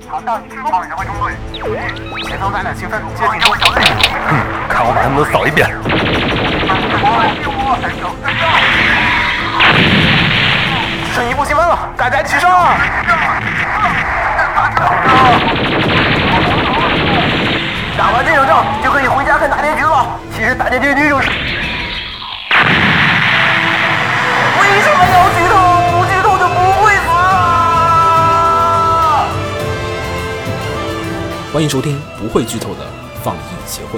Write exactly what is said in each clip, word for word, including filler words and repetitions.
好，到机炮指挥中队，前方咱俩兴奋，接近中小队。 嗯，看我把他们都扫一遍。 剩一步积分了，大家一起上！打完这场仗就可以回家看大结局了。其实大结局就是……为什么要剧透？不剧透就不会死啊！ 欢迎收听不会剧透的放映协会。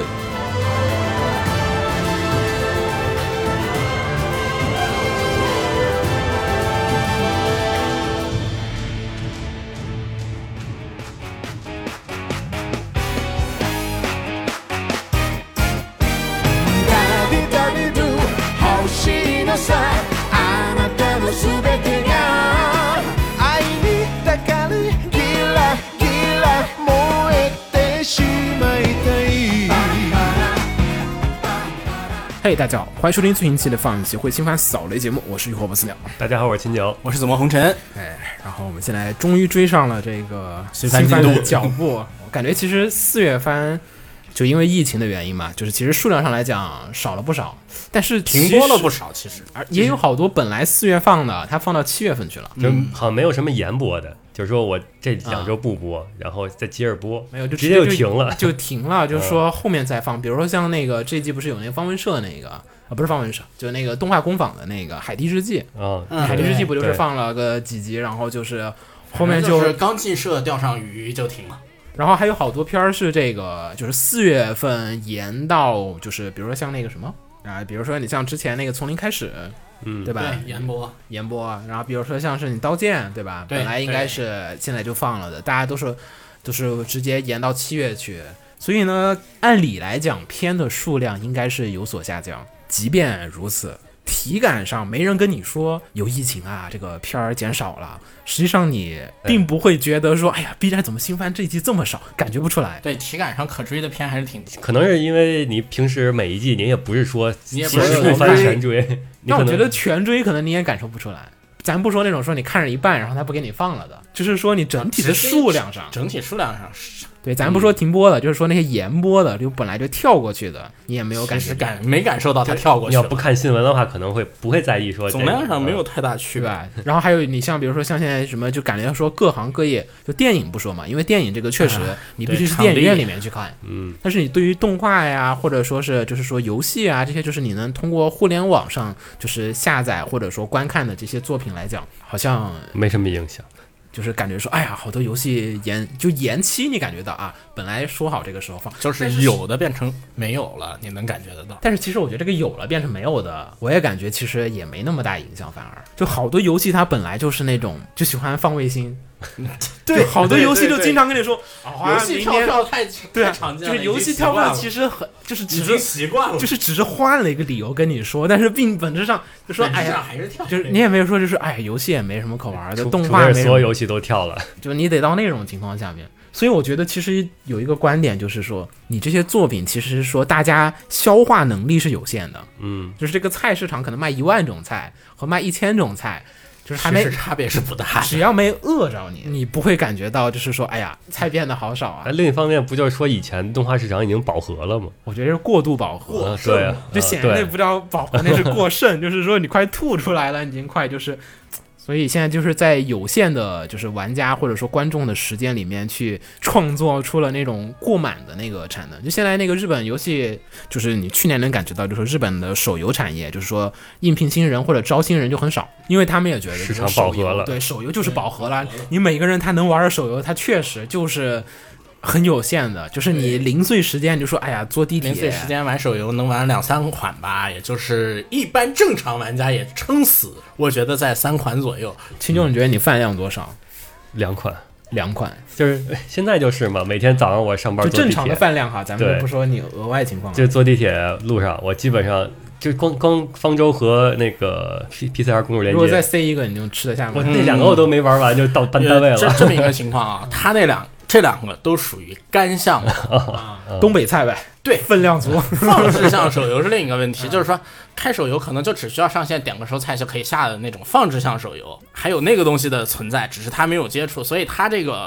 嘿、hey, 大家好，欢迎收听最新期的放映协会新番扫雷节目，我是浴火不死鸟。 大家好，我是秦九， 我是紫陌红尘。 哎，然后我们现在终于追上了这个新番的脚步，我感觉其实四月番就因为疫情的原因嘛，就是其实数量上来讲少了不少，但是停播了不少，其实而也有好多本来四月放的，它放到七月份去了， 就好像没有什么延播的。就是说我这两周不播、啊，然后再接着播， 没有就直接就停了， 就停了，就是说后面再放。比如说像那个这季不是有那个方文社那个啊，不是方文社，就那个动画工坊的那个《海底日记》 啊， 嗯《海底日记》不就是放了个几集，然后就是后面就就是刚进社钓上鱼就停了。 然后还有好多片儿是这个，就是四月份延到，就是比如说像那个什么啊，比如说你像之前那个从零开始。 嗯， 对吧？ 对，延播， 延播。然后比如说像是你刀剑，对吧？ 对， 本来应该是现在就放了的，大家都是都是直接延到七月去。所以呢，按理来讲，片的数量应该是有所下降。即便如此，体感上没人跟你说有疫情啊，这个片儿减少了。实际上你并不会觉得说，哎呀 ，B 站怎么新番这一季这么少，感觉不出来。 对，体感上可追的片还是挺多。 可能是因为你平时每一季你也不是说你也不是全番全追， 那我觉得全追可能你也感受不出来。咱不说那种说你看着一半，然后他不给你放了的，就是说你整体的数量上， 整体数量上对，咱不说停播的、嗯，就是说那些延播的，就本来就跳过去的，你也没有感觉感没感受到它跳过去。 你要不看新闻的话，可能会不会在意说、这个、 总量上没有太大区别。 对，然后还有你像比如说像现在什么，就感觉说各行各业，就电影不说嘛，因为电影这个确实你必须是电影院里面去看， 嗯， 但是你对于动画呀，或者说是就是说游戏啊这些，就是你能通过互联网上就是下载或者说观看的这些作品来讲，好像没什么影响。 就是感觉说，哎呀，好多游戏延就延期，你感觉到啊，本来说好这个时候放， 就是有的变成没有了，你能感觉得到。 但是其实我觉得这个有了变成没有的，我也感觉其实也没那么大影响，反而就好多游戏它本来就是那种就喜欢放卫星。对，好多游戏就经常跟你说， 游戏跳票太对太常见了， 就是游戏跳票其实很就是只是习惯了， 就是只是换了一个理由跟你说，但是并本质上就说，哎呀， 还是跳， 就是你也没有说就是哎呀，游戏也没什么可玩的，动画没所有游戏都跳了， 就你得到那种情况下面。所以我觉得其实有一个观点就是说，你这些作品其实是说大家消化能力是有限的， 嗯， 就是这个菜市场可能卖一万种菜和卖一千种菜。就是还没差别是不大， 只要没饿着你，你不会感觉到就是说，哎呀，菜变得好少啊。 另一方面，不就是说以前动画市场已经饱和了吗？ 我觉得是过度饱和， 啊、对、啊， 就显然那不叫饱和，那是过剩，就是说你快吐出来了，已经快就是。所以现在就是在有限的，就是玩家或者说观众的时间里面去创作出了那种过满的那个产能。就现在那个日本游戏，就是你去年能感觉到，就是日本的手游产业，就是说应聘新人或者招新人就很少，因为他们也觉得市场饱和了， 对，手游就是饱和了。你每个人他能玩的手游，他确实就是很有限的，就是你零碎时间，你就说哎呀，坐地铁， 零碎时间玩手游能玩两三款吧，也就是一般正常玩家也撑死，我觉得在三款左右。 秦九，你觉得你饭量多少？ 两款， 两款， 就是现在就是嘛，每天早上我上班就正常的饭量哈，咱们不说你额外情况， 就坐地铁路上，我基本上就光光方舟和那个 P P C R 公主连接， 如果再塞一个，你就吃得下吗？ 我那两个我都没玩完，就到单单位了。 这这么一个情况啊，他那两。这两个都属于干项目、 啊，东北菜呗， 对， 分量足。 放置项手游是另一个问题，就是说开手游可能就只需要上线点个收菜就可以下的那种放置项手游，还有那个东西的存在，只是他没有接触，所以他这个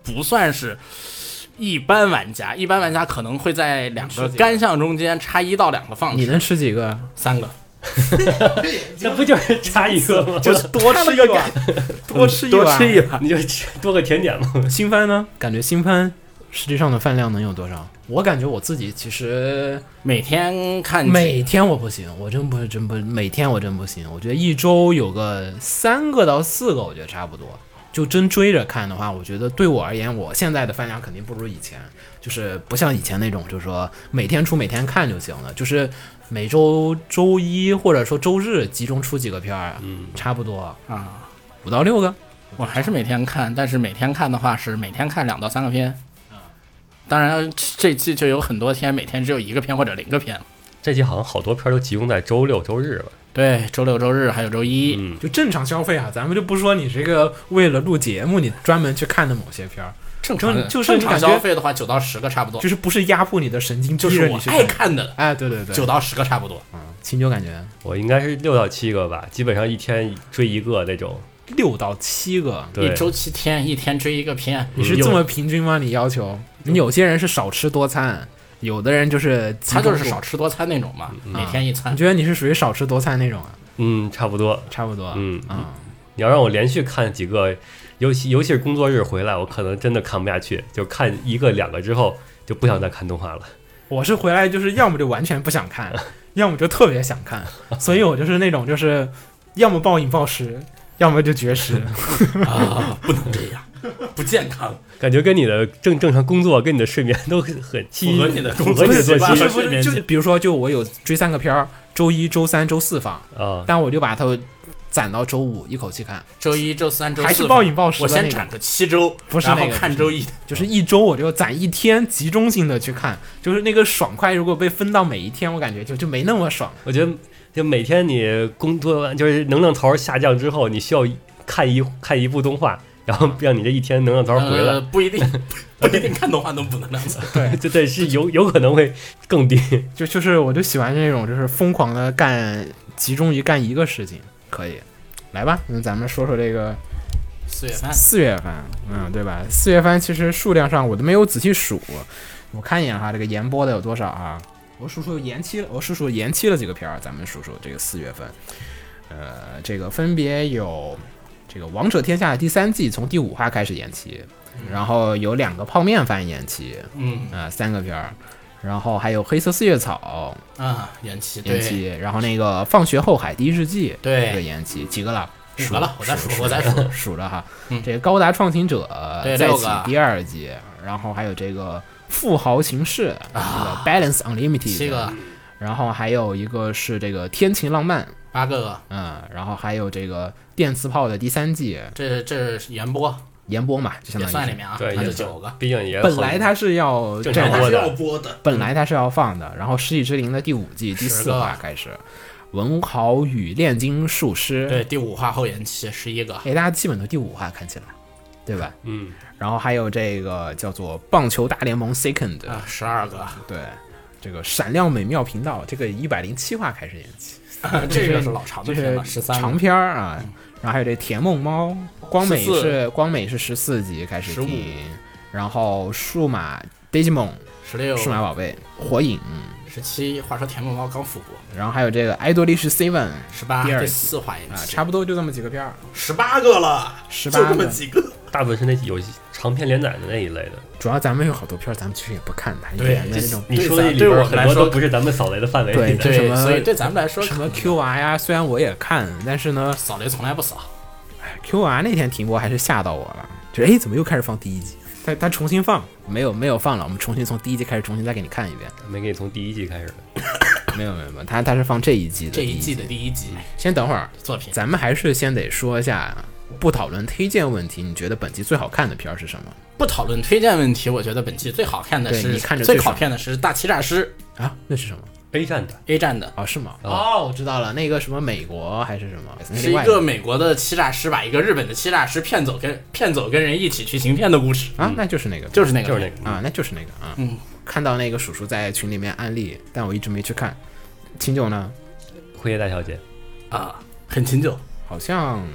不算是一般玩家，一般玩家可能会在两个干项中间插一到两个放置。 你能吃几个？ 三个， 那不就是差一个吗？ 就多吃一碗， 多吃一多碗吃一碗。 你就吃多个甜点嘛。 新番呢？感觉新番实际上的饭量能有多少？我感觉我自己其实每天看每天我不行，我真不是真不每天我真不行。我觉得一周有个三个到四个，我觉得差不多。就真追着看的话，我觉得对我而言，我现在的饭量肯定不如以前，就是不像以前那种，就是说每天出每天看就行了，就是每周周一或者说周日集中出几个片儿，嗯，差不多啊， 五到六个。 我还是每天看，但是每天看的话是每天看两到三个片。当然，这季就有很多天每天只有一个片或者零个片。 这季好像好多片都集中在周六周日吧？ 对，周六周日还有周一， 嗯， 就正常消费啊，咱们就不说你这个为了录节目你专门去看的某些片儿， 正常就就是正常你感觉消费的话，九到十个差不多。 就是不是压迫你的神经， 就是我逼着你去爱看的， 哎，对对对， 九到十个差不多。 嗯，秦九感觉我应该是六到七个吧，基本上一天追一个那种。 六到七个， 对， 一周七天，一天追一个片。 你是这么平均吗？你要求？你有些人是少吃多餐，有的人就是他就是少吃多餐那种嘛， 嗯、 每天一餐。 你觉得你是属于少吃多餐那种啊？ 嗯，差不多， 差不多。 嗯嗯， 你要让我连续看几个，尤其尤其是工作日回来，我可能真的看不下去，就看一个两个之后就不想再看动画了。 我是回来就是要么就完全不想看，要么就特别想看，所以我就是那种就是要么暴饮暴食。要么就绝食啊，不能这样，不健康。 感觉跟你的正正常工作跟你的睡眠都很符合你的工作作息。 不是就比如说，就我有追三个片儿，周一、周三、周四放啊， 但我就把它攒到周五一口气看。 周一、周三、周四还是暴饮暴食的、那个。 我先攒个七周， 不是那个， 然后看周一， 就是一周我就攒一天，集中性的去看，就是那个爽快。如果被分到每一天，我感觉就就没那么爽。 我觉得。就每天你工作完，就是能量头下降之后，你需要看一看一部动画，然后让你这一天能量头回来。 呃、不一定，不一定看动画能补能量头。 对， 这对是有有可能会更低。 就就是我就喜欢那种就是疯狂的干，集中于干一个事情。可以，来吧，那咱们说说这个四月番。 四月番，嗯，对吧？四月番其实数量上我都没有仔细数，我看一眼哈，这个延播的有多少啊？我数数延期了，我数数延期了几个片儿，咱们数数这个四月份，呃，这个分别有这个《王者天下》第三季从第五话开始延期，嗯、然后有两个泡面番延期， 嗯啊、呃，三个片儿，然后还有《黑色四月草》 啊延期延期，然后那个《放学后海第一世纪》 对这个延期几个了？ 五个了，我再数，我再数数着哈，嗯、这个《高达创新者》再起第二季，然后还有这个。富豪骑士啊 ，Balance Unlimited 七个， 然后还有一个是这个天晴浪漫八个， 嗯，然后还有这个电磁炮的第三季， 这这是延播， 延播嘛，就相当于也算里面啊， 对， 那就九个， 毕竟也本来它是要正常播的， 播的， 本来它是要放的，然后《世纪之灵》的第五季第四话开始，文豪与炼金术师， 对，第五话后延期十一个， 哎，大家基本都第五话看起来，对吧？ 嗯。 然后还有这个叫做棒球大联盟 Second 啊，十二个， 对，这个闪亮美妙频道这个一百零七话开始延期， 啊、这个是老长的片了，十三长片啊、嗯。然后还有这甜梦猫，光美是光美是十四集开始停，然后数码 Digimon 十六， 数码宝贝火影十七。话说甜梦猫刚复活， 然后还有这个爱多利是 Seven 十八， 第二四话延期、 啊，差不多就这么几个片儿， 十八个了， 十八个， 就这么几个。 大部分是那有长篇连载的那一类的， 主要咱们有好多片儿，咱们其实也不看它， 对那种你说的里边很多都不是咱们扫雷的范围对， 对， 什么所以对咱们来说， 什么 Q R 呀，虽然我也看，但是呢， 扫雷从来不扫。 哎 ，Q R 那天停播还是吓到我了，就是哎，怎么又开始放第一集？他他重新放，没有没有放了，我们重新从第一集开始，重新再给你看一遍。 没给你从第一季开始的， 没有没有没有，他他是放这一季的这一季的第一集。 先等会儿作品， 咱们还是先得说一下。不讨论推荐问题，你觉得本季最好看的片儿是什么？ 不讨论推荐问题，我觉得本季最好看的是， 你看着最好看的是《大欺诈师》 啊，那是什么 ？A 站的 ，A 站的哦，是吗？ 哦， 哦我知道了，那个什么美国还是什么？ 是一个美国的欺诈师把一个日本的欺诈师骗走，跟骗走跟人一起去行骗的故事啊，那就是那个， 就是那个， 就是那个啊，那就是那个啊。 嗯， 看到那个叔叔在群里面安利，但我一直没去看。秦九呢？ 辉夜大小姐啊，很秦九， 好像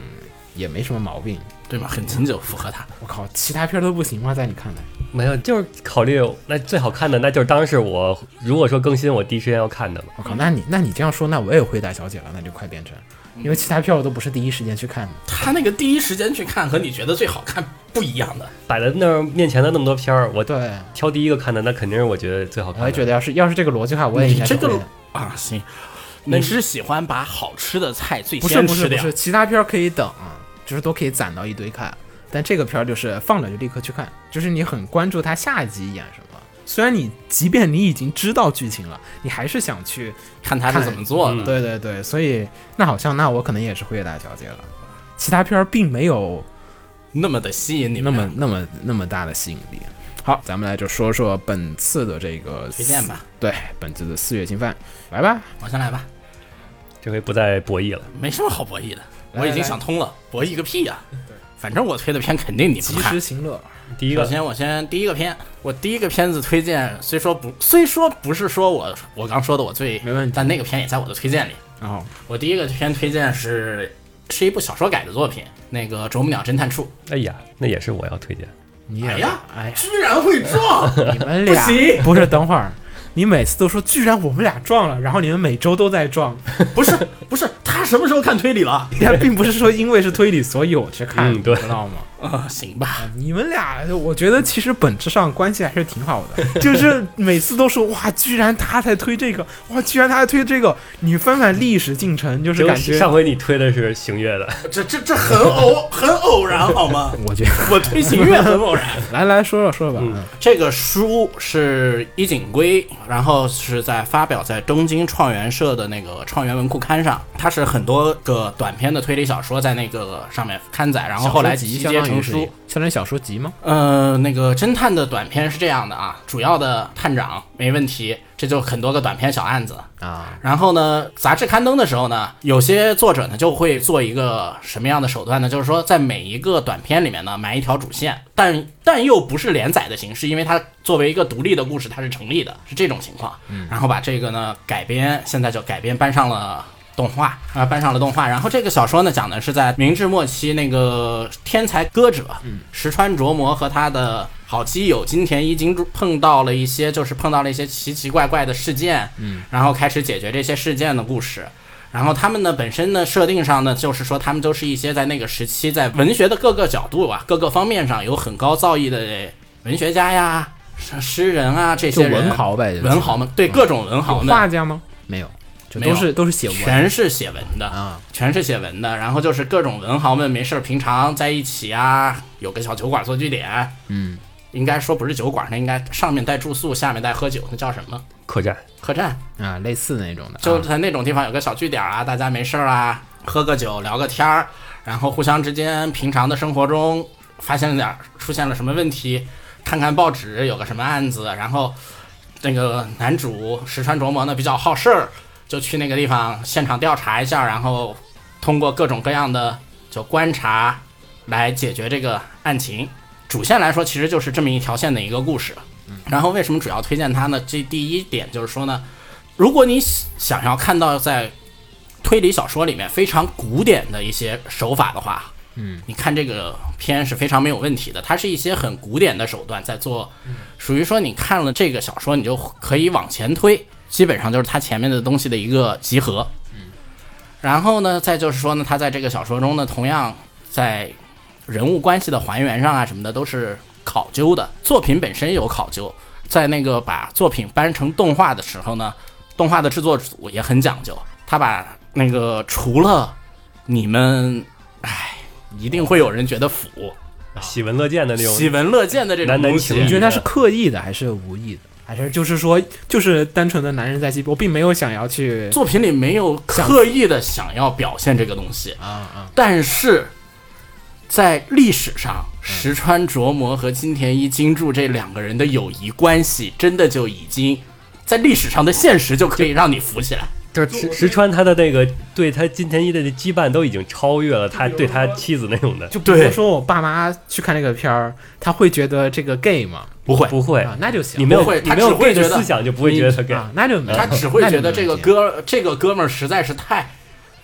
也没什么毛病， 对吗？很经久，符合他。 我靠，其他片都不行吗？在你看来？ 没有，就是考虑那最好看的，那就是当时我如果说更新，我第一时间要看的嘛。 我靠，那你那你这样说，那我也回答小姐了，那就快变成，因为其他片我都不是第一时间去看的。 他那个第一时间去看和你觉得最好看不一样的。 摆在那儿面前的那么多片儿，我对挑第一个看的，那肯定是我觉得最好看的。 我也觉得要是要是这个逻辑的话，我也应该是你这个会的。 啊，行，你是喜欢把好吃的菜最不是先吃掉？ 不是不是，其他片儿可以等，就是都可以攒到一堆看。但这个片儿就是放了就立刻去看，就是你很关注它下一集演什么。虽然你即便你已经知道剧情了，你还是想去看他是怎么做的。 嗯对对对，所以那好像那我可能也是辉夜大小姐了。其他片儿并没有那么的吸引你们， 那么那么那么大的吸引力。好，咱们来就说说本次的这个推荐吧。 对，本次的四月新番，来吧。 我先来吧， 这回不再博弈了。 没什么好博弈的， 来我已经想通了，博弈个屁呀、反正我推的片肯定你不及看时。行乐， 第一个首先，我先第一个片，我第一个片子推荐，虽说不，虽说不是说我我刚说的我最没问题但那个片也在我的推荐里。 然后我第一个片推荐是是一部小说改的作品，那个《啄木鸟侦探处》。 哎呀，那也是我要推荐。 你也哎呀， 哎呀， 居然会撞！ 你们俩不行不是等会儿，你每次都说居然我们俩撞了，然后你们每周都在撞， 不是不是，他什么时候看推理了？ 他并不是说因为是推理所以我去看， 嗯对知道吗？ 啊、行吧， 你们俩，我觉得其实本质上关系还是挺好的，就是每次都说哇，居然他在推这个，哇，居然他在推这个，你翻翻历史进程，就是结果感觉上回你推的是行月的， 这这这很偶很偶然好吗？ 我觉得我推行月很偶然。 来来说说说吧， 嗯这个书是伊井圭，然后是在发表在东京创元社的那个创元文库刊上，它是很多个短篇的推理小说在那个上面刊载，然后后来集相当于是结成书。 相当于小说集吗？ 呃，那个侦探的短篇是这样的啊，主要的探长没问题，这就很多个短篇小案子。 啊， 然后呢，杂志刊登的时候呢，有些作者呢就会做一个什么样的手段呢？就是说，在每一个短篇里面呢埋一条主线，但但又不是连载的形式，因为它作为一个独立的故事，它是成立的，是这种情况。嗯，然后把这个呢改编，现在就改编搬上了动画啊，搬上了动画。然后这个小说呢，讲的是在明治末期那个天才歌者石川琢磨和他的好基友金田一金柱碰到了一些，就是碰到了一些奇奇怪怪的事件，嗯，然后开始解决这些事件的故事。然后他们呢本身呢设定上呢，就是说他们都是一些在那个时期在文学的各个角度啊、各个方面上有很高造诣的文学家呀、诗人啊这就些人， 文豪呗， 文豪们，对，各种文豪有们， 画家吗？没有，就没有都是都是写文全是写文的啊， 全是写文的。然后就是各种文豪们没事儿平常在一起啊，有个小酒馆做据点， 嗯， 应该说不是酒馆，那应该上面带住宿，下面带喝酒，那叫什么？ 客栈。 客栈。 啊，类似那种的， 就啊在那种地方有个小据点啊，大家没事儿啊，喝个酒聊个天儿，然后互相之间平常的生活中发现了点出现了什么问题，看看报纸有个什么案子，然后那个男主石川琢磨呢比较好事儿，就去那个地方现场调查一下，然后通过各种各样的就观察来解决这个案情。主线来说其实就是这么一条线的一个故事。然后为什么主要推荐它呢？这第一点就是说呢，如果你想要看到在推理小说里面非常古典的一些手法的话，嗯，你看这个片是非常没有问题的。它是一些很古典的手段在做，属于说你看了这个小说，你就可以往前推，基本上就是它前面的东西的一个集合。嗯，然后呢，再就是说呢，它在这个小说中呢，同样在人物关系的还原上啊什么的都是考究的，作品本身有考究。在那个把作品搬成动画的时候呢，动画的制作组也很讲究，他把那个除了你们，唉，一定会有人觉得腐， 喜闻乐见的那种喜闻乐见的这种男男东西情你觉得他是刻意的还是无意的，还是就是说就是单纯的男人在戏？我并没有想要去作品里没有刻意的想要表现这个东西啊啊， 但是在历史上，石川琢磨和金田一金柱这两个人的友谊关系，真的就已经在历史上的现实就可以让你浮起来。 就是石石川他的那个对他金田一的羁绊都已经超越了他对他妻子那种的， 就比如说我爸妈去看这个片儿，他会觉得这个 gay 吗？ 不会， 不会啊，那就行。 你没有不会你没有他只会 gay 的觉得思想就不会觉得他 gay 啊，那就没他只会觉得这个歌哥这个哥们儿实在是太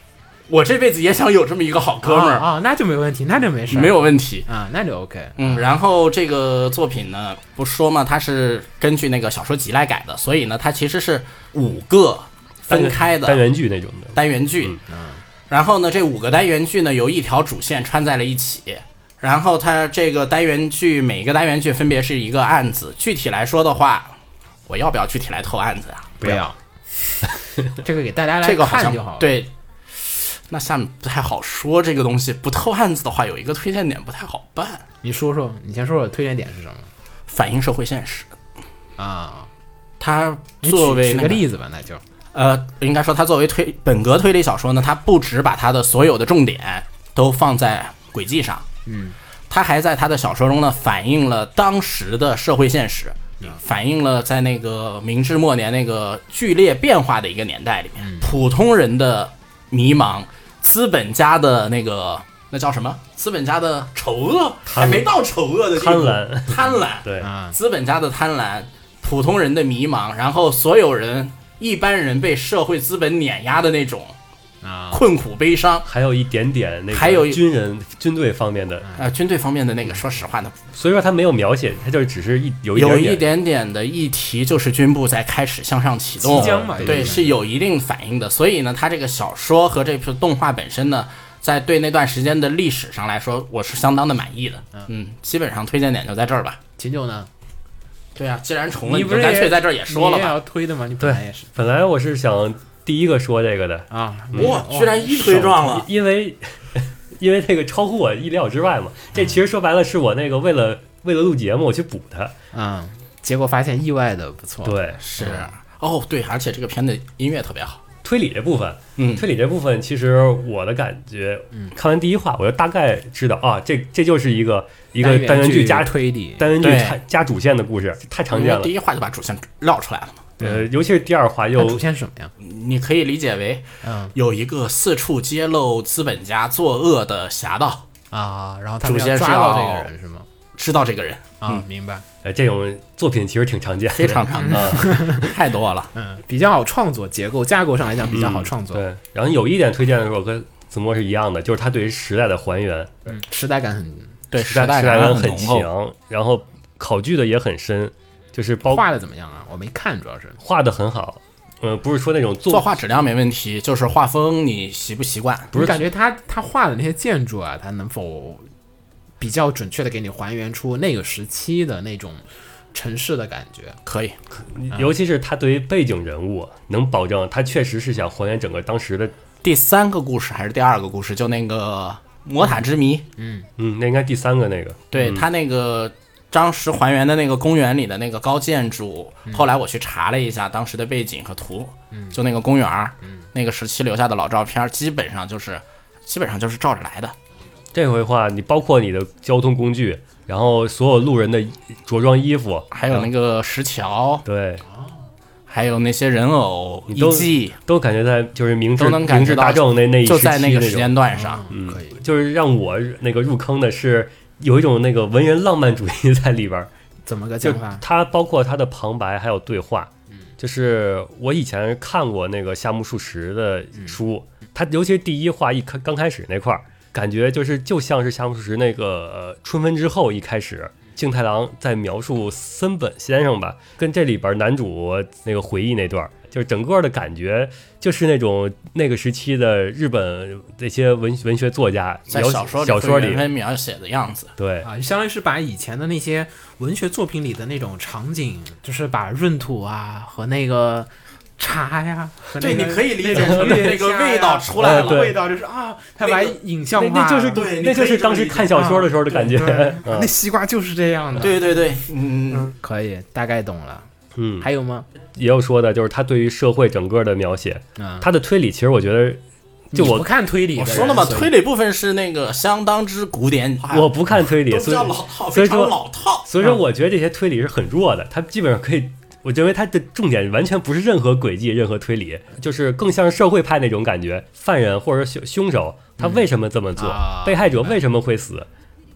我这辈子也想有这么一个好哥们儿啊、哦哦，那就没问题，那就没事， 没有问题啊，那就 OK。 嗯，然后这个作品呢，不说嘛，它是根据那个小说集来改的，所以呢，它其实是五个分开的单元剧那种的单元剧。嗯，然后呢，这五个单元剧呢，由一条主线穿在了一起。然后它这个单元剧每个单元剧分别是一个案子。具体来说的话，我要不要具体来透案子啊？ 不要，这个给大家来这个好像看就好了。 对，那下面不太好说这个东西。不透案子的话，有一个推荐点不太好办。 你说说，你先说说推荐点是什么？ 反映社会现实啊。 它作为、那举个例子吧，那就呃，应该说它作为推本格推理小说呢，它不只把它的所有的重点都放在轨迹上。 嗯， 他还在他的小说中呢，反映了当时的社会现实，嗯、反映了在那个明治末年那个剧烈变化的一个年代里面，嗯、普通人的迷茫，资本家的那个那叫什么？资本家的丑恶，还没到丑恶的地步， 贪婪， 贪婪， 对， 资本家的贪婪，普通人的迷茫，然后所有人，一般人被社会资本碾压的那种。 啊， 困苦悲伤， 还有一点点那个， 还有军人军队方面的， 呃，军队方面的那个，说实话呢， 所以说他没有描写，他就只是一有一点点有一点点的议题，就是军部在开始向上启动， 即将嘛， 对，是有一定反应的。所以呢，他这个小说和这部动画本身呢，在对那段时间的历史上来说，我是相当的满意的。嗯，基本上推荐点就在这儿吧。 秦九呢？ 对啊，既然重了，你就干脆在这儿也说了吧。 你也要推的吗？你本来也是。 本来我是想。第一个说这个的啊， 哇、嗯，居然一推撞了， 因为因为这个超乎我意料之外嘛。这其实说白了是我那个为了为了录节目我去补它， 嗯，结果发现意外的不错。 对， 是哦，对，而且这个片的音乐特别好。 推理这部分， 嗯， 推理这部分其实我的感觉，嗯，看完第一话我就大概知道啊，这这就是一个一个单元剧加推理， 单元剧加主线的故事，太常见了。 第一话就把主线撂出来了嘛。 呃，尤其是第二话又主线是什么呀？ 你可以理解为， 嗯， 有一个四处揭露资本家作恶的侠盗啊，然后他主线抓到这个人是吗？ 知道这个人啊， 嗯、 明白。 呃，这种作品其实挺常见的， 非常常见，太多了。 嗯，比较好创作，结构架构上来讲比较好创作。 嗯、对，然后有一点推荐的时候跟子墨是一样的，就是他对于时代的还原， 嗯，时代感很对， 时代感很很强，然后考据的也很深。就是包画的怎么样啊？我没看，主要是画的很好。呃，不是说那种作作画质量没问题，就是画风你习不习惯？ 不是感觉他他画的那些建筑啊，他能否比较准确的给你还原出那个时期的那种城市的感觉？ 可以， 尤其是他对于背景人物能保证，他确实是想还原整个当时的。 第三个故事还是第二个故事？就那个魔塔之谜。 嗯嗯，那应该第三个那个。 对、 嗯、 他那个。当时还原的那个公园里的那个高建筑， 嗯、 后来我去查了一下当时的背景和图，嗯、就那个公园、嗯，那个时期留下的老照片，基本上就是基本上就是照着来的。 这回话，你包括你的交通工具，然后所有路人的着装衣服， 还有那个石桥， 对， 还有那些人偶遗迹， 都感觉在就是明治明治大正那那一时期就在那个时间段上， 嗯， 可以， 就是让我那个入坑的是。有一种那个文人浪漫主义在里边， 怎么个讲法？ 它包括它的旁白还有对话，嗯，就是我以前看过那个夏目漱石的书，他、嗯、尤其是第一话一开刚开始那块儿，感觉就是就像是夏目漱石那个、呃、春分之后一开始，敬太郎在描述森本先生吧，跟这里边男主那个回忆那段。就是整个的感觉，就是那种那个时期的日本那些文文学作家在小说里小说里描写的样子， 对啊，相当于是把以前的那些文学作品里的那种场景，就是把闰土啊和那个茶呀，和那个、 对，你可以理解成那个味道出来了， 味道就是啊，他把影像化， 那, 那就是对， 那就是当时看小说的时候的感觉， 啊、那西瓜就是这样的， 对对对，嗯， 嗯可以，大概懂了。 嗯， 还有吗？ 也有说的，就是他对于社会整个的描写，嗯、他的推理，其实我觉得，就我不看推理， 我说了嘛，推理部分是那个相当之古典， 我不看推理， 所以老套， 所以说老套， 所以说我觉得这些推理是很弱的，他基本上可以，我认为他的重点完全不是任何轨迹、任何推理，就是更像是社会派那种感觉，犯人或者凶凶手他为什么这么做， 嗯啊、 被害者为什么会死。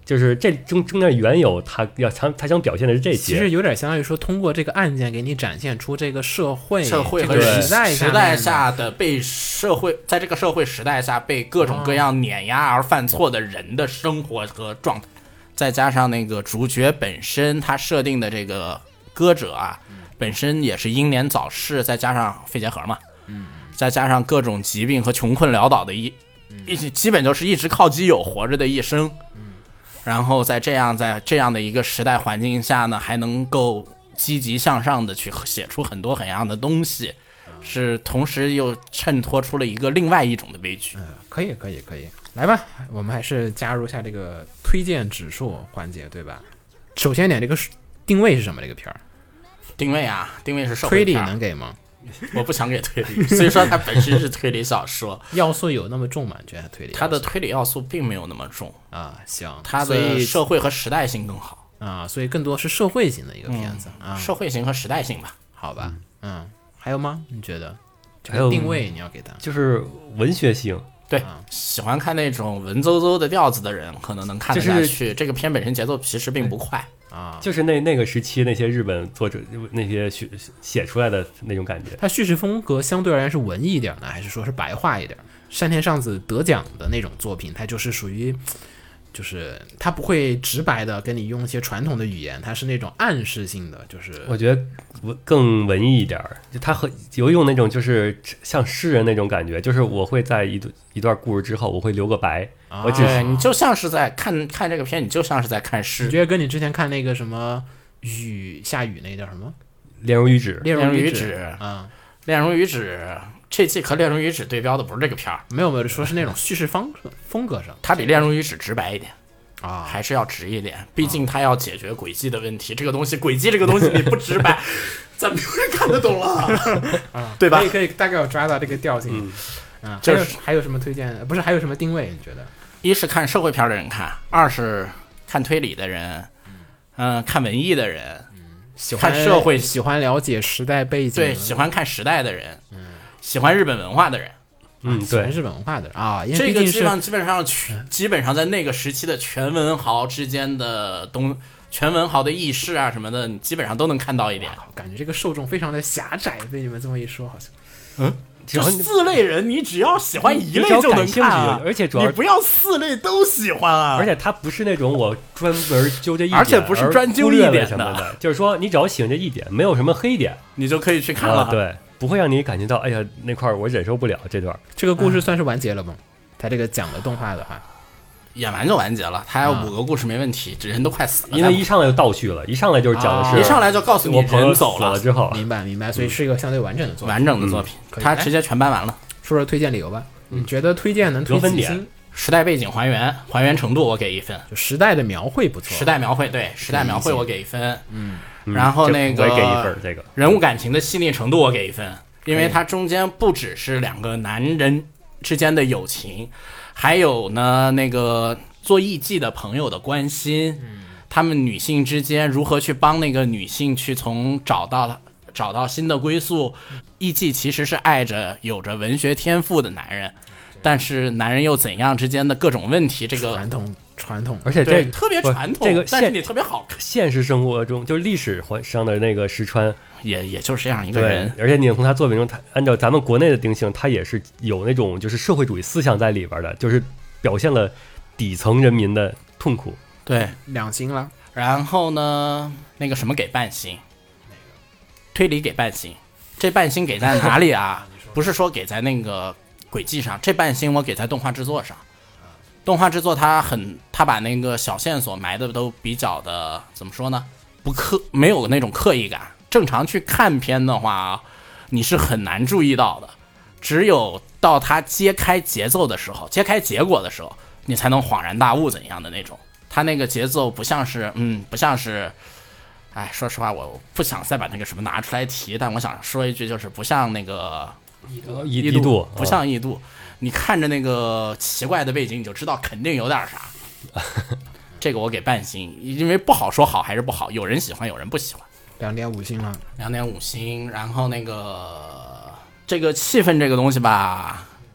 就是这中中间原有他要想他想表现的是这些， 其实有点相当于说通过这个案件给你展现出这个社会社会和这个时代时代下的被社会在这个社会时代下被各种各样碾压而犯错的人的生活和状态，再加上那个主角本身他设定的这个歌者啊，本身也是英年早逝，再加上肺结核嘛，嗯，再加上各种疾病和穷困潦倒的一，一基本就是一直靠基友活着的一生，嗯，然后在这样在这样的一个时代环境下呢，还能够积极向上的去写出很多很样的东西，是同时又衬托出了一个另外一种的悲剧。 嗯，可以可以可以，来吧，我们还是加入一下这个推荐指数环节，对吧？首先点这个定位是什么？这个片儿定位啊，定位是社推理会片， 能给吗？ 我不想给推理，虽说它本身是推理小说， 要素有那么重吗？你觉得推理要素它的推理要素并没有那么重， 啊，行， 它所以的社会和时代性更好， 啊，所以更多是社会型的一个片子、啊， 社会性和时代性吧。 好吧，嗯，还有吗？你觉得这还有个定位你要给它？ 就是文学性。 对，喜欢看那种文绉绉的调子的人，可能能看得下去。 就是这个片本身节奏其实并不快啊， 就是那那个时期那些日本作者那些写写出来的那种感觉。 它叙事风格相对而言是文艺一点呢，还是说是白话一点？山田尚子得奖的那种作品，它就是属于，就是它不会直白的跟你用一些传统的语言，它是那种暗示性的，就是我觉得文更文艺一点儿，就它和有一种那种就是像诗人那种感觉，就是我会在一段一段故事之后，我会留个白， 啊、 我只是对你就像是在看看这个片，你就像是在看你诗。 觉得跟你之前看那个什么雨下雨那叫什么恋如雨止， 恋恋如雨雨止啊、 恋如雨止这季和恋如雨止对标的不是这个片儿， 没有没有说是那种叙事方风格上它比恋如雨止直白一点。 啊， 还是要直一点，毕竟它要解决轨迹的问题。这个东西，轨迹这个东西你不直白，咱没有人看得懂了， 啊， 对吧可以可以，大概有抓到这个调性。嗯，啊，还有就是还有什么推荐？不是，还有什么定位？你觉得？ 一是看社会片的人看，二是看推理的人，嗯，看文艺的人， 喜欢看社会喜欢了解时代背景， 对，喜欢看时代的人，喜欢日本文化的人。 嗯，对， 喜欢日本文化的啊，因为这毕竟是个基本上基本上全基本上在那个时期的全文豪之间的东全文豪的轶事啊什么的，你基本上都能看到一点。 感觉这个受众非常的狭窄，被你们这么一说，好像只要你四类人，你只要喜欢一类只要就能感兴看、啊， 趣，而且主要你不要四类都喜欢啊。 而且它不是那种我专门揪这一点， 而且不是专揪一点的而忽略了什么的，就是说你只要喜欢这一点，没有什么黑点， 你就可以去看了。 啊，对，不会让你感觉到哎呀那块儿我忍受不了这段。 这个故事算是完结了吗？他这个讲的动画的话， 演完就完结了，他有五个故事没问题，这人都快死了。 因为一上来就倒叙了，一上来就是讲的是、 啊一上来就告诉你我朋友人走了之后， 明白明白，所以是一个相对完整的作品。 完整的作品， 可以他直接全搬完了。 说说推荐理由吧，你觉得推荐能推得分点几星？ 时代背景还原，还原程度我给一分。 就时代的描绘不错， 时代描绘对，时代描绘我给一分。 嗯然后那个这我也给一分，这个人物感情的细腻程度我给一分，因为它中间不只是两个男人之间的友情，还有呢那个做艺妓的朋友的关心，他们女性之间如何去帮那个女性去从找到找到新的归宿。艺妓其实是爱着有着文学天赋的男人，但是男人又怎样之间的各种问题，这个传统传统， 而且这个对特别不传统， 这个现但是你特别好看， 现实生活中就是历史上的那个石川， 也也就是这样一个对人，， 而且你从他作品中，他按照咱们国内的定性，他也是有那种就是社会主义思想在里边的，就是表现了底层人民的痛苦。 对。 两星了， 然后呢，那个什么给半星，推理给半星，这半星给在哪里啊？不是说给在那个轨迹上，这半星我给在动画制作上。动画制作它很，它把那个小线索埋的都比较的怎么说呢？不刻，没有那种刻意感。正常去看片的话，你是很难注意到的。只有到它揭开节奏的时候，揭开结果的时候，你才能恍然大悟怎样的那种。它那个节奏不像是，嗯，不像是，哎，说实话，我不想再把那个什么拿出来提，但我想说一句，就是不像那个一异一度不像异度，你看着那个奇怪的背景，你就知道肯定有点啥。这个我给半星，因为不好说好还是不好，有人喜欢，有人不喜欢。 两点五星了， 两点五星，然后那个这个气氛这个东西吧，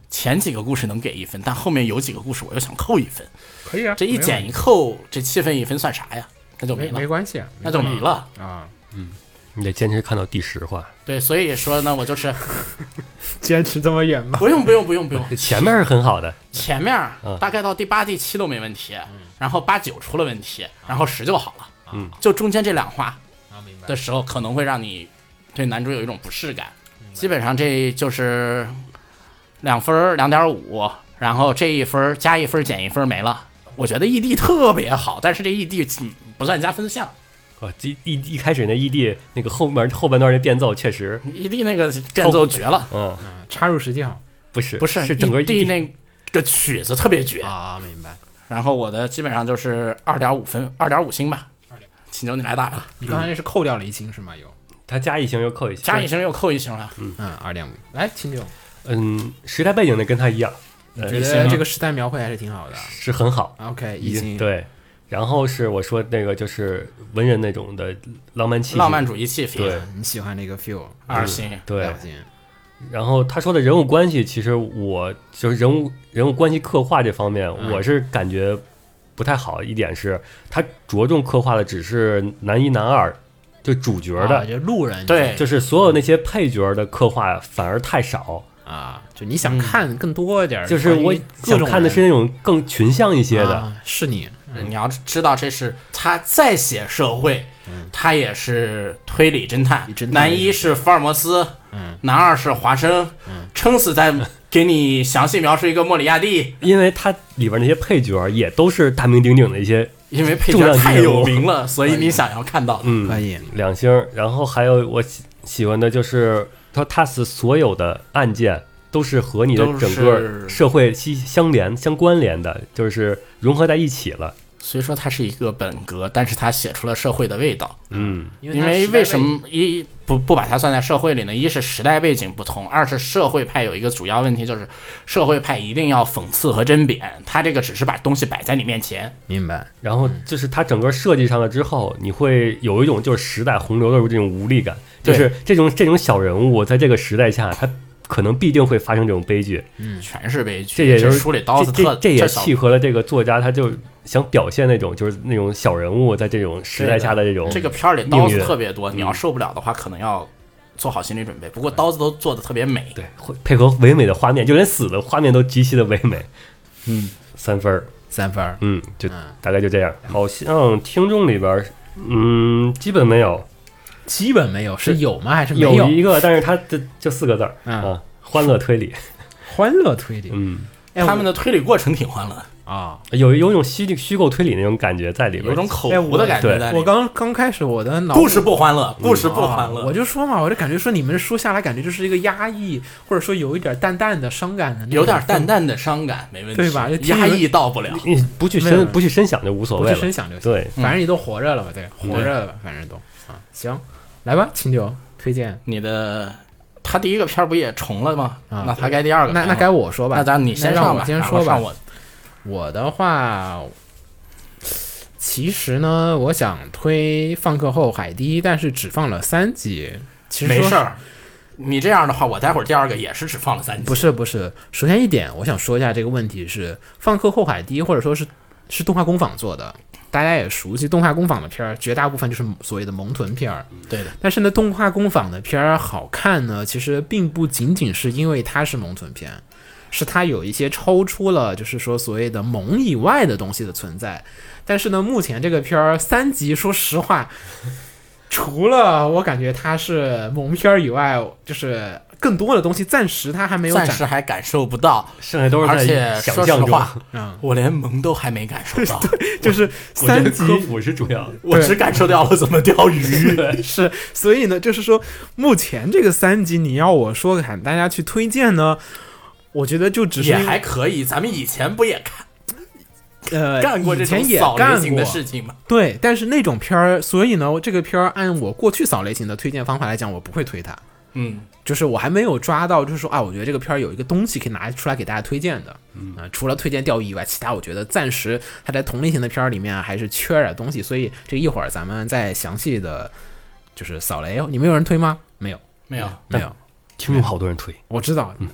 前几个故事能给一分，但后面有几个故事我又想扣一分， 可以啊， 这一减一扣，这七分一分算啥呀？那就没没了， 没关系啊， 那就没了。 啊， 你得坚持看到第十话， 对，所以说呢，我就是坚持这么远吗？ 不用不用不用不用， 这前面是很好的， 前面嗯大概到第八、第七都没问题，然后八九出了问题，然后十就好了。 嗯， 就中间这两话啊，明白的时候，可能会让你对男主有一种不适感。基本上这就是两分两点五，然后这一分加一分减一分没了。我觉得 E D 特别好，但是这 E D 不算加分项。 哦，一一一开始那 E D 那个后面后半段那变奏确实， E D 那个变奏绝了， 嗯， 插入实际好不是不是是整个 E D E D 那个曲子特别绝。 啊，明白。 然后我的基本上就是二点五分，二点五星吧。秦九你来打吧， 你刚才那是扣掉了一星是吗？有， 它加一星又扣一星， 加一星又扣一星了。 嗯，二点五。来，秦九， 嗯，时代背景的跟它一样，呃觉得这个时代描绘还是挺好的。 是很好， OK，一星。 对。然后是我说那个就是文人那种的浪漫气息， 浪漫主义气氛， 对， 你喜欢那个 feel， 二星。 对。 两星。 然后他说的人物关系，其实我就是人物人物关系刻画这方面， 嗯我是感觉不太好。一点是他着重刻画的只是男一男二，就主角的， 啊就路人， 对就是所有那些配角的刻画反而太少。 啊，就你想看更多一点， 就是我想看的是那种更群像一些的， 啊、是你， 你要知道，这是他再写社会，他也是推理侦探。 侦探男一是福尔摩斯， 嗯， 男二是华生，嗯，撑死在给你详细描述一个莫里亚蒂， 因为它里边那些配角也都是大名鼎鼎的一些， 因为配角太有名了，所以你想要看到的。 嗯， 可以两星。然后还有我喜喜欢的就是他他是所有的案件都是和你的整个社会相相连相关联的，就是融合在一起了。 所以说它是一个本格，但是他写出了社会的味道。 嗯， 因因为为什么一不不把它算在社会里呢？一是时代背景不同，二是社会派有一个主要问题，就是社会派一定要讽刺和针砭，他这个只是把东西摆在你面前。 明白？ 然后就是它整个设计上了之后，你会有一种就是时代洪流的这种无力感，就是这种这种小人物在这个时代下，他可能必定会发生这种悲剧。 嗯， 全是悲剧。 这也就是书里刀子特这这这也小契合了这个作家，他就想表现那种就是那种小人物在这种时代下的这种这个片儿里刀子命运特别多，你要受不了的话，可能要做好心理准备。不过刀子都做的特别美， 对，会配合唯美的画面，就连死的画面都极其的唯美。 嗯， 三分儿， 三分儿， 嗯，就嗯大概就这样。好像听众里边儿，嗯，基本没有， 基本没有，是有吗？还是没有一个，但是它就就四个字儿嗯啊，欢乐推理。 欢乐推理， 嗯， 哎他们的推理过程挺欢乐的， 啊。 有有一种虚虚构推理那种感觉在里边儿， 有一种口哎胡的感觉对在里面。 我刚刚开始我的脑故事不欢乐，故事不欢啊我乐， 就说嘛，我就感觉说你们说下来，感觉就是一个压抑，或者说有一点淡淡的伤感的那种， 有点淡淡的伤感，没问题， 对吧就听压抑到不了。 你不去没有深不去深想就无所不谓了。 去深想就行。 对， 反正你都活着了吧？对，活着了吧？反正都啊，行，来吧，秦九推荐。 你的他第一个片儿不也重了吗？ 啊那他该第二个片了。 那那该我说吧， 那咱你先那让我上吧， 先说吧然后上。我我的话，其实呢，我想推放课后海堤，但是只放了三集。其实说没事儿。你这样的话，我待会儿第二个也是只放了三集。 不是不是，首先一点，我想说一下这个问题是放课后海堤，或者说是是动画工坊做的。大家也熟悉动画工坊的片儿，绝大部分就是所谓的萌豚片儿。 对的， 但是呢，动画工坊的片儿好看呢，其实并不仅仅是因为它是萌豚片，是它有一些超出了就是说所谓的萌以外的东西的存在。但是呢，目前这个片儿三集，说实话，除了我感觉它是萌片儿以外，就是更多的东西暂时它还没有暂展时还感受不到， 剩下都是而且在想说实象中。 话， 嗯， 我连萌都还没感受到， 就是我觉得三集科普是主要的。 我只感受到了怎么钓鱼。 是，所以呢，就是说，目前这个三集，你要我说喊大家去推荐呢，我觉得就只是也还可以，咱们以前不也看呃干过这种以前也扫雷型的干过事情吗？ 对，但是那种片儿，所以呢，这个片儿按我过去扫雷型的推荐方法来讲，我不会推它。 嗯， 就是我还没有抓到，就是说啊，我觉得这个片儿有一个东西可以拿出来给大家推荐的。嗯、呃，除了推荐钓鱼以外，其他我觉得暂时它在同类型的片儿里面还是缺点东西，所以这一会儿咱们再详细的就是扫雷。你们有人推吗？没有， 没有， 没有。 听众好多人推， 我知道，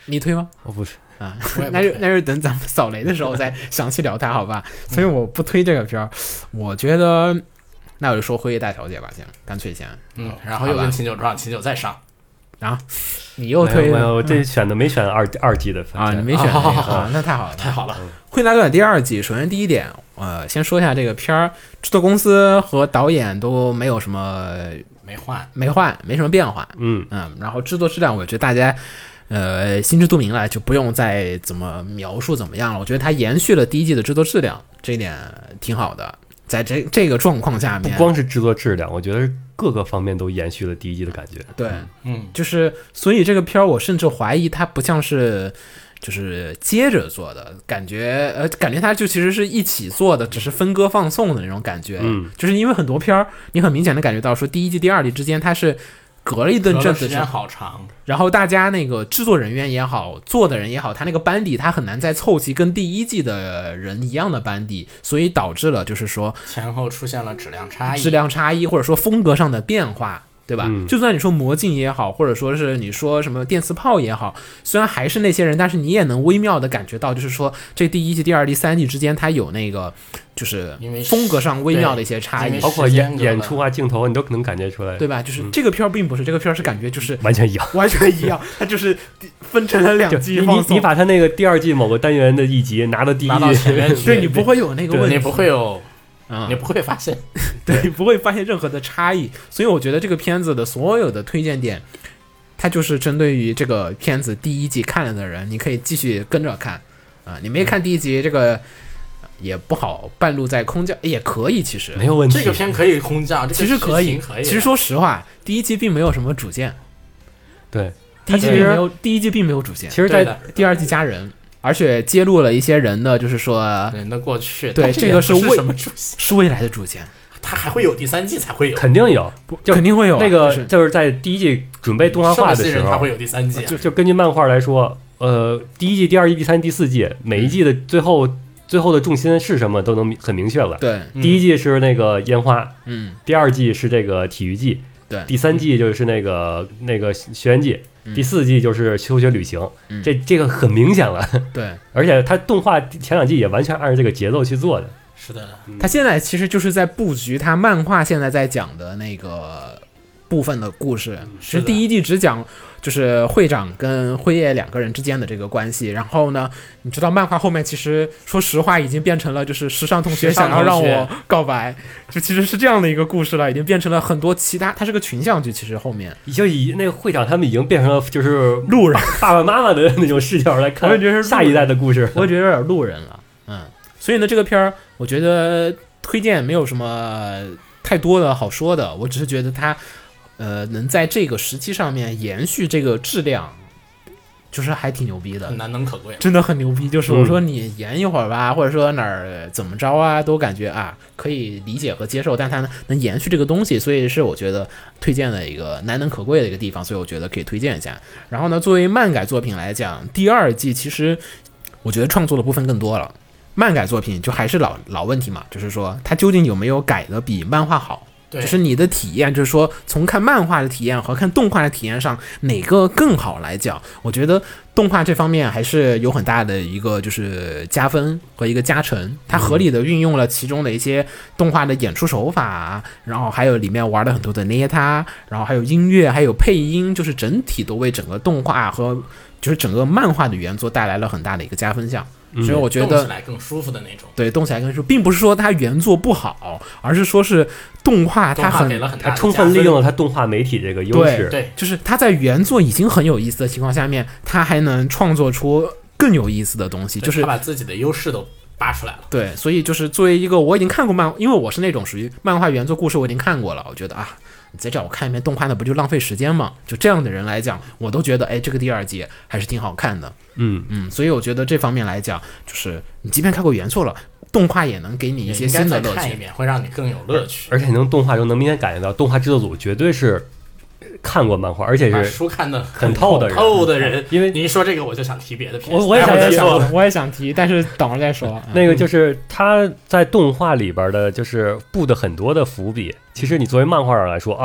你推吗？ 我不是， 啊我也，不那就推那就等咱们扫雷的时候再详细聊它，好吧？所以我不推这个片儿，我觉得，那我就说《辉夜大小姐》吧，先，干脆先。 嗯，然后又跟秦九撞，秦九再上。 啊，你又推没有，没有我这嗯选的没选二二季的啊？你没选那个好好好啊？那太好了， 太好了。 《辉夜大小姐》第二季，首先第一点，呃，先说一下这个片儿，制作公司和导演都没有什么没换， 没换，没什么变化。 嗯嗯，然后制作质量，我觉得大家呃心知肚明了，就不用再怎么描述怎么样了。我觉得它延续了第一季的制作质量，这一点挺好的。在这这个状况下不面， 光是制作质量，我觉得各个方面都延续了第一季的感觉。 对， 嗯， 就是所以这个片儿，我甚至怀疑它不像是就是接着做的感觉，呃，感觉它就其实是一起做的，只是分割放送的那种感觉。 嗯， 就是因为很多片儿，你很明显的感觉到说第一季、第二季之间它是隔了一顿阵子之隔了时间好长。 然后大家那个制作人员也好，做的人也好，他那个班底他很难再凑齐跟第一季的人一样的班底，所以导致了就是说前后出现了质量差异， 质量差异或者说风格上的变化。对吧？ 嗯就算你说魔镜也好，或者说是你说什么电磁炮也好，虽然还是那些人，但是你也能微妙的感觉到，就是说这第一季、第二季、三季之间，它有那个就是因为风格上微妙的一些差异因为， 包括时间隔了演演出啊、镜头，你都能感觉出来， 对吧？就是这个片儿并不是，这个片儿是感觉就是完全一样。 完全一样，它就是分成了两就你你季放送。 你把他那个第二季某个单元的一集拿到第一拿到前面季， 去， 对你不会有那个问题， 你不会有， 啊你不会发现。 对，你不会发现任何的差异。所以我觉得这个片子的所有的推荐点，它就是针对于这个片子第一季看了的人，你可以继续跟着看啊、你没看第一集，这个也不好半路在空降，也可以其实没有问题。 这个片可以空降，这个其实可以剧情可以的。 其实说实话，第一季并没有什么主线， 对， 第一季它其实并没有，第一季并没有主线其，实在对的， 第二季加人，而且揭露了一些人的，就是说人的过去， 对但这个是为也不是什么主线， 是未来的主线， 它还会有第三季才会有。 肯定有，就肯定会有啊那个就是就是在第一季准备动画化的圣时候人他会，有第三季啊， 就就根据漫画来说，呃，第一季、第二季、第三季、第四季，每一季的最后最后的重心是什么都能很明确了。 对， 嗯第一季是那个烟花， 嗯， 第二季是这个体育季， 对第三季就是那个那个学园季， 嗯第四季就是休学旅行。 嗯这这个很明显了， 对。 而且它动画前两季也完全按照这个节奏去做的。 是的， 他现在其实就是在布局他漫画现在在讲的那个部分的故事。其实是的第一季只讲就是会长跟辉夜两个人之间的这个关系，然后呢，你知道漫画后面其实说实话已经变成了就是时尚同学时尚想要让同学我告白，就其实是这样的一个故事了，已经变成了很多其他，它是个群像剧，其实后面就以那个会长他们已经变成了就是路人， 爸爸妈妈的那种视角来看， 我也觉得是路人下一代的故事。 我觉得有点路人了，嗯，所以呢，这个片儿我觉得推荐没有什么太多的好说的，我只是觉得它，呃，能在这个时期上面延续这个质量，就是还挺牛逼的很，难能可贵。 真的很牛逼。就是嗯我说你延一会儿吧，或者说哪儿怎么着啊，都感觉啊可以理解和接受，但它能延续这个东西，所以是我觉得推荐的一个难能可贵的一个地方，所以我觉得可以推荐一下。然后呢，作为漫改作品来讲，第二季其实我觉得创作的部分更多了。漫改作品就还是老老问题嘛，就是说它究竟有没有改的比漫画好？ 对， 就是你的体验，就是说从看漫画的体验和看动画的体验上，哪个更好来讲，我觉得动画这方面还是有很大的一个就是加分和一个加成，它合理的运用了其中的一些动画的演出手法，然后还有里面玩的很多的捏他，然后还有音乐，还有配音，就是整体都为整个动画和就是整个漫画的原作带来了很大的一个加分项。所以我觉得动起来更舒服的那种。 对，动起来更舒服，并不是说它原作不好，而是说是动画它动画很给了很大的它充分利用了它动画媒体这个优势。 对， 就是它在原作已经很有意思的情况下面，它还能创作出更有意思的东西， 对就是他把自己的优势都扒出来了。 对，所以就是作为一个我已经看过漫，因为我是那种属于漫画原作故事我已经看过了，我觉得啊，你再叫我看一遍动画，那不就浪费时间吗？就这样的人来讲，我都觉得哎，这个第二季还是挺好看的。 嗯嗯，所以我觉得这方面来讲，就是你即便看过原作了，动画也能给你一些也应该新的乐趣。 再看一遍，会让你更有乐趣。 而且你从动画中能明显感觉到，动画制作组绝对是看过漫画，而且把是书看的很透的人透的人。 因为你一说这个，我就想提别的片子。 我我也待会儿再想说说。 我也想提，但是等会儿再说。嗯那个就是他在动画里边的，就是布的很多的伏笔。其实你作为漫画人来说啊，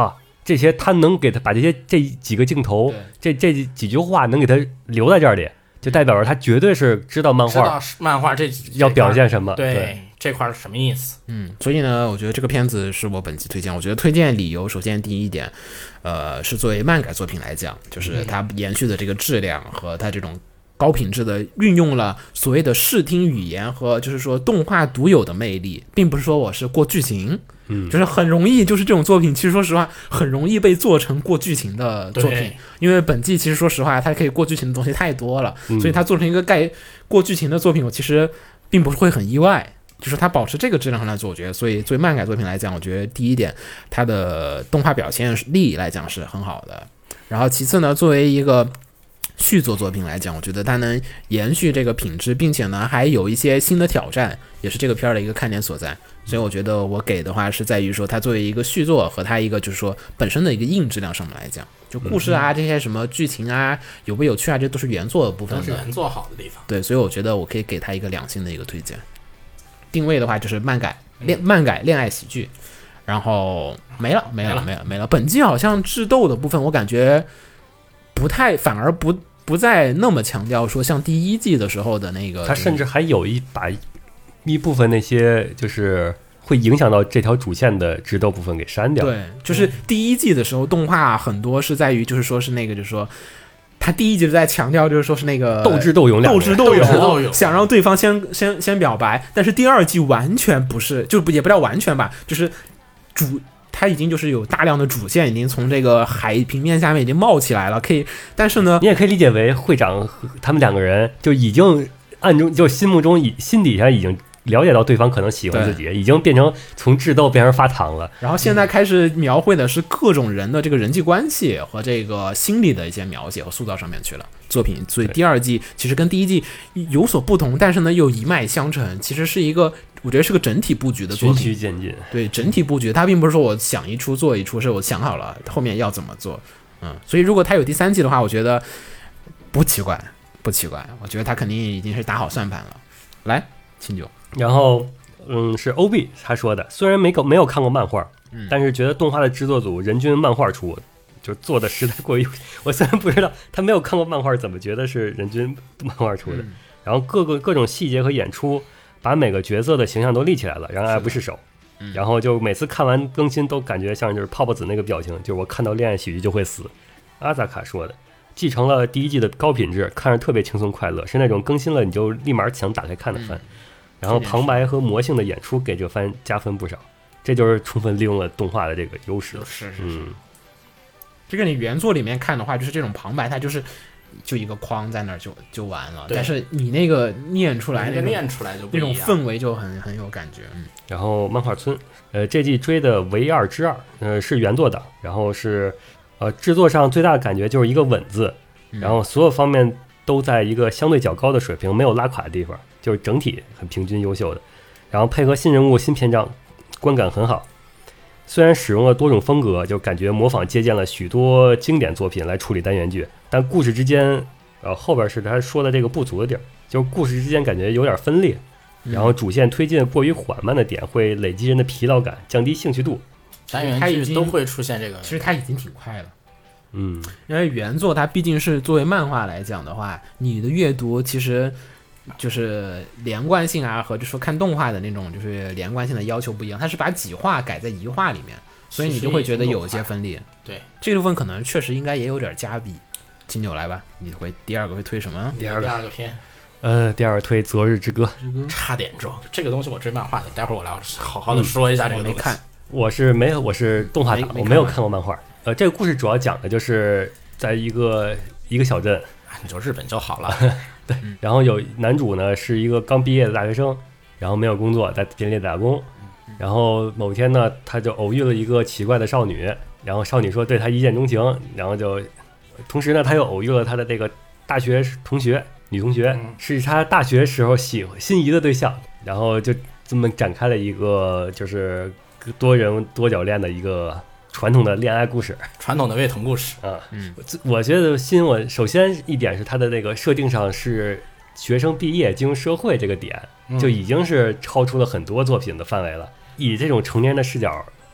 这些他能给他把这些这几个镜头，这这几句话能给他留在这里，就代表着他绝对是知道漫画， 知道漫画这要表现什么， 对。 对这块是什么意思？ 嗯，所以呢，我觉得这个片子是我本期推荐。我觉得推荐理由，首先第一点，呃，是作为漫改作品来讲，就是它延续的这个质量和它这种高品质的运用了所谓的视听语言和就是说动画独有的魅力，并不是说我是过剧情， 嗯， 就是很容易，就是这种作品，其实说实话很容易被做成过剧情的作品，因为本季其实说实话它可以过剧情的东西太多了， 嗯、 所以它做成一个盖过剧情的作品，我其实并不是会很意外。就是它保持这个质量上来做，我觉得，所以作为漫改作品来讲，我觉得第一点，它的动画表现力来讲是很好的。然后其次呢，作为一个续作作品来讲，我觉得它能延续这个品质，并且呢还有一些新的挑战，也是这个片儿的一个看点所在。所以我觉得我给的话是在于说，它作为一个续作和它一个就是说本身的一个硬质量上面来讲，就故事啊这些什么剧情啊有不有趣啊，这都是原作的部分， 都是原作好的地方。 对，所以我觉得我可以给它一个两星的一个推荐。定位的话就是漫改恋漫改恋爱喜剧，然后没了没了没了没了。本季好像智斗的部分，我感觉不太，反而不不再那么强调说像第一季的时候的那个， 他甚至还有一把一部分那些就是会影响到这条主线的智斗部分给删掉。 对，就是第一季的时候动画很多是在于就是说是那个就是说。他第一集在强调，就是说是那个斗智斗勇， 斗智斗勇， 想让对方先先先表白。但是第二季完全不是，就也不叫完全吧，就是主他已经就是有大量的主线已经从这个海平面下面已经冒起来了，可以。但是呢， 你也可以理解为会长和他们两个人就已经暗中就心目中以心底下已经了解到对方可能喜欢自己，已经变成从智斗变成发糖了。 然后现在开始描绘的是各种人的这个人际关系和这个心理的一些描写和塑造上面去了作品。所以第二季其实跟第一季有所不同，但是呢又一脉相承，其实是一个我觉得是个整体布局的作品， 循序渐进。 对，整体布局，它并不是说我想一出做一出，是我想好了后面要怎么做。嗯，所以如果它有第三季的话，我觉得不奇怪，不奇怪，我觉得它肯定已经是打好算盘了。来，清酒。 然后，嗯，是 O B 他说的，虽然没没有看过漫画， 嗯， 但是觉得动画的制作组人均漫画出，就做的实在过于。我虽然不知道他没有看过漫画，怎么觉得是人均漫画出的？ 嗯、 然后各个各种细节和演出，把每个角色的形象都立起来了，然而爱不释手。 嗯、 然后就每次看完更新都感觉像就是泡泡子那个表情，就是我看到恋爱喜剧就会死。阿萨卡说的。继承了第一季的高品质，看着特别轻松快乐，是那种更新了你就立马想打开看的番。嗯、然后旁白和魔性的演出给这番加分不少，这就是充分利用了动画的这个优势。 是是是， 嗯， 这个你原作里面看的话，就是这种旁白，它就是就一个框在那儿就就完了，但是你那个念出来，那个念出来就不一样， 那种氛围就很很有感觉。嗯。 然后漫画村，呃，这季追的唯二之二，呃，是原作党，然后是。呃，制作上最大的感觉就是一个稳字，然后所有方面都在一个相对较高的水平，没有拉垮的地方，就是整体很平均优秀的。然后配合新人物、新篇章，观感很好。虽然使用了多种风格，就感觉模仿借鉴了许多经典作品来处理单元剧，但故事之间，呃，后边是他说的这个不足的地儿，就是故事之间感觉有点分裂，然后主线推进过于缓慢的点会累积人的疲劳感，降低兴趣度。 单元剧都会出现这个， 其实它已经挺快了， 嗯， 因为原作它毕竟是作为漫画来讲的话，你的阅读其实就是连贯性啊，和就说看动画的那种就是连贯性的要求不一样，它是把几话改在一话里面，所以你就会觉得有一些分裂。 对， 这部分可能确实应该也有点加比。金九来吧，你会第二个会推什么？ 第二个第二个片。 呃，第二推《昨日之歌》， 差点中这个东西我追漫画的，待会儿我来好好的说一下这个东西。 嗯、没看。 我是没有，我是动画党，我没有看过漫画。呃，这个故事主要讲的就是在一个一个小镇， 你就日本就好了。 对，然后有男主呢是一个刚毕业的大学生，然后没有工作，在便利店打工。然后某天呢，他就偶遇了一个奇怪的少女，然后少女说对他一见钟情，然后就，同时呢，他又偶遇了他的这个大学同学女同学，是他大学时候喜欢心仪的对象，然后就这么展开了一个就是多人多角恋的一个传统的恋爱故事， 传统的胃疼故事啊。嗯，我觉得新闻首先一点是它的那个设定上是学生毕业进入社会这个点，就已经是超出了很多作品的范围了。以这种成年的视角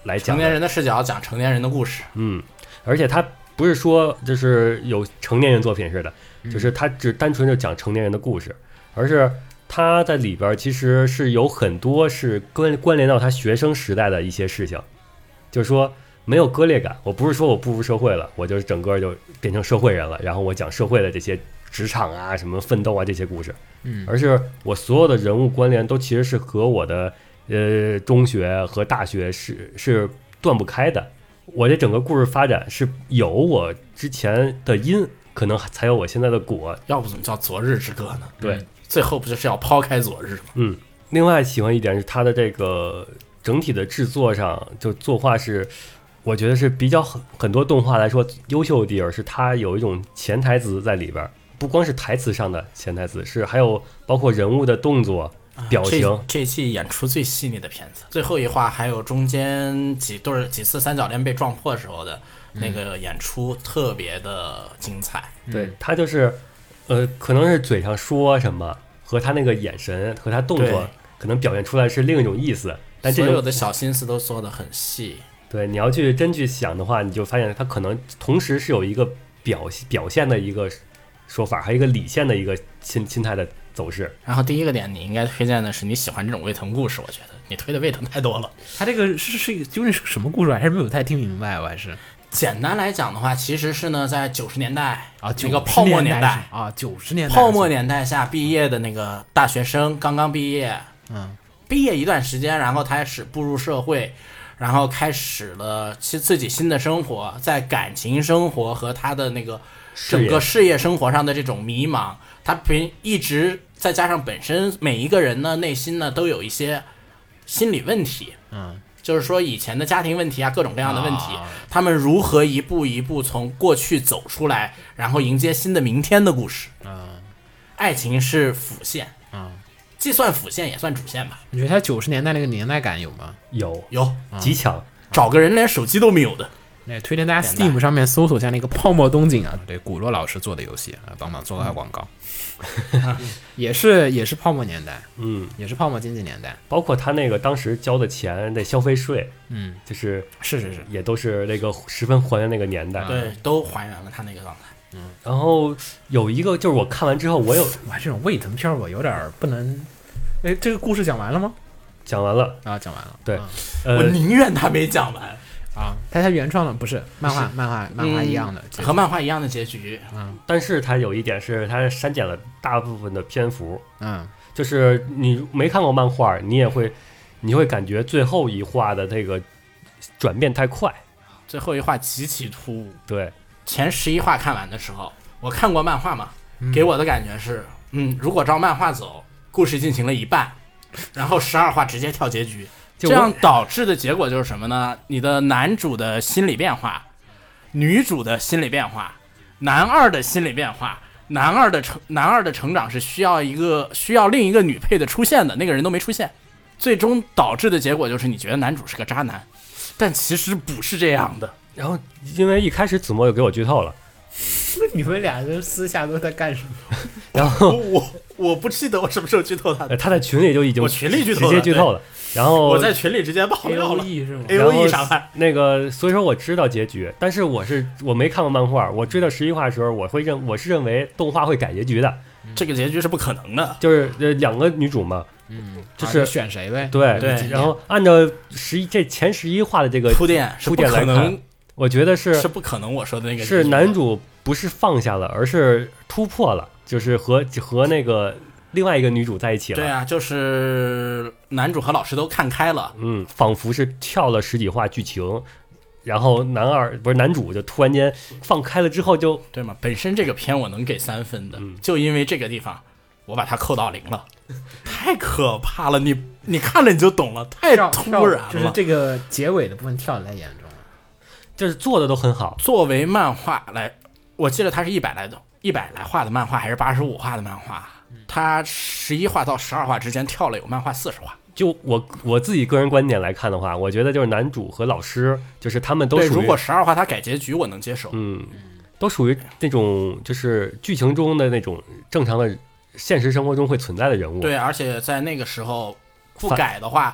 来讲的， 成年人的视角讲成年人的故事。 嗯，而且他不是说就是有成年人作品似的，就是他只单纯就讲成年人的故事，而是他在里边其实是有很多是关关联到他学生时代的一些事情，就是说没有割裂感。我不是说我步入社会了，我就整个就变成社会人了，然后我讲社会的这些职场啊、什么奋斗啊这些故事， 嗯， 而是我所有的人物关联都其实是和我的呃中学和大学是是断不开的。我这整个故事发展是有我之前的因，可能才有我现在的果。 要不怎么叫昨日之歌呢？ 对， 最后不就是要抛开昨日吗？ 嗯。另外喜欢一点是它的这个整体的制作上，就作画是，我觉得是比较很很多动画来说优秀的地方，是它有一种潜台词在里边，不光是台词上的潜台词，是还有包括人物的动作、表情。 这这一季演出最细腻的片子，最后一话还有中间几对几次三角恋被撞破时候的那个演出特别的精彩。 对，他就是呃，可能是嘴上说什么和他那个眼神和他动作对可能表现出来是另一种意思，但这种所有的小心思都做得很细。 对，你要去真去想的话，你就发现它可能同时是有一个表表现的一个说法，还有一个理线的一个心心态的走势。 然后第一个点，你应该推荐的是你喜欢这种胃疼故事，我觉得你推的胃疼太多了。 他这个是是究竟是什么故事？我还是没有太听明白，我还是简单来讲的话，其实是呢，在九十年代啊， 那个泡沫年代啊，九十年代泡沫年代下毕业的那个大学生刚刚毕业， 嗯， 毕业一段时间，然后开始步入社会，然后开始了其自己新的生活，在感情生活和他的那个整个事业生活上的这种迷茫，他平一直再加上本身每一个人呢内心呢都有一些心理问题， 嗯， 就是说以前的家庭问题啊，各种各样的问题， 啊、 他们如何一步一步从过去走出来，然后迎接新的明天的故事。 啊， 爱情是辅线， 啊， 既算辅线也算主线吧。 你觉得他九十年代那个年代感有吗？ 有有极强， 找个人连手机都没有的。 那推荐大家 Steam 上面搜索一下那个泡沫东京啊，对，古洛老师做的游戏啊，帮忙做个广告，也是也是泡沫年代， 嗯， 也是泡沫经济年代， 包括他那个当时交的钱的消费税， 嗯， 就是是是是， 也都是那个十分还原那个年代。 对，都还原了他那个状态。 嗯，然后有一个就是我看完之后，我有哇，这种胃疼片我有点不能，哎，这个故事讲完了吗？ 讲完了啊，讲完了， 对， 啊呃， 我宁愿他没讲完。 啊，它它原创的不是漫画，漫画漫画一样的， 嗯、和漫画一样的结局。 嗯， 但是它有一点是它删减了大部分的篇幅。 嗯， 就是你没看过漫画，你也会，你会感觉最后一话的这个转变太快， 最后一话极其突兀。 对， 前十一话看完的时候，我看过漫画嘛，给我的感觉是，嗯，如果照漫画走，故事进行了一半，然后十二话直接跳结局。这样导致的结果就是什么呢？你的男主的心理变化，女主的心理变化，男二的心理变化，男二的成男二的成长是需要一个需要另一个女配的出现的，那个人都没出现，最终导致的结果就是你觉得男主是个渣男，但其实不是这样的。 然后因为一开始子墨就给我剧透了， 你们俩人私下都在干什么？ 然后我我不记得我什么时候剧透他的， 他在群里就已经我群里剧透直接剧透了。然后我在群里直接爆料了 A O E 是吗 ？A O E 伤害那个，所以说我知道结局，但是我是我没看过漫画，我追到十一话的时候，我会认我是认为动画会改结局的， 这个结局是不可能的， 就是呃两个女主嘛， 嗯， 就是啊选谁呗？ 对对然后按照十一这前十一话的这个铺垫是不铺垫来看可能， 我觉得是是不可能我说的那个是男主不是放下了，而是突破了，就是和和那个另外一个女主在一起了。 对啊，就是男主和老师都看开了， 嗯，仿佛是跳了十几话剧情，然后男二不是男主就突然间放开了之后就对吗？本身这个片我能给三分的， 嗯、 就因为这个地方我把它扣到零了，太可怕了！你你看了你就懂了，太突然了。 就是这个结尾的部分跳的太严重了， 就是做的都很好。 作为漫画来，我记得它是一百来的，一百来画的漫画还是八十五画的漫画？它十一话到十二话之间跳了有漫画四十话。 就我我自己个人观点来看的话，我觉得就是男主和老师，就是他们都属于， 如果十二话他改结局，我能接受。 嗯，都属于那种就是剧情中的那种正常的现实生活中会存在的人物。 对，而且在那个时候不改的话，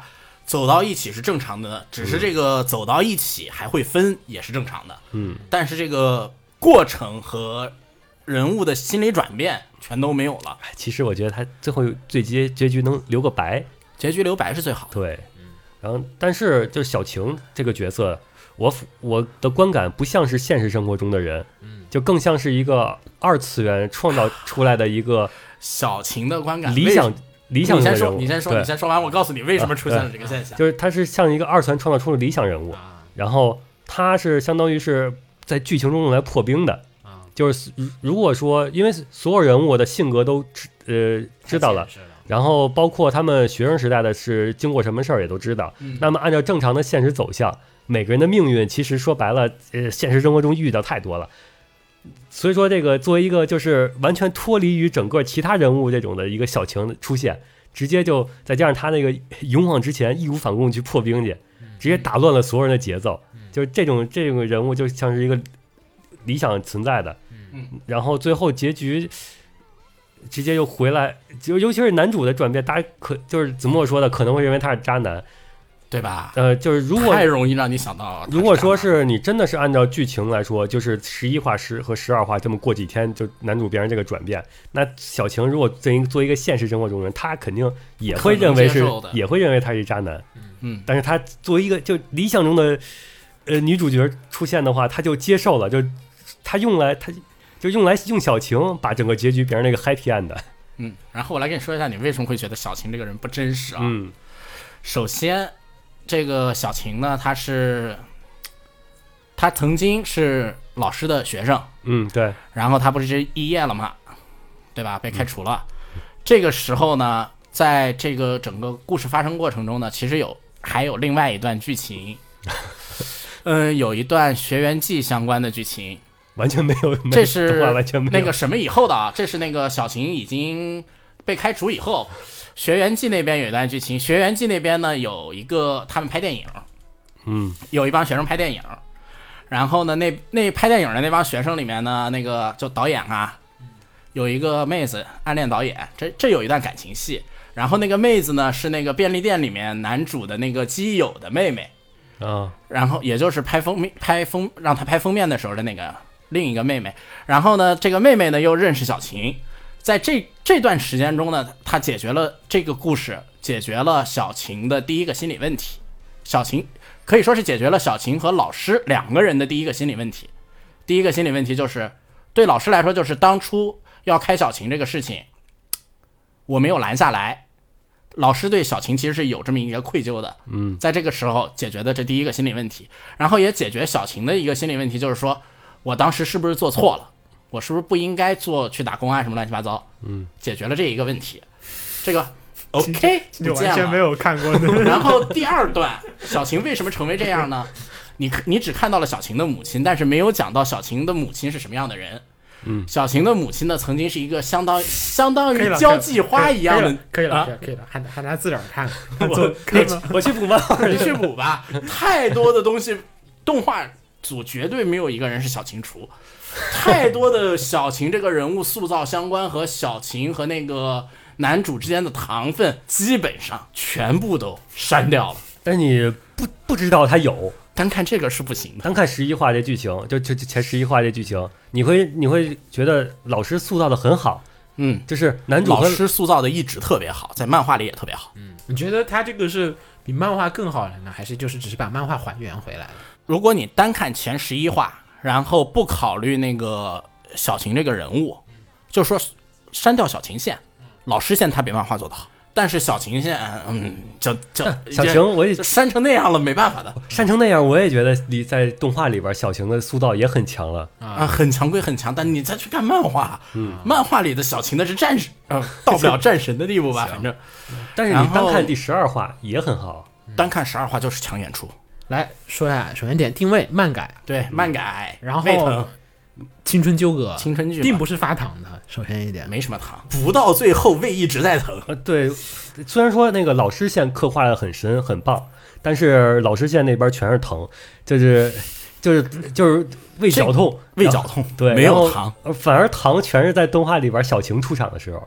走到一起是正常的，只是这个走到一起还会分也是正常的。 嗯， 但是这个过程和人物的心理转变全都没有了。 其实我觉得他最后最结结局能留个白， 结局留白是最好的。 对，然后但是就是小晴这个角色，我我的观感不像是现实生活中的人，就更像是一个二次元创造出来的一个小晴的观感理想理想你先说， 中的人物。 你先说， 对你先说完，我告诉你为什么出现了这个现象。 就是他是像一个二次元创造出的理想人物，然后他是相当于是在剧情中用来破冰的。就是如果说，因为所有人物的性格都知呃知道了，然后包括他们学生时代的是经过什么事儿也都知道。 嗯、 那么按照正常的现实走向，每个人的命运其实说白了，呃，现实生活中遇到太多了。所以说，这个作为一个就是完全脱离于整个其他人物这种的一个小晴的出现，直接就再加上他那个勇往直前、义无反顾去破冰去，直接打乱了所有人的节奏。就是这种这种人物就像是一个理想存在的。然后最后结局直接又回来，就尤其是男主的转变，大家可就是子墨说的，可能会认为他是渣男， 对吧？ 呃，就是如果太容易让你想到， 如果说是你真的是按照剧情来说，就是十一话十和十二话这么过几天，就男主变成这个转变，那小晴如果作为做一个现实生活中人，他肯定也会认为是也会认为他是渣男， 嗯， 但是他作为一个就理想中的呃女主角出现的话，他就接受了，就他用来他。就用来用小晴把整个结局变成那个 happy end 的。 嗯，然后我来跟你说一下，你为什么会觉得小晴这个人不真实啊？ 嗯， 首先，这个小晴呢，她是，她曾经是老师的学生， 嗯，对， 然后她不是肄业了嘛，对吧？被开除了。嗯、这个时候呢，在这个整个故事发生过程中呢，其实有还有另外一段剧情，嗯、呃，有一段学员记相关的剧情。 完全没有， 这是完全没有那个什么以后的啊，这是那个小晴已经被开除以后，学员记那边有一段剧情，学员记那边呢有一个他们拍电影， 嗯， 有一帮学生拍电影，然后呢那那拍电影的那帮学生里面呢，那个就导演啊，有一个妹子暗恋导演，这这有一段感情戏，然后那个妹子呢是那个便利店里面男主的那个基友的妹妹啊， 然后也就是拍封面拍封让他拍封面的时候的那个。另一个妹妹，然后呢，这个妹妹呢又认识小晴，在这这段时间中呢，她解决了这个故事，解决了小晴的第一个心理问题。小晴可以说是解决了小晴和老师两个人的第一个心理问题。第一个心理问题就是，对老师来说，就是当初要开小晴这个事情，我没有拦下来。老师对小晴其实是有这么一个愧疚的， 嗯， 在这个时候解决的这第一个心理问题，然后也解决小晴的一个心理问题，就是说。我当时是不是做错了？我是不是不应该做去打公安什么乱七八糟？ 嗯， 解决了这一个问题，这个 OK 就完全没有看过的。 然后第二段，小晴为什么成为这样呢？你你只看到了小晴的母亲，但是没有讲到小晴的母亲是什么样的人。 嗯， 小晴的母亲呢，曾经是一个相当相当于交际花一样的， 可以了， 啊、 可以了，喊喊他自个儿看。 我我去补漫画， 你去补吧。太多的东西，动画。组绝对没有一个人是小晴除，太多的小晴这个人物塑造相关和小晴和那个男主之间的糖分基本上全部都删掉了。 但是你不不知道他有， 单看这个是不行的。 单看十一话这剧情，就就前十一话这剧情，你会你会觉得老师塑造的很好， 嗯， 就是男主老师塑造的一直特别好，在漫画里也特别好。 嗯，你觉得他这个是比漫画更好了呢，还是就是只是把漫画还原回来了？ 如果你单看前十一话，然后不考虑那个小晴这个人物，就说删掉小晴线，老师线他比漫画做得好，但是小晴线，嗯，就就小晴我也删成那样了，没办法的， 删成那样，我也觉得你在动画里边小晴的塑造也很强了啊，很强归很强，但你再去看漫画，嗯，漫画里的小晴的是战士，呃，到不了战神的地步吧，反正， 但是你单看第十二话也很好， 单看十二话就是强演出。 来说一下，首先点定位漫改， 对漫改， 然后青春纠葛， 青春剧并不是发糖的，首先一点没什么糖，不到最后胃一直在疼。 呃，对，虽然说那个老师线刻画的很深很棒，但是老师线那边全是疼，就是就是就是胃绞痛， 胃绞痛， 对， 没有糖， 反而糖全是在动画里边小晴出场的时候。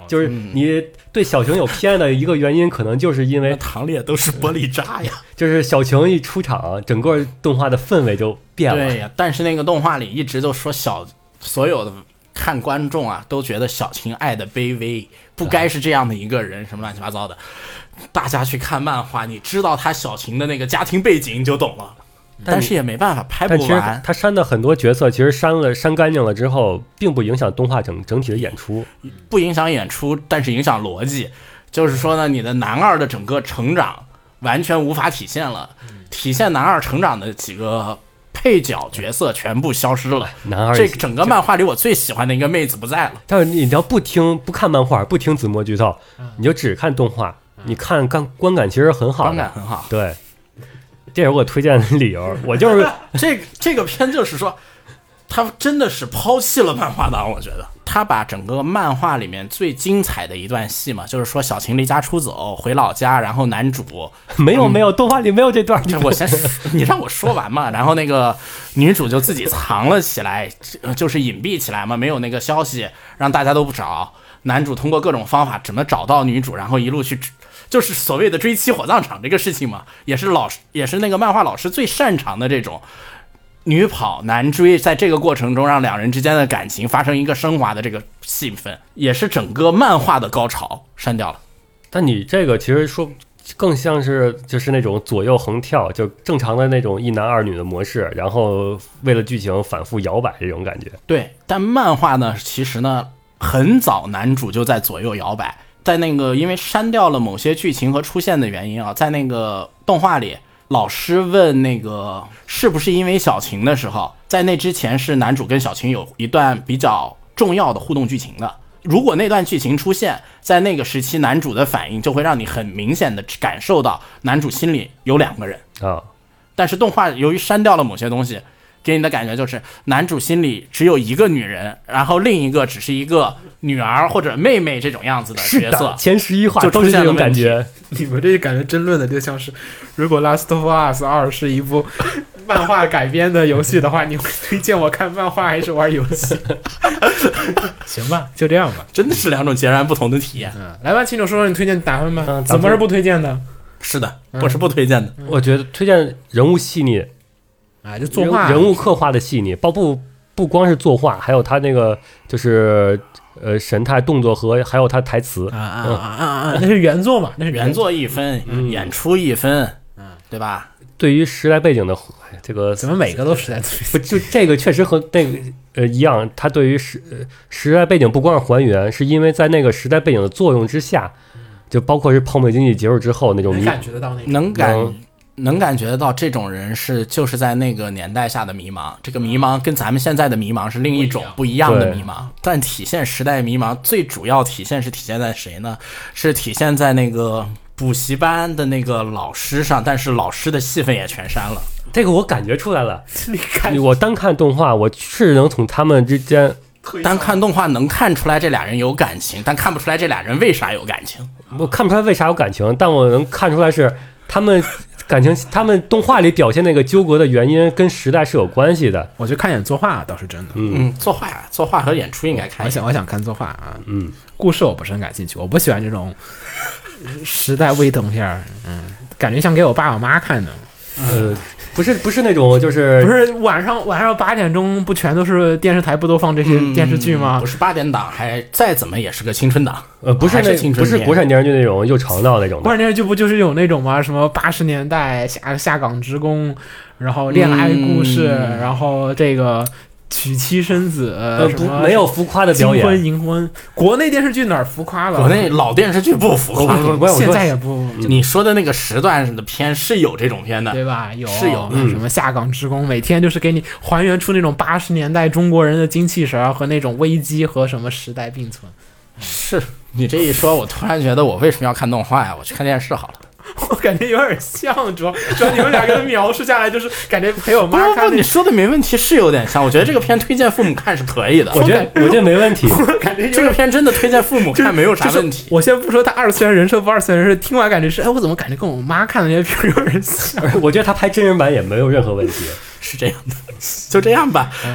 就是你对小晴有偏的一个原因，可能就是因为堂里也都是玻璃渣呀。 就是小晴一出场，整个动画的氛围就变了。 对呀，但是那个动画里一直都说小，所有的看观众啊都觉得小晴爱的卑微，不该是这样的一个人，什么乱七八糟的。大家去看漫画，你知道他小晴的那个家庭背景你就懂了。但是也没办法，拍不但其实完。 他删的很多角色，其实删了删干净了之后，并不影响动画整整体的演出， 不影响演出，但是影响逻辑。就是说呢，你的男二的整个成长完全无法体现了，体现男二成长的几个配角角色全部消失了。 男二这整个漫画里我最喜欢的一个妹子不在了。 但是你只要不听不看漫画，不听子墨剧透，你就只看动画，你看观观感其实很好的， 观感很好。 对。这是我推荐的理由，我就是这这个片就是说，他真的是抛弃了漫画党。我觉得他把整个漫画里面最精彩的一段戏嘛，就是说小晴离家出走回老家，然后男主没有没有、嗯、动画里没有这段， 我先你让我说完嘛。然后那个女主就自己藏了起来，就是隐蔽起来嘛，没有那个消息，让大家都不找。男主通过各种方法怎么找到女主，然后一路去。就是所谓的追妻火葬场这个事情嘛，也是老师也是那个漫画老师最擅长的这种女跑男追，在这个过程中让两人之间的感情发生一个升华的这个戏份，也是整个漫画的高潮。删掉了。 但你这个其实说更像是就是那种左右横跳，就正常的那种一男二女的模式，然后为了剧情反复摇摆这种感觉。 对，但漫画呢，其实呢，很早男主就在左右摇摆。在那个因为删掉了某些剧情和出现的原因啊，在那个动画里，老师问那个是不是因为小晴的时候，在那之前是男主跟小晴有一段比较重要的互动剧情的。如果那段剧情出现在那个时期，男主的反应就会让你很明显的感受到男主心里有两个人啊。 但是动画由于删掉了某些东西，给你的感觉就是男主心里只有一个女人，然后另一个只是一个女儿或者妹妹这种样子的角色。 前十一话就都是这种感觉。 你们这感觉争论的就像是，如果《Last of Us 二》是一部漫画改编的游戏的话，你会推荐我看漫画还是玩游戏？行吧，就这样吧。 真的是两种截然不同的体验。 嗯，来吧，秦总说说你推荐打分吧。 嗯， 怎么是不推荐的？ 是的，我是不推荐的。 嗯、我觉得推荐人物细腻。 啊，就作画人物刻画的细腻，包不不光是作画，还有他那个就是呃神态、动作和还有他台词啊啊啊啊啊，那是原作嘛？那是原作一分，嗯、演出一分，嗯，对吧？ 对于时代背景的这个， 怎么每个都时代不就这个确实和那个呃一样，他对于时时代背景不光是还原，是因为在那个时代背景的作用之下，就包括是泡沫经济结束之后那种能感觉得到那种能感。能感觉到这种人是就是在那个年代下的迷茫，这个迷茫跟咱们现在的迷茫是另一种不一样的迷茫。但体现时代迷茫最主要体现是体现在谁呢？是体现在那个补习班的那个老师上，但是老师的戏份也全删了。 这个我感觉出来了。 你看， 我单看动画，我是能从他们之间。 单看动画能看出来这俩人有感情，但看不出来这俩人为啥有感情。 我看不出来为啥有感情，但我能看出来是他们。感情他们动画里表现那个纠葛的原因跟时代是有关系的。 我就看演作画倒是真的， 嗯，作画呀，作画和演出应该看。 我想我想看作画啊， 嗯， 故事我不是很感兴趣，我不喜欢这种时代微动片，嗯，感觉像给我爸我妈看的。 呃，不是不是那种就是不是晚上晚上八点钟不全都是电视台不都放这些电视剧吗？ 嗯、不是八点档，还再怎么也是个青春档。 呃，不是那不是国产电视剧那种又长闹那种的。 国产电视剧不就是有那种吗？什么八十年代下下岗职工，然后恋爱故事，嗯、然后这个。娶妻生子， 呃，不，没有浮夸的表演。 金婚银婚，国内电视剧哪儿浮夸了？ 国内老电视剧不浮夸， 现在也不。 你说的那个时段的片是有这种片的， 对吧？有是有、 嗯、什么下岗职工，每天就是给你还原出那种八十年代中国人的精气神和那种危机和什么时代并存。 是你这一说，我突然觉得我为什么要看动画呀？我去看电视好了。 我感觉有点像，主要主要你们两个人描述下来，就是感觉陪我妈看。 不不，你说的没问题，是有点像。我觉得这个片推荐父母看是可以的。 我觉得我觉得没问题。 我感觉这个片真的推荐父母看没有啥问题。 就是、我先不说他二次元人设不二次元人设，听完感觉是，哎，我怎么感觉跟我妈看的那些片有点像？ 我觉得他拍真人版也没有任何问题。 是这样的，就这样吧。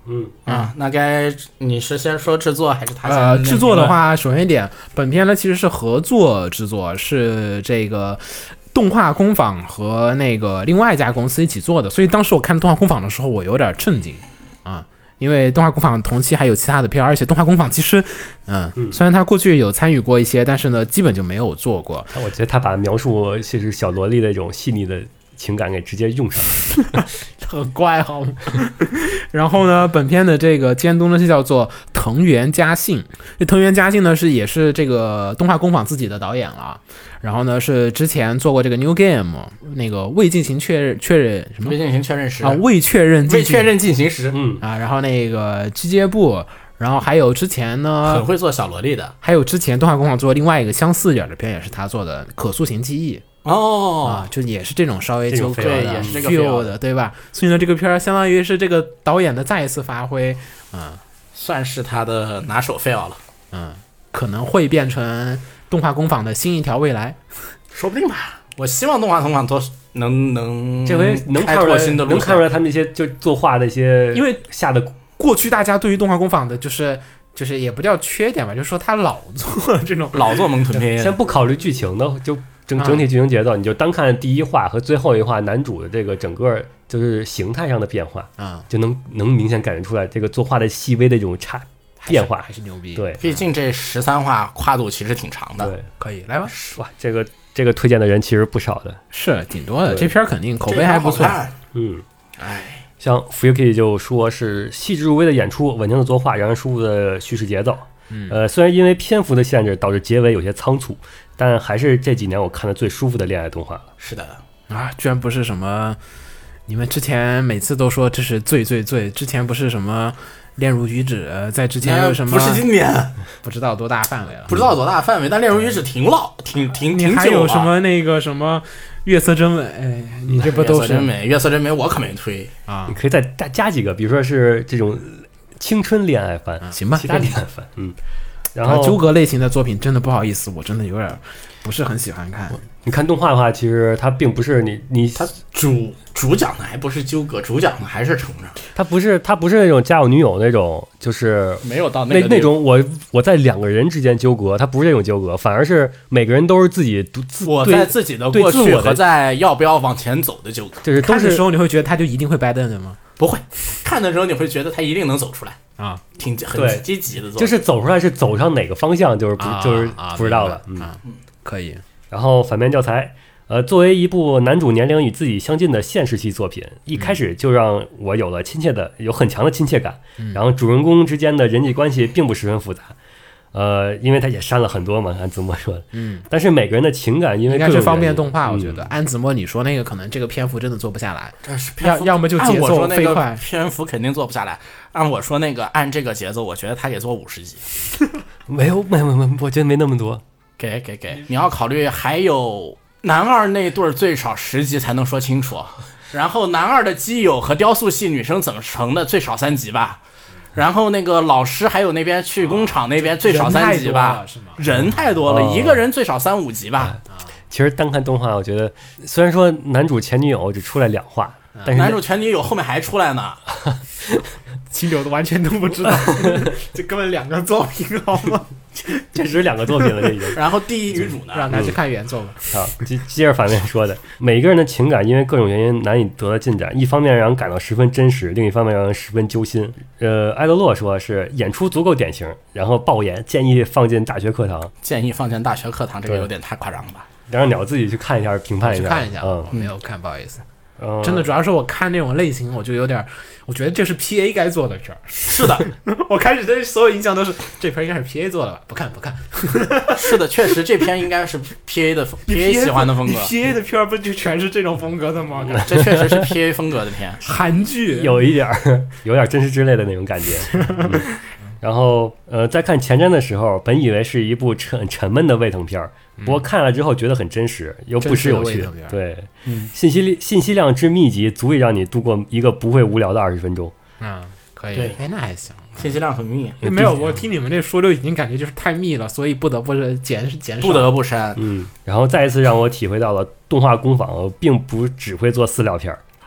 嗯啊，那该你是先说制作还是他先呃， 念制作的评论， 话，首先一点，本片呢其实是合作制作，是这个动画工坊和那个另外一家公司一起做的，所以当时我看动画工坊的时候，我有点震惊啊。因为动画工坊同期还有其他的片，而且动画工坊其实，嗯， 嗯虽然他过去有参与过一些，但是呢，基本就没有做过。 我觉得他把描述就是小萝莉的这种细腻的情感给直接用上了。 很怪好吗？然后呢，本片的这个监督呢是叫做藤原佳信，这藤原佳信呢是也是这个动画工坊自己的导演了，然后呢是之前做过这个 New Game 那个未进行确认确认什么未进行确认时啊未确认进行未确认进行时， 嗯， 啊，然后那个机械部，然后还有之前呢很会做小萝莉的还有之前动画工坊做另外一个相似一点的片也是他做的《可塑型记忆》。 哦啊，就也是这种稍微这种纠葛 feel 的、 也是这个 feel feel 的，对吧？所以呢，这个片儿相当于是这个导演的再一次发挥，嗯算是他的拿手 fail 了， 嗯，可能会变成动画工坊的新一条未来。 说不定吧。我希望动画工坊都能能这回能开看出来， 拓新的路线， 能看出来他们那些就作画的一些， 因为下的过去大家对于动画工坊的就是就是也不叫缺点吧，就是说他老做这种老做萌豚片， 先不考虑剧情的，就整啊整体剧情节奏，你就单看第一话和最后一话男主的这个整个就是形态上的变化， 啊、 就能能明显感觉出来这个作画的细微的这种差还是变化还。是牛逼。， 对毕竟这十三话跨度其实挺长的。 对， 可以来吧， 哇，这个这个推荐的人其实不少的。 是挺多的， 对这片儿肯定口这碑还不错。 好看嗯， 哎， 像 Fuyuki 就说是细致入微的演出，稳定的作画，让人舒服的叙事节奏。 嗯呃，虽然因为篇幅的限制导致结尾有些仓促，但还是这几年我看的最舒服的恋爱动画了。 是的， 啊，居然不是什么，你们之前每次都说这是最最最，之前不是什么恋如雨止，在之前有什么不是今年， 不知道多大范围了， 不知道多大范围，但《恋如雨止》挺老，挺挺挺久了。 你还有什么那个什么月色真美，哎，你这不都是月色真美？月色真美，我可没推。 啊你？可以再再加几个，比如说是这种青春恋爱番， 行吧其他恋爱番，嗯。然后啊纠葛类型的作品真的不好意思，我真的有点不是很喜欢看。 你看动画的话，其实它并不是你你他主主讲的还不是纠葛，主讲的还是成长， 它不是它不是那种家有女友那种，就是没有到那个那种我我在两个人之间纠葛，它不是这种纠葛，反而是每个人都是自己独自我对在自己的对过去自我的和在要不要往前走的纠葛。 就是都是看的时候你会觉得他就一定会掰凳的吗？ 不会看的时候，你会觉得他一定能走出来， 啊， 挺很对积极的做。 就是走出来是走上哪个方向，就是不、 啊就是啊不知道了。嗯， 明白啊，可以。 然后反面教材，呃，作为一部男主年龄与自己相近的现实系作品，一开始就让我有了亲切的、有很强的亲切感。然后主人公之间的人际关系并不十分复杂，呃，因为他也删了很多嘛，按子墨说的。 嗯， 但是每个人的情感因为各种应该是方便原因动画，我觉嗯得。安子墨你说那个可能这个篇幅真的做不下来， 这是要篇幅要么就节按我奏说那个飞快篇幅肯定做不下来。按我说那个按这个节奏，我觉得他给做五十集， 没有没有没有，我觉得没那么多。 给给给，你要考虑还有男二那对儿最少十集才能说清楚，然后男二的基友和雕塑系女生怎么成的最少三集吧，然后那个老师还有那边去工厂那边最少三集吧， 人太多了是吗？ 人太多了， 哦一个人最少三五集吧。 其实单看动画，我觉得虽然说男主前女友只出来两话，但是男主前女友后面还出来呢， 清流的完全都不知道，这根本两个作品好吗？ 这只是两个作品了，这已经。 然后第一女主呢， 让他去看原作吧。 好，接接着反面说的，每个人的情感因为各种原因难以得到进展，一方面让人感到十分真实，另一方面让人十分揪心。呃，埃德洛说是演出足够典型，然后爆言建议放进大学课堂， 建议放进大学课堂，这个对有点太夸张了吧？ 让鸟自己去看一下，评判一下， 去看一下， 嗯我没有看，不好意思。 嗯， 真的，主要是我看那种类型，我就有点，我觉得这是 P A 该做的片儿。 是的， 我开始的所有印象都是这片儿应该是 P A 做的吧？不看不看是的，确实这篇应该是 P A 的 P A 喜欢的风格你，P A 的片儿不就全是这种风格的吗？ 这确实是 P A 风格的片。 韩剧有一点儿，有点真实之类的那种感觉。嗯然后，呃，在看前瞻的时候，本以为是一部沉沉闷的胃疼片儿，不过看了之后觉得很真实，又不失有趣真实的胃疼片。儿对， 嗯信息力信息量之密集，足以让你度过一个不会无聊的二十分钟。 嗯，可以。 对哎，那还行。 信息量很密， 没有，我听你们这说就已经感觉就是太密了，所以不得不是减减少。 不得不删。 嗯，然后再一次让我体会到了动画工坊并不只会做饲料片儿。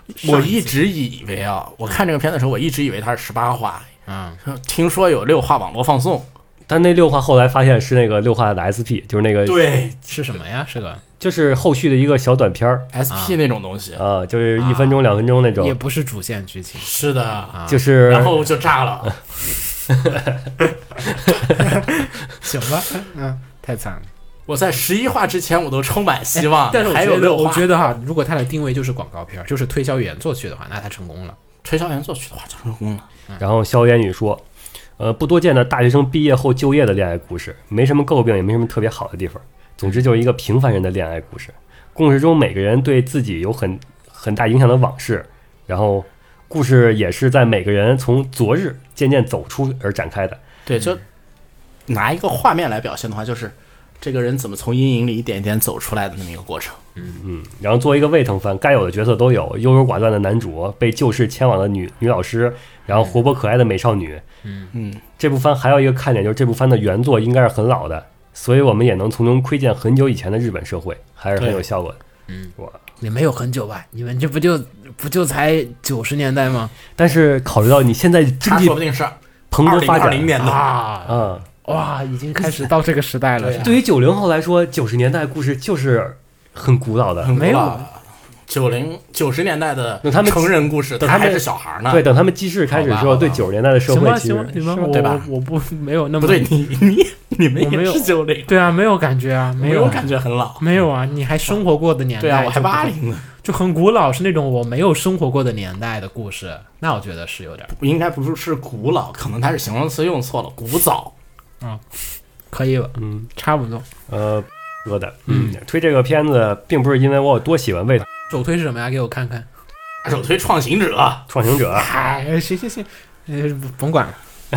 我一直以为啊，我看这个片的时候，我一直以为它是十八话， 嗯， 听说有六话网络放送， 但那六话后来发现是那个六话的 S P， 就是那个对是什么呀？是个就是后续的一个小短片儿 ，S P 那种东西， 啊，就是一分钟、两分钟那种也，不是主线剧情， 是的， 啊就是然后就炸了。 行吧，嗯，太惨了。 我在十一话之前我都充满希望， 但是我觉得， 还有六话， 我觉得哈，如果它的定位就是广告片，就是推销原作去的话，那它成功了。 推销员作曲的话就成功了。 然后萧烟雨说，呃，不多见的大学生毕业后就业的恋爱故事，没什么诟病，也没什么特别好的地方。总之就是一个平凡人的恋爱故事。故事中每个人对自己有很很大影响的往事，然后故事也是在每个人从昨日渐渐走出而展开的。 对，就拿一个画面来表现的话，就是这个人怎么从阴影里一点一点走出来的那么一个过程。 嗯，然后作为一个胃疼番，该有的角色都有，优柔寡断的男主，被旧事牵往的女女老师，然后活泼可爱的美少女。 嗯嗯， 这部番还有一个看点就是这部番的原作应该是很老的，所以我们也能从中窥见很久以前的日本社会，还是很有效果的。 嗯， 哇！ 也没有很久吧？你们这不就不就才九十年代吗？ 但是考虑到你现在经济他说不定是蓬勃发展， 二零年的啊， 啊， 哇，已经开始到这个时代了。 对对于九零后来说，九十年代故事就是很古老的。 没有九零九十年代的等他们成人故事， 等他们他还是小孩呢。 对，等他们记事开始的时候， 好吧对九十年代的社行吧， 会其实行吧，行吧，我对吧我不没有那么不对，你你你们也我没有是九零， 对啊，没有感觉啊，没有没有感觉很老。 没有啊，你还生活过的年代， 对啊，我还就不八零呢， 就很古老，是那种我没有生活过的年代的故事，那我觉得是有点应该不是古老，可能它是形容词用错了，古早。 可以吧， 嗯差不多。 呃说的。嗯，推这个片子并不是因为我有多喜欢胃疼首推是什么呀？给我看看。 首推创行者， 创行者， 哎，行行行，呃，甭管了。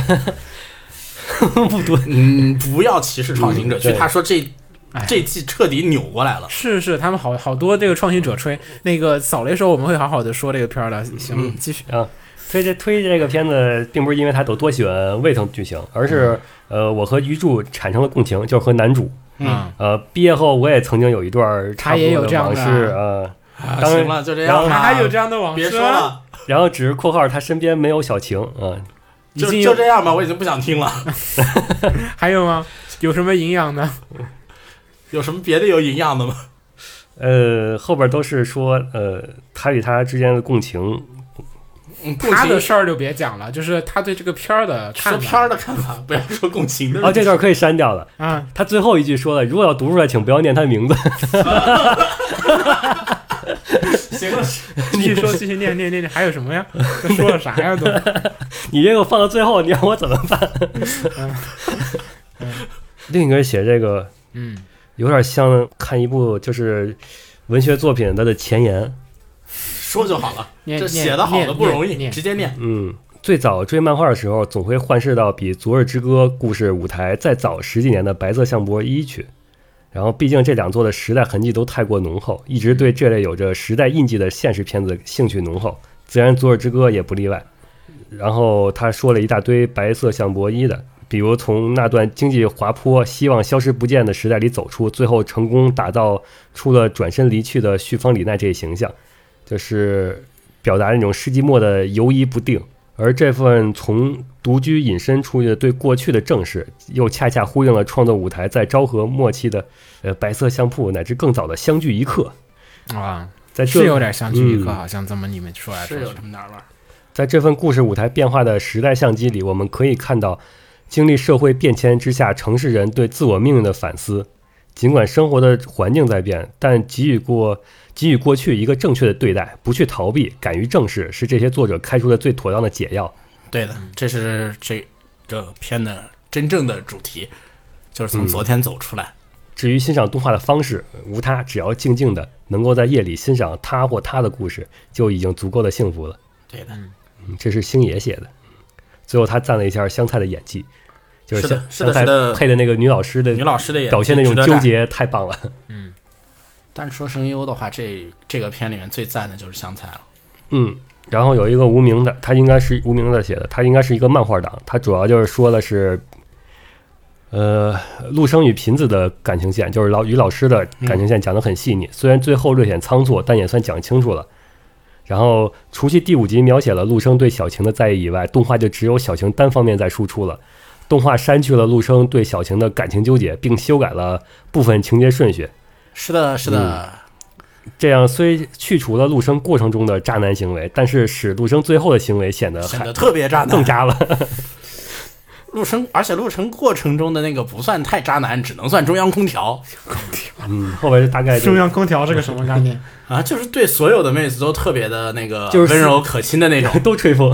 不多。 嗯，不要歧视创行者， 嗯对据他说这哎这季彻底扭过来了。 是是，他们好好多这个创新者吹那个扫雷时候，我们会好好的说这个片儿的。行，继续。 啊，推这推这个片子，并不是因为他有多喜欢胃疼剧情，而是、 嗯、 呃，我和鱼柱产生了共情，就是和男主。 嗯， 呃，毕业后我也曾经有一段差不他也有多这样的往事啊、 啊当然行了，就这然后样吧。 他还有这样的往事， 别说了， 然后只是括号他身边没有小晴啊、 就已经有就这样吧，我已经不想听了。 还有吗？有什么营养的？ 有什么别的有营养的吗？ 呃，后边都是说呃他与他之间的共情。 嗯，共他的情事儿就别讲了，就是他对这个片儿的说看法片儿的看法，不要说共情的啊，这段可以删掉了。 啊。 他最后一句说了，如果要读出来，请不要念他的名字。 行了， 继续说，继续念念念念，还有什么呀？都说了啥呀？都你这个放到最后，你让我怎么办？另一个人写这个， 嗯， 有点像看一部就是文学作品它的前言。 说就好了。 念这写的好的不容易， 念念直接念。 嗯，最早追漫画的时候，总会幻视到比《昨日之歌》故事舞台再早十几年的《白色相簿一》去。然后，毕竟这两作的时代痕迹都太过浓厚，一直对这类有着时代印记的现实片子兴趣浓厚，自然《昨日之歌》也不例外。然后他说了一大堆白色相簿一的，比如从那段经济滑坡、希望消失不见的时代里走出，最后成功打造出了转身离去的绪方里奈这一形象，就是表达那种世纪末的游移不定。而这份从独居隐身出去的对过去的正视，又恰恰呼应了创作舞台在昭和末期的呃白色相扑乃至更早的相聚一刻。 啊， 在这是有点相聚一刻， 嗯好像这么你们说来说去是有这，么点儿味儿。 在这份故事舞台变化的时代相机里，我们可以看到经历社会变迁之下城市人对自我命运的反思。尽管生活的环境在变，但给予过给予过去一个正确的对待，不去逃避，敢于正视，是这些作者开出的最妥当的解药。 对的，这是这个片的真正的主题，就是从昨天走出来。 至于欣赏动画的方式，无他，只要静静的能够在夜里欣赏他或他的故事，就已经足够的幸福了。 对的， 嗯，这是星爷写的。最后他赞了一下香菜的演技，就是是的香是的香菜是的配的那个女老师的女老师的演技表现那种值得赞。 纠结太棒了。 但是说声优的话，这这个片里面最赞的就是香菜了。 嗯，然后有一个无名的，他应该是无名的写的，他应该是一个漫画党，他主要就是说的是，呃，陆生与贫子的感情线，就是老与老师的感情线讲得很细腻，虽然最后略显仓促，但也算讲清楚了。 然后除去第五集描写了陆生对小晴的在意以外，动画就只有小晴单方面在输出了。动画删去了陆生对小晴的感情纠结，并修改了部分情节顺序。 是的，是的。 嗯、这样虽去除了陆生过程中的渣男行为，但是使陆生最后的行为显得显得特别渣男， 更渣了。 陆生，而且陆生过程中的那个不算太渣男，只能算中央空调。 空调， 嗯，后边大概中央空调是个什么概念啊？就是对所有的妹子都特别的那个， 就是温柔可亲的那种， 都吹风。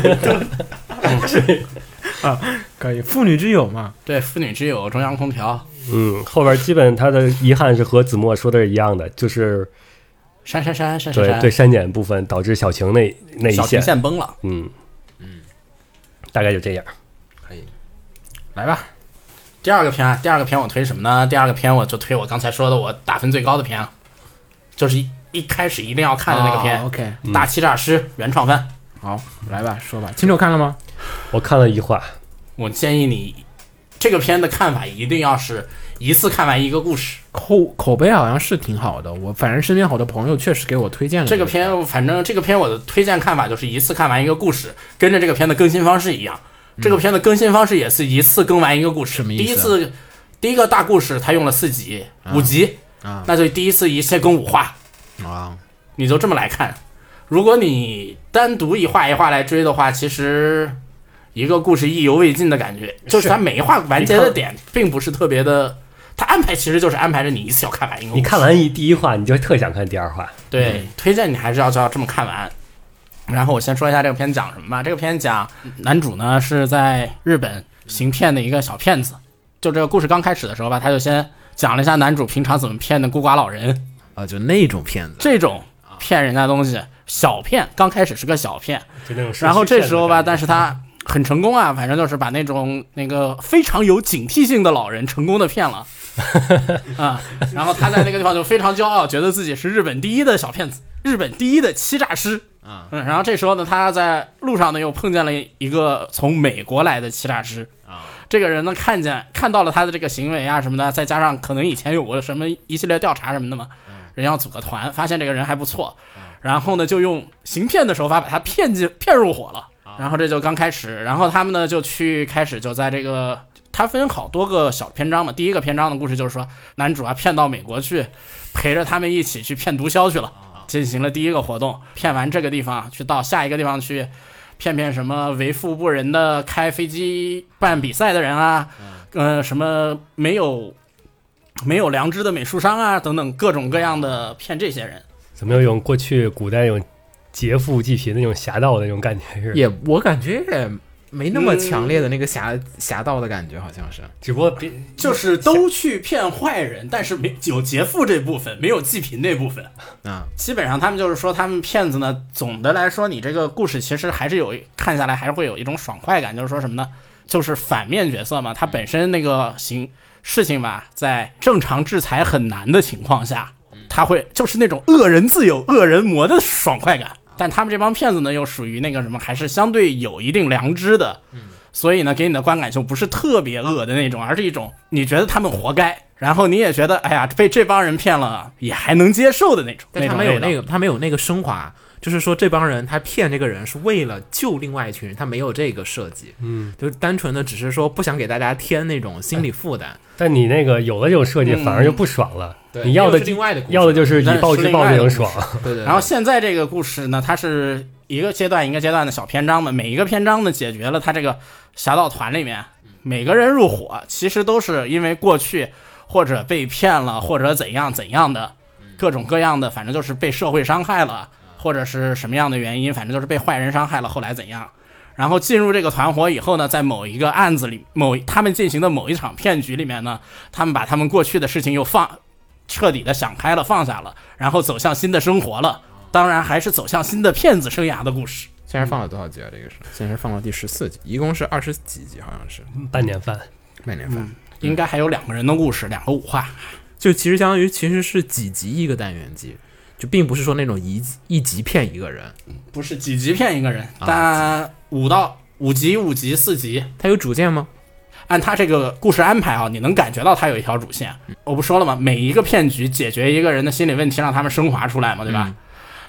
是啊，可以，妇女之友嘛。 对，妇女之友，中央空调。 嗯，后边基本他的遗憾是和子墨说的是一样的，就是删删删删对删， 对删减部分导致小晴那那一小晴线线崩了。 嗯嗯，大概就这样。 可以， 来吧。 第二个片啊，第二个片我推什么呢？第二个片我就推我刚才说的我打分最高的片，就是一一开始一定要看的那个片。 哦、OK，、 嗯、大欺诈师原创番。 好，来吧，说吧。清楚看了吗？ 我看了一话。 我建议你，这个片的看法一定要是一次看完一个故事。 口口碑好像是挺好的，我反正身边好多朋友确实给我推荐了这个片。反正这个片我的推荐看法就是一次看完一个故事，跟着这个片的更新方式一样。这个片的更新方式也是一次更完一个故事。 什么意思、啊？ 第一次，第一个大故事它用了四集、啊、五集、 啊， 那就第一次一切更五话啊， 你就这么来看。如果你单独一话一话来追的话，其实一个故事意犹未尽的感觉，就是它每一话完结的点并不是特别的，它安排其实就是安排着你一次要看完一个故事。 你看完一第一话，你就特想看第二话。 对，嗯、推荐你还是要就要这么看完。然后我先说一下这个片讲什么吧。这个片讲男主呢是在日本行骗的一个小骗子。就这个故事刚开始的时候吧，他就先讲了一下男主平常怎么骗的孤寡老人啊，就那种骗子， 这种骗人家东西，小骗，刚开始是个小骗， 就那种然后这时候吧，但是他很成功啊，反正就是把那种那个非常有警惕性的老人成功的骗了啊、嗯，然后他在那个地方就非常骄傲，觉得自己是日本第一的小骗子，日本第一的欺诈师啊，嗯，然后这时候呢，他在路上呢又碰见了一个从美国来的欺诈师啊，这个人呢看见看到了他的这个行为啊什么的，再加上可能以前有过什么一系列调查什么的嘛，人要组个团，发现这个人还不错，然后呢就用行骗的手法把他骗进骗入伙了，然后这就刚开始，然后他们呢就去开始就在这个。它分好多个小篇章嘛，第一个篇章的故事就是说，男主啊骗到美国去，陪着他们一起去骗毒枭去了，进行了第一个活动，骗完这个地方，去到下一个地方去骗骗什么为富不仁的开飞机办比赛的人啊，呃，什么没有没有良知的美术商啊，等等各种各样的骗这些人。 怎么有种过去古代那种劫富济贫那种侠盗的那种感觉是？ 也我感觉也。没那么强烈的那个侠、嗯、侠盗的感觉，好像是， 只不过就是都去骗坏人，但是没有劫富这部分，没有济贫那部分啊。 基本上他们就是说，他们骗子呢，总的来说，你这个故事其实还是有看下来还是会有一种爽快感，就是说什么呢？就是反面角色嘛，他本身那个行事情吧，在正常制裁很难的情况下，他会就是那种恶人自有恶人磨的爽快感。但他们这帮骗子呢，又属于那个什么，还是相对有一定良知的，所以呢，给你的观感就不是特别恶的那种，而是一种你觉得他们活该，然后你也觉得，哎呀，被这帮人骗了也还能接受的那种。 但他没有那个，他没有那个升华，就是说这帮人他骗这个人是为了救另外一群人，他没有这个设计， 嗯， 就是单纯的只是说不想给大家添那种心理负担。 但你那个有了这种设计，反而就不爽了。 嗯、 你要的另外的要的就是以暴制暴那种爽。 对 对, 对。 然后现在这个故事呢，它是一个阶段一个阶段的小篇章嘛，每一个篇章呢解决了他这个侠盗团里面每个人入伙，其实都是因为过去或者被骗了，或者怎样怎样的各种各样的，反正就是被社会伤害了，或者是什么样的原因，反正就是被坏人伤害了，后来怎样。然后进入这个团伙以后呢，在某一个案子里，某他们进行的某一场骗局里面呢，他们把他们过去的事情又放彻底的想开了，放下了，然后走向新的生活了。当然还是走向新的骗子生涯的故事。 现在放了多少集啊？这个是现在是放到第十四集，一共是二十几集，好像是半年番。 半年番、嗯、 应该还有两个人的故事，两个五话， 就其实相当于其实是几集一个单元剧。就并不是说那种一一集骗一个人， 不是几集骗一个人，但五到五集、五集、四集， 它有主线吗？ 按他这个故事安排啊，你能感觉到他有一条主线。我不说了吗？每一个骗局解决一个人的心理问题，让他们升华出来嘛，对吧？ 嗯、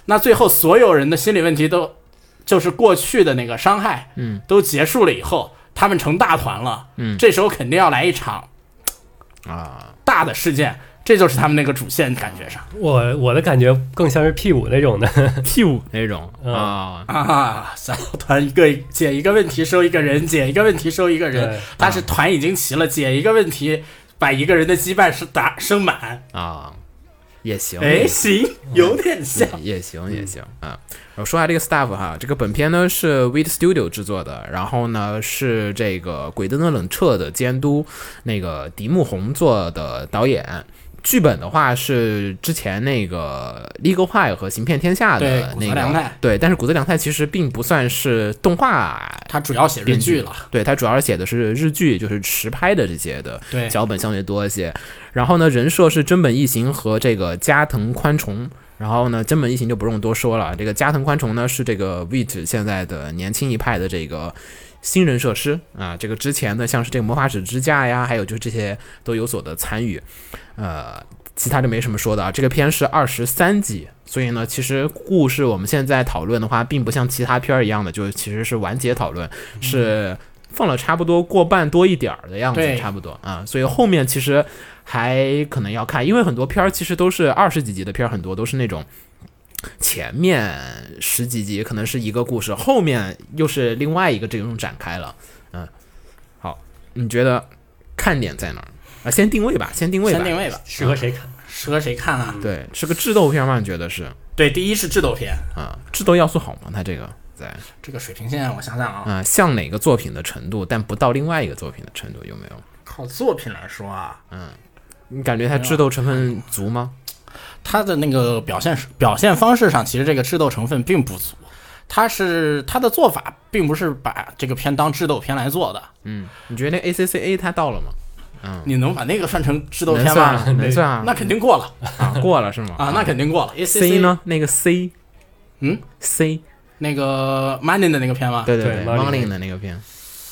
那最后所有人的心理问题都就是过去的那个伤害， 嗯， 都结束了以后，他们成大团了， 嗯， 这时候肯定要来一场啊大的事件，这就是他们那个主线感觉上我我的感觉更像是 P 五那种的， P 五那种嗯啊， 啊，小团一个解一个问题收一个人，解一个问题收一个人对， 他是团已经齐了，解一个问题把一个人的羁绊是打升满， 啊，也行， 哎，行，有点像。 也行也行啊。我说下这个 staff 哈，这个本片呢是 Wit Studio 制作的，然后呢是这个《鬼灯的冷彻》的监督那个迪木宏做的导演。剧本的话是之前那个《Legal High》和《行骗天下》 对的那个谷泽良太对，但是谷泽良太其实并不算是动画他主要写日剧了， 对，他主要是写的是日剧，就是实拍的这些的对脚本相对多一些。然后呢，人设是真本一行和这个加藤宽重。然后呢，真本一行就不用多说了，这个加藤宽重呢是这个 V I T 现在的年轻一派的这个新人设师啊。这个之前的像是这个魔法使之架呀，还有就是这些都有所的参与。呃，其他就没什么说的啊。这个片是二十三集，所以呢，其实故事我们现在讨论的话，并不像其他片儿一样的，就其实是完结讨论，是放了差不多过半多一点儿的样子， 对差不多啊。所以后面其实还可能要看，因为很多片儿其实都是二十几集的片儿，很多都是那种前面十几集可能是一个故事，后面又是另外一个这种展开了。嗯，好，你觉得看点在哪儿啊？先定位吧，先定位吧， 先定位吧， 适合谁看？ 适合谁看啊？ 对，是个智斗片吗？你觉得是对，第一是智斗片， 啊？智斗要素好吗？它这个在这个水平线我想想啊， 啊，像哪个作品的程度，但不到另外一个作品的程度，有没有？ 靠作品来说啊， 你感觉它智斗成分足吗？ 他的那个表现表现方式上，其实这个智斗成分并不足。他是他的做法，并不是把这个片当智斗片来做的。 嗯，你觉得那 A C C A 它到了吗？嗯， 你能把那个算成智斗能片吗？ 算啊能算啊， 那肯定过了啊过了是吗？ 啊，那肯定过了。A C C 呢？那个 C， 嗯 ，C， 那个 Money 的那个片吗？ 对对对 m o n 的那个片，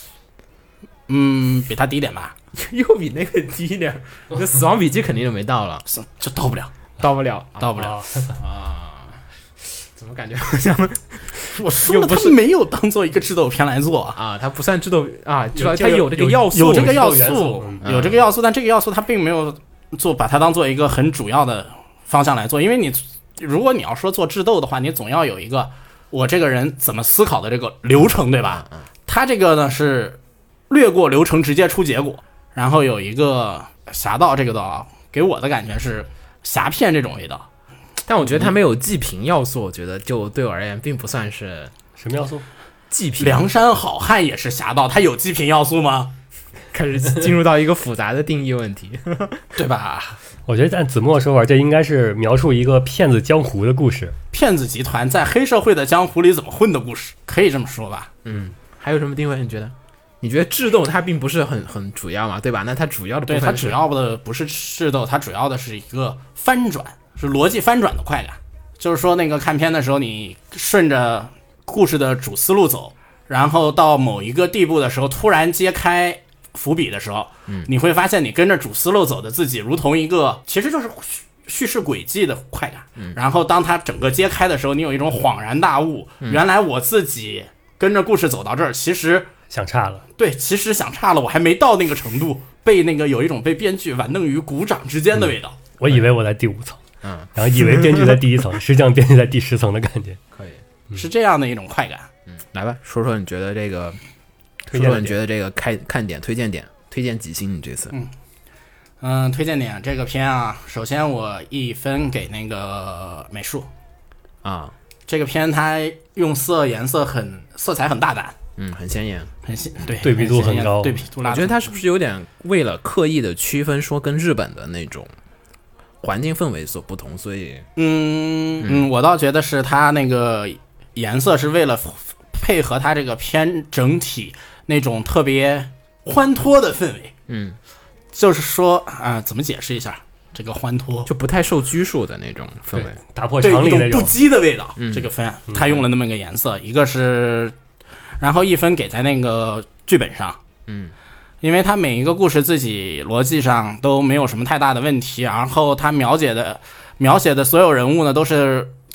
嗯，比他低点吧， 又比那个低一点。那死亡笔记肯定就没到了， 是就到不了， 到不了， 到不了。 啊！怎么感觉好像我说了，他没有当做一个智斗片来做啊。 啊？它不算智斗啊，主要这个它有这个要素， 有这个要有元素素， 嗯有这个要素，但这个要素它并没有做把它当做一个很主要的方向来做，因为你如果你要说做智斗的话，你总要有一个我这个人怎么思考的这个流程，对吧？他这个呢是略过流程直接出结果，然后有一个侠盗这个的，给我的感觉是侠片这种味道。 但我觉得它没有祭品要素，我觉得就对我而言并不算是什么要素？ 祭品。 梁山好汉也是侠盗，他有祭品要素吗？ 开始进入到一个复杂的定义问题。 对吧？ 我觉得按子墨说法，这应该是描述一个骗子江湖的故事。 骗子集团在黑社会的江湖里怎么混的故事，可以这么说吧？ 嗯，还有什么定位？你觉得？你觉得智斗它并不是很很主要嘛，对吧？那它主要的部对， 分是它主要的不是智斗，它主要的是一个翻转，是逻辑翻转的快感。就是说，那个看片的时候，你顺着故事的主思路走，然后到某一个地步的时候，突然揭开伏笔的时候，嗯，你会发现你跟着主思路走的自己，如同一个其实就是叙叙事轨迹的快感。嗯，然后当它整个揭开的时候，你有一种恍然大悟， 嗯、 原来我自己跟着故事走到这儿，其实想差了。 对，其实想差了，我还没到那个程度，被那个有一种被编剧玩弄于股掌之间的味道。 嗯、我以为我在第五层。 嗯， 然后以为编剧在第一层，实际上编剧在第十层的感觉， 可以、 嗯、是这样的一种快感。 嗯，来吧，说说你觉得这个， 推荐说说你觉得这个看看点、推荐点，推荐几星？你这次？ 嗯嗯，推荐点这个片啊，首先我一分给那个美术啊， 这个片它用色颜色很色彩很大胆， 嗯，很鲜艳， 很鲜，对， 对比度很高， 对比度拉。 我觉得它是不是有点为了刻意的区分说跟日本的那种环境氛围所不同，所以嗯嗯，我倒觉得是它那个颜色是为了配合它这个片整体那种特别欢脱的氛围。 嗯， 就是说啊、呃，怎么解释一下这个欢脱？ 就不太受拘束的那种氛围， 打破常理那种不羁的味道。 嗯、 这个分他用了那么个颜色，一个是，然后一分给在那个剧本上。 嗯。 因为他每一个故事自己逻辑上都没有什么太大的问题，然后他描写的描写的所有人物呢都是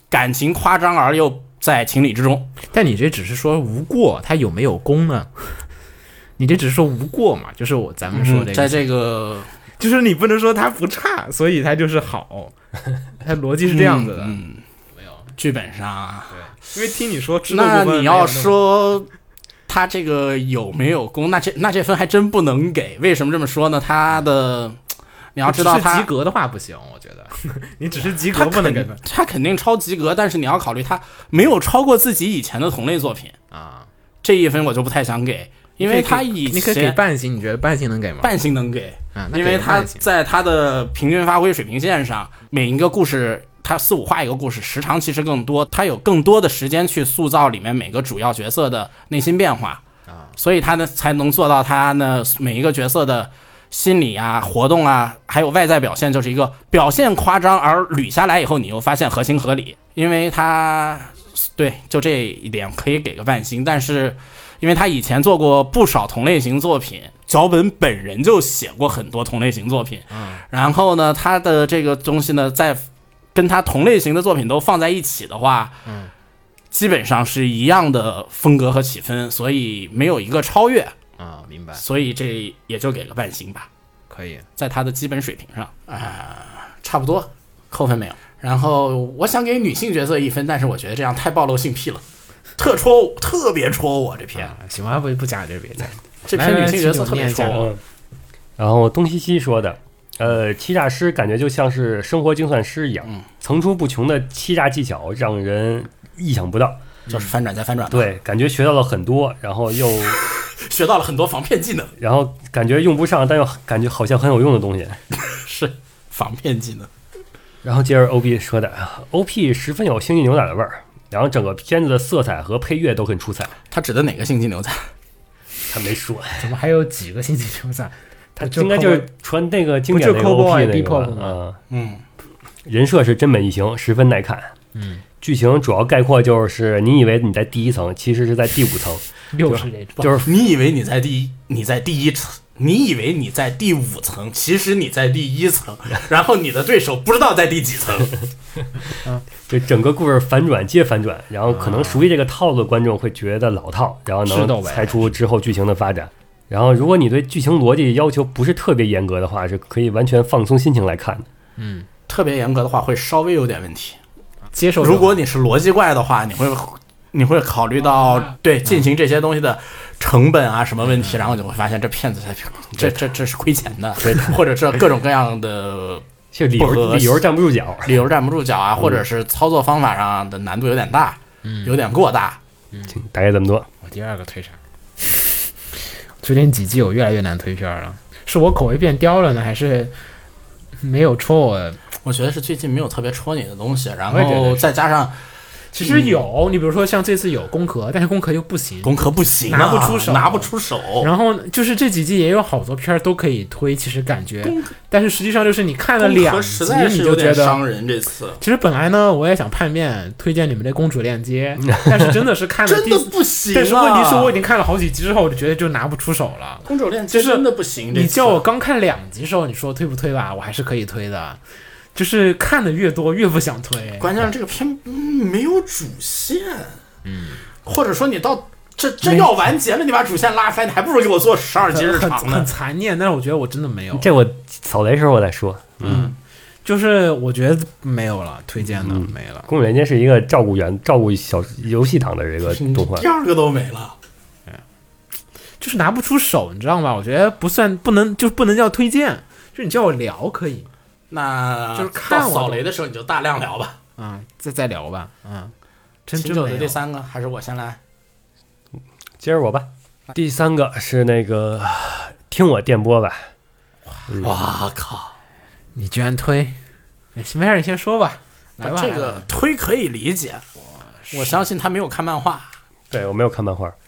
感情夸张而又在情理之中。 但你这只是说无过，它有没有功呢？你这只是说无过嘛，就是我咱们说这个， 嗯、在这个就是你不能说它不差，所以它就是好，它逻辑是这样子的。 嗯，没有剧本上， 对，因为听你说， 那你要说它这个有没有功，那这那这分还真不能给。为什么这么说呢？它的你要知道它， 及格的话不行，我觉得你只是及格不能给分， 它肯定超及格，但是你要考虑它没有超过自己以前的同类作品啊， 这一分我就不太想给。因为他以前你可以给半星，你觉得半星能给吗？ 半星能给， 啊、 因为他在他的平均发挥水平线上，每一个故事他四五话一个故事，时长其实更多，他有更多的时间去塑造里面每个主要角色的内心变化啊，所以他呢才能做到他呢每一个角色的心理啊、活动啊，还有外在表现，就是一个表现夸张而捋下来以后，你又发现合情合理，因为他对就这一点可以给个半星，但是。因为他以前做过不少同类型作品，脚本本人就写过很多同类型作品，嗯，然后呢，他的这个东西呢，在跟他同类型的作品都放在一起的话，嗯，基本上是一样的风格和起分，所以没有一个超越啊，明白？ 所以这也就给个半星吧， 可以， 在他的基本水平上啊、呃，差不多，扣分没有。然后我想给女性角色一分，但是我觉得这样太暴露性癖了。特戳，特别戳我这篇， 啊、行吧，不不加这别加， 这篇女性角色特别戳我。 然后东西西说的，呃，欺诈师感觉就像是生活精算师一样，嗯、层出不穷的欺诈技巧让人意想不到， 就是翻转再翻转。 对，感觉学到了很多，然后又学到了很多防骗技能， 然后感觉用不上，但又感觉好像很有用的东西， 是防骗技能。 然后接着 O P 说的 ，O P 十分有星际牛仔的味儿。然后整个片子的色彩和配乐都很出彩。 他指的哪个星际牛仔？ 他没说。 怎么还有几个星际牛仔？ 他应该就是传那个经典那个 O P 那个啊。 嗯， 人设是真本一行，十分耐看。 嗯， 剧情主要概括就是你以为你在第一层，其实是在第五层。 又是这种， 就是你以为你在第一，你在第一层。你以为你在第五层，其实你在第一层，然后你的对手不知道在第几层。 就整个故事反转接反转，然后可能熟悉这个套路的观众会觉得老套，然后能猜出之后剧情的发展。然后如果你对剧情逻辑要求不是特别严格的话，是可以完全放松心情来看的。 嗯， 特别严格的话会稍微有点问题。 接受。 如果你是逻辑怪的话，你会你会考虑到对进行这些东西的成本啊什么问题，然后你会发现这骗子这这这是亏钱的，或者这各种各样的这理由理由站不住脚， 理由站不住脚啊，或者是操作方法上的难度有点大，有点过大。 嗯，大概这么多。 我第二个推啥？最近几季我越来越难推片了，是我口味变刁了呢，还是没有戳我？ 我觉得是最近没有特别戳你的东西，然后再加上。 其实有，嗯、你比如说像这次有攻壳，但是攻壳又不行， 攻壳不行、啊， 拿不出手， 拿不出手。 然后就是这几季也有好多片都可以推，其实感觉，但是实际上就是你看了两集，你就觉得伤人。这次其实本来呢，我也想叛变，推荐你们这公主链接，但是真的是看了真的不行、啊。 但是问题是我已经看了好几集之后，我就觉得就拿不出手了。 公主链接真的不行。 你叫我刚看两集的时候，你说推不推吧，我还是可以推的。就是看的越多越不想推， 关键是这个片、嗯、没有主线，嗯，或者说你到这这要完结了，你把主线拉开，你还不如给我做十二集日常呢， 很很残念。但是我觉得我真的没有， 这我扫雷时候我再说， 嗯，嗯就是我觉得没有了，推荐的、嗯、没了。 公主连接是一个照顾员、照顾小游戏党的这个动画， 第二个都没了， 就是拿不出手，你知道吗？我觉得不算，不能，就不能叫推荐，就你叫我聊可以。 那就是看到扫雷的时候你就大量聊吧， 啊、嗯，再再聊吧，嗯，真真的第三个还是我先来， 接着我吧。第三个是那个听我电波吧， 哇靠， 你居然推，没事，你先说吧，来吧， 这个推可以理解，我相信他没有看漫画， 对我没有看漫画，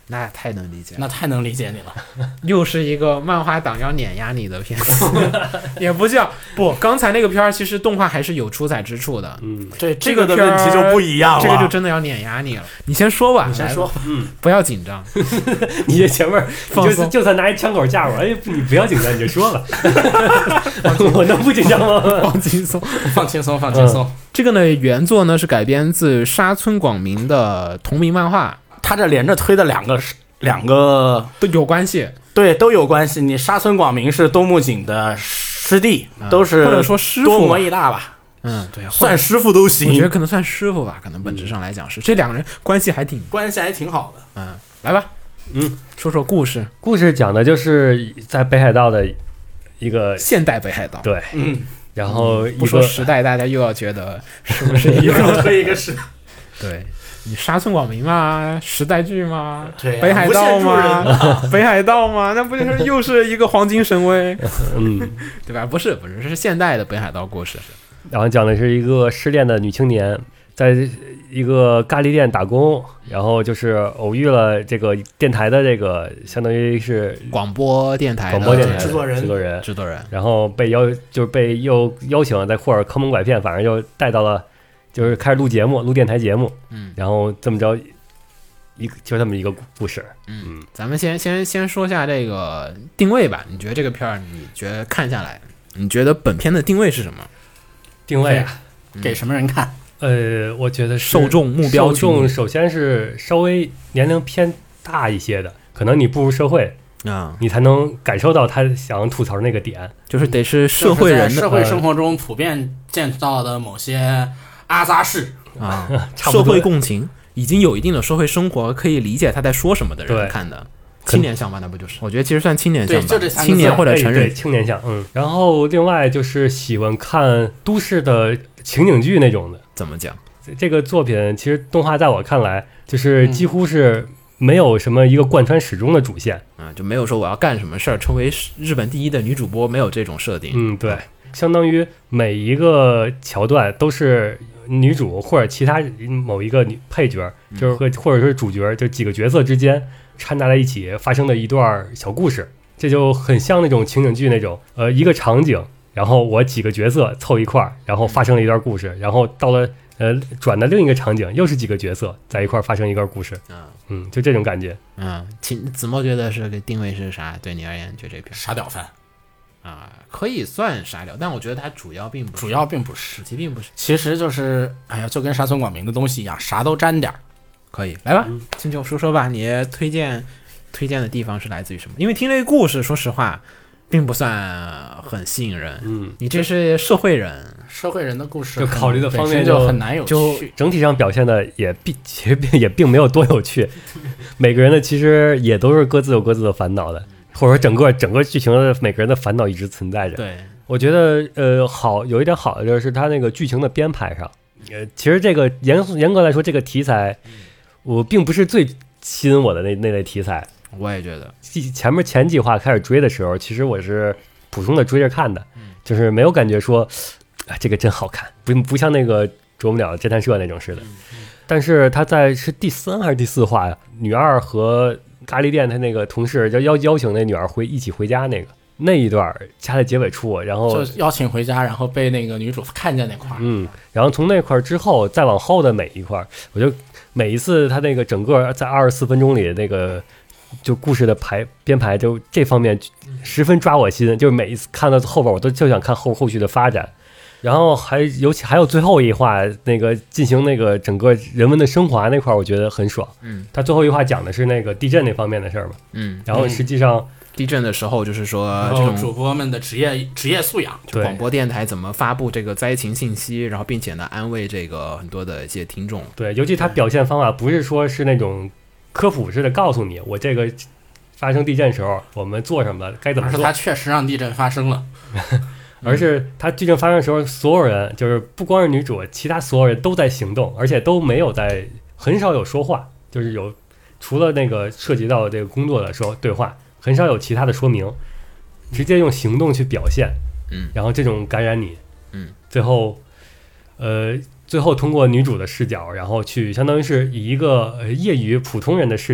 那太能理解了， 那太能理解你了。 又是一个漫画党要碾压你的片子，也不叫不。刚才那个片儿其实动画还是有出彩之处的， 嗯， 对， 这个的片儿问题就不一样了。 这个就真的要碾压你了。你先说吧， 你先说， 嗯， 不要紧张。 你这前面放松就就算拿一枪口架我，哎，你不要紧张，你就说吧。我能不紧张吗？ 放轻松， 放轻松，放轻松。 嗯、这个呢，原作呢是改编自沙村广明的同名漫画。 他这连着推的两个两个都有关系， 对，都有关系。你沙村广明是东木井的师弟， 嗯、 都是或者说师傅多摩一大吧？ 嗯，对， 算师傅都行。 我觉得可能算师傅吧，可能本质上来讲是、嗯、这两个人关系还挺关系还挺好的。 嗯，来吧， 嗯， 说说故事。 故事讲的就是在北海道的一个现代北海道， 对， 嗯， 然后一个不说时代，大家又要觉得是不是又要推一个时代？ 对。你沙村广明嘛，时代剧嘛， 对、啊， 北海道嘛，北海道嘛，那不就是又是一个黄金神威， 嗯， 对吧？不是，不是，是现代的北海道故事。 然后讲的是一个失恋的女青年，在一个咖喱店打工，然后就是偶遇了这个电台的这个，相当于是广播电台广播电台制作人， 制作人， 制作人， 然后被邀，就是被又邀请在或者坑蒙拐骗，反正就带到了。就是开始录节目，录电台节目， 嗯， 然后这么着，一个就这么一个故事， 嗯，嗯咱们先先先说下这个定位吧。你觉得这个片儿，你觉得看下来，你觉得本片的定位是什么？ 定位啊， 嗯、 给什么人看？ 呃，我觉得受众目标受众首先是稍微年龄偏大一些的，可能你步入社会啊、嗯， 你才能感受到他想吐槽的那个点， 就是得是社会人的、 就是、社会生活中普遍见到的某些。阿扎式啊，社会共情已经有一定的社会生活可以理解他在说什么的人看的青年向吧，那不就是？我觉得其实算青年向吧， 对，就这青年或者成人青年向。嗯，然后另外就是喜欢看都市的情景剧那种的。 怎么讲？ 这个作品其实动画在我看来就是几乎是没有什么一个贯穿始终的主线啊、嗯，就没有说我要干什么事儿成为日本第一的女主播，没有这种设定。 嗯，对，相当于每一个桥段都是。女主或者其他某一个女配角，就是和或者是主角，就几个角色之间掺杂在一起发生的一段小故事，这就很像那种情景剧那种，呃，一个场景，然后我几个角色凑一块儿，然后发生了一段故事，然后到了呃转的另一个场景，又是几个角色在一块儿发生一段故事，嗯，就这种感觉。 嗯，子墨觉得是个定位是啥？对你而言，觉得这片傻屌番。 啊，可以算傻屌，但我觉得它主要并不是， 主要并不是， 其并不是， 其实就是，哎呀，就跟沙村广明的东西一样，啥都沾点儿。 可以，来吧，请就说说吧，你推荐推荐的地方是来自于什么？因为听这个故事，说实话，并不算很吸引人。 嗯， 你这是社会人， 社会人的故事， 就考虑的方面就很难有趣， 就整体上表现的也并其实也并没有多有趣。每个人的其实也都是各自有各自的烦恼的。或者说整个整个剧情的每个人的烦恼一直存在着。 对， 我觉得呃好有一点好的就是它那个剧情的编排上，呃其实这个严严格来说这个题材，我并不是最吸引我的那那类题材。 我也觉得， 前面前几话开始追的时候，其实我是普通的追着看的，就是没有感觉说啊这个真好看，不不像那个啄木鸟侦探社那种似的。但是他在是第三还是第四话呀？女二和咖喱店他那个同事就邀邀请那女儿回一起回家那个那一段加在结尾处，然后就邀请回家，然后被那个女主看见那块儿， 嗯，然后从那块儿之后再往后的每一块，我就每一次他那个整个在二十四分钟里那个就故事的排编排，就这方面十分抓我心，就是每一次看到后边我都就想看后后续的发展。然后还尤其还有最后一话那个进行那个整个人文的升华那块，我觉得很爽。 嗯， 他最后一话讲的是那个地震那方面的事儿嘛。 嗯， 然后实际上、嗯、 地震的时候就是说这种主播们的职业职业素养， 就广播电台怎么发布这个灾情信息，然后并且呢安慰这个很多的一些听众。 对，尤其他表现方法不是说是那种科普式的告诉你我这个发生地震时候我们做什么该怎么做， 而是他确实让地震发生了。 而是他地震发生的时候，所有人就是不光是女主，其他所有人都在行动，而且都没有在，很少有说话，就是有除了那个涉及到这个工作的说对话，很少有其他的说明，直接用行动去表现， 嗯， 然后这种感染你， 嗯， 最后，呃，最后通过女主的视角，然后去相当于是以一个业余普通人的视角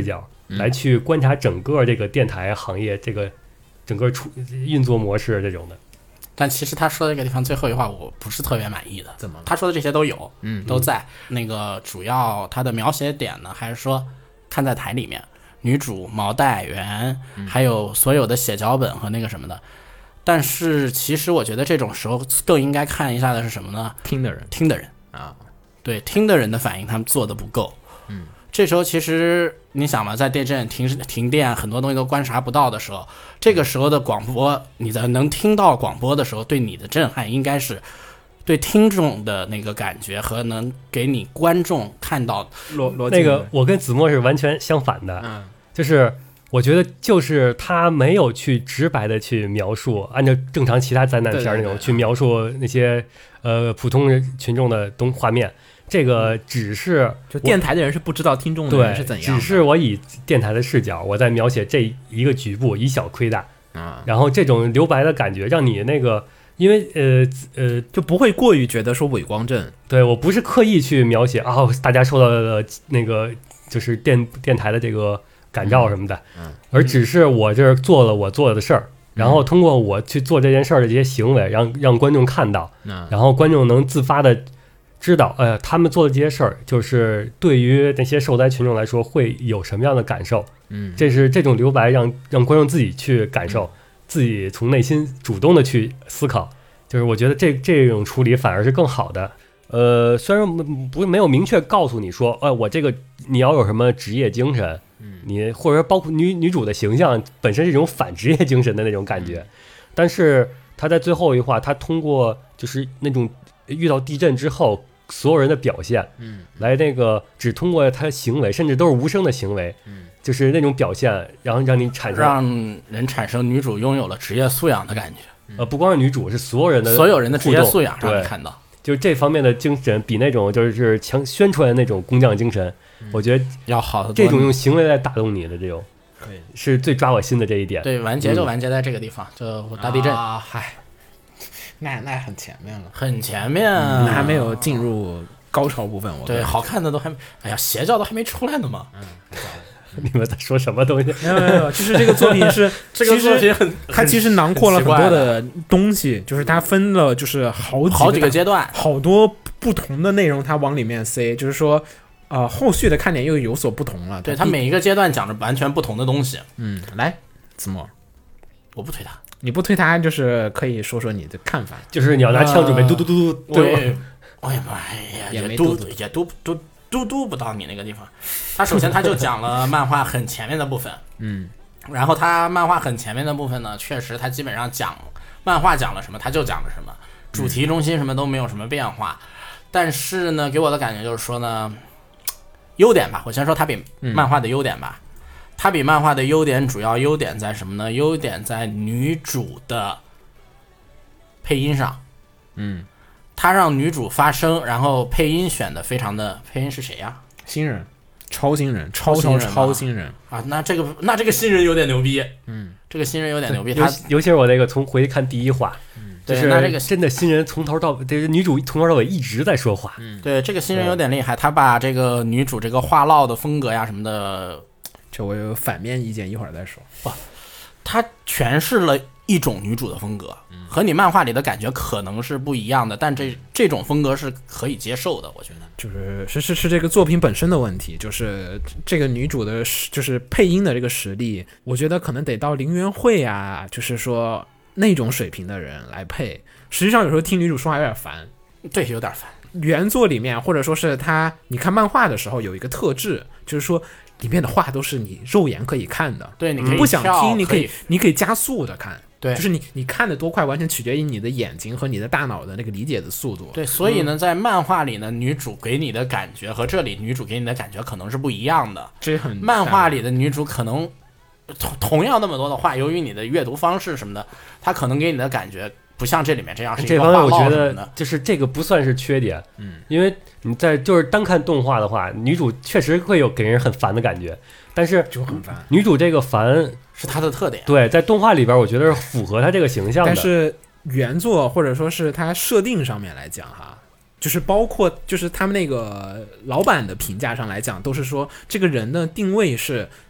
来去观察整个这个电台行业这个整个出运作模式这种的。 但其实他说的这个地方最后一话我不是特别满意的。 怎么了？ 他说的这些都有， 嗯， 都在那个主要他的描写点呢，还是说看在台里面，女主毛带源，还有所有的写脚本和那个什么的。但是其实我觉得这种时候更应该看一下的是什么呢？ 听的人， 听的人啊， 对，听的人的反应他们做的不够。 嗯， 这时候其实你想嘛，在地震、停停电，很多东西都观察不到的时候，这个时候的广播，你在能听到广播的时候，对你的震撼应该是对听众的那个感觉和能给你观众看到逻逻那个我跟子墨是完全相反的， 嗯， 就是我觉得就是他没有去直白的去描述，按照正常其他灾难片那种对对对去描述那些呃普通人群众的东画面。这个只是就电台的人是不知道听众的人对是怎样的， 只是我以电台的视角，我在描写这一个局部，以小窥大。 啊， 然后这种留白的感觉，让你那个，因为呃呃， 就不会过于觉得说伪光正。 对我不是刻意去描写啊、哦，大家受到的那个就是电电台的这个感召什么的， 嗯， 而只是我这儿做了我做的事儿，然后通过我去做这件事儿的这些行为，让让观众看到， 嗯， 然后观众能自发的知道，呃，他们做的这些事儿，就是对于那些受灾群众来说会有什么样的感受。 嗯， 这是这种留白让让观众自己去感受，自己从内心主动的去思考，就是我觉得这这种处理反而是更好的。呃，虽然不是没有明确告诉你说，呃，我这个你要有什么职业精神， 嗯， 你或者说包括女女主的形象本身是一种反职业精神的那种感觉，但是他在最后一话，他通过就是那种遇到地震之后所有人的表现， 嗯， 来那个只通过他行为，甚至都是无声的行为， 嗯， 就是那种表现，然后让你产生让人产生女主拥有了职业素养的感觉， 呃，不光是女主，是所有人的所有人的职业互动素养让你对， 看到。 就是这方面的精神比那种就是强宣传的那种工匠精神，我觉得要好得多。 这种用行为来打动你的这种， 可以是最抓我心的这一点。 对完结就完结在这个地方，就大地震， 啊，嗨，那那很前面了， 很前面， 那还没有进入高潮部分。我对，好看的都还没，哎呀，邪教都还没出来呢嘛。 你们在说什么东西？ 没有没有，就是这个作品是这个作品很， 它其实囊括了很多很奇怪的东西，就是它分了就是好几好几个大阶段， 好多不同的内容，它往里面塞，就是说，呃，后续的看点又有所不同了。 对它每一个阶段讲着完全不同的东西。 嗯，来，子墨， 我不推它， 你不推它，就是可以说说你的看法。 就是你要拿枪准备嘟嘟嘟嘟，对吧？ 对，哎呀妈呀， 也没也嘟嘟嘟也嘟嘟嘟嘟不到你那个地方。他首先他就讲了漫画很前面的部分， 嗯， 然后他漫画很前面的部分呢，确实他基本上讲漫画讲了什么，他就讲了什么，主题中心什么都没有什么变化。但是呢，给我的感觉就是说呢，优点吧，我先说它比漫画的优点吧。它比漫画的优点主要优点在什么呢？优点在女主的配音上， 嗯， 他让女主发声，然后配音选的非常的，配音是谁呀？ 新人，超新人，超超超新人吗超新人， 啊，那这个那这个新人有点牛逼， 嗯， 这个新人有点牛逼， 尤他其尤其是我那个从回去看第一话，就对那这个是真的新人从头到尾，这个女主从头到尾一直在说话， 对这个新人有点厉害，他把这个女主这个话唠的风格呀什么的， 这我有反面意见，一会儿再说。 他诠释了一种女主的风格，和你漫画里的感觉可能是不一样的，但这这种风格是可以接受的，我觉得。 就是是是是这个作品本身的问题，就是这个女主的实就是配音的这个实力，我觉得可能得到林元惠啊，就是说那种水平的人来配。实际上有时候听女主说话有点烦， 对，有点烦。 原作里面或者说是他，你看漫画的时候有一个特质，就是说里面的话都是你肉眼可以看的， 对，你可以你不想跳听，你可以以你可以加速的看。 对就是你你看的多快，完全取决于你的眼睛和你的大脑的那个理解的速度。 对，所以呢，在漫画里呢，女主给你的感觉和这里女主给你的感觉可能是不一样的。 这很漫画里的女主可能同同样那么多的话，由于你的阅读方式什么的，她可能给你的感觉不像这里面这样是一个这方面我觉话唠什么的得就是这个不算是缺点， 嗯， 因为你在就是单看动画的话，女主确实会有给人很烦的感觉，但是就很烦。 女主这个烦， 是她的特点。 对，在动画里边我觉得是符合她这个形象的， 但是原作或者说是它设定上面来讲哈，就是包括就是他们那个老板的评价上来讲，都是说这个人的定位是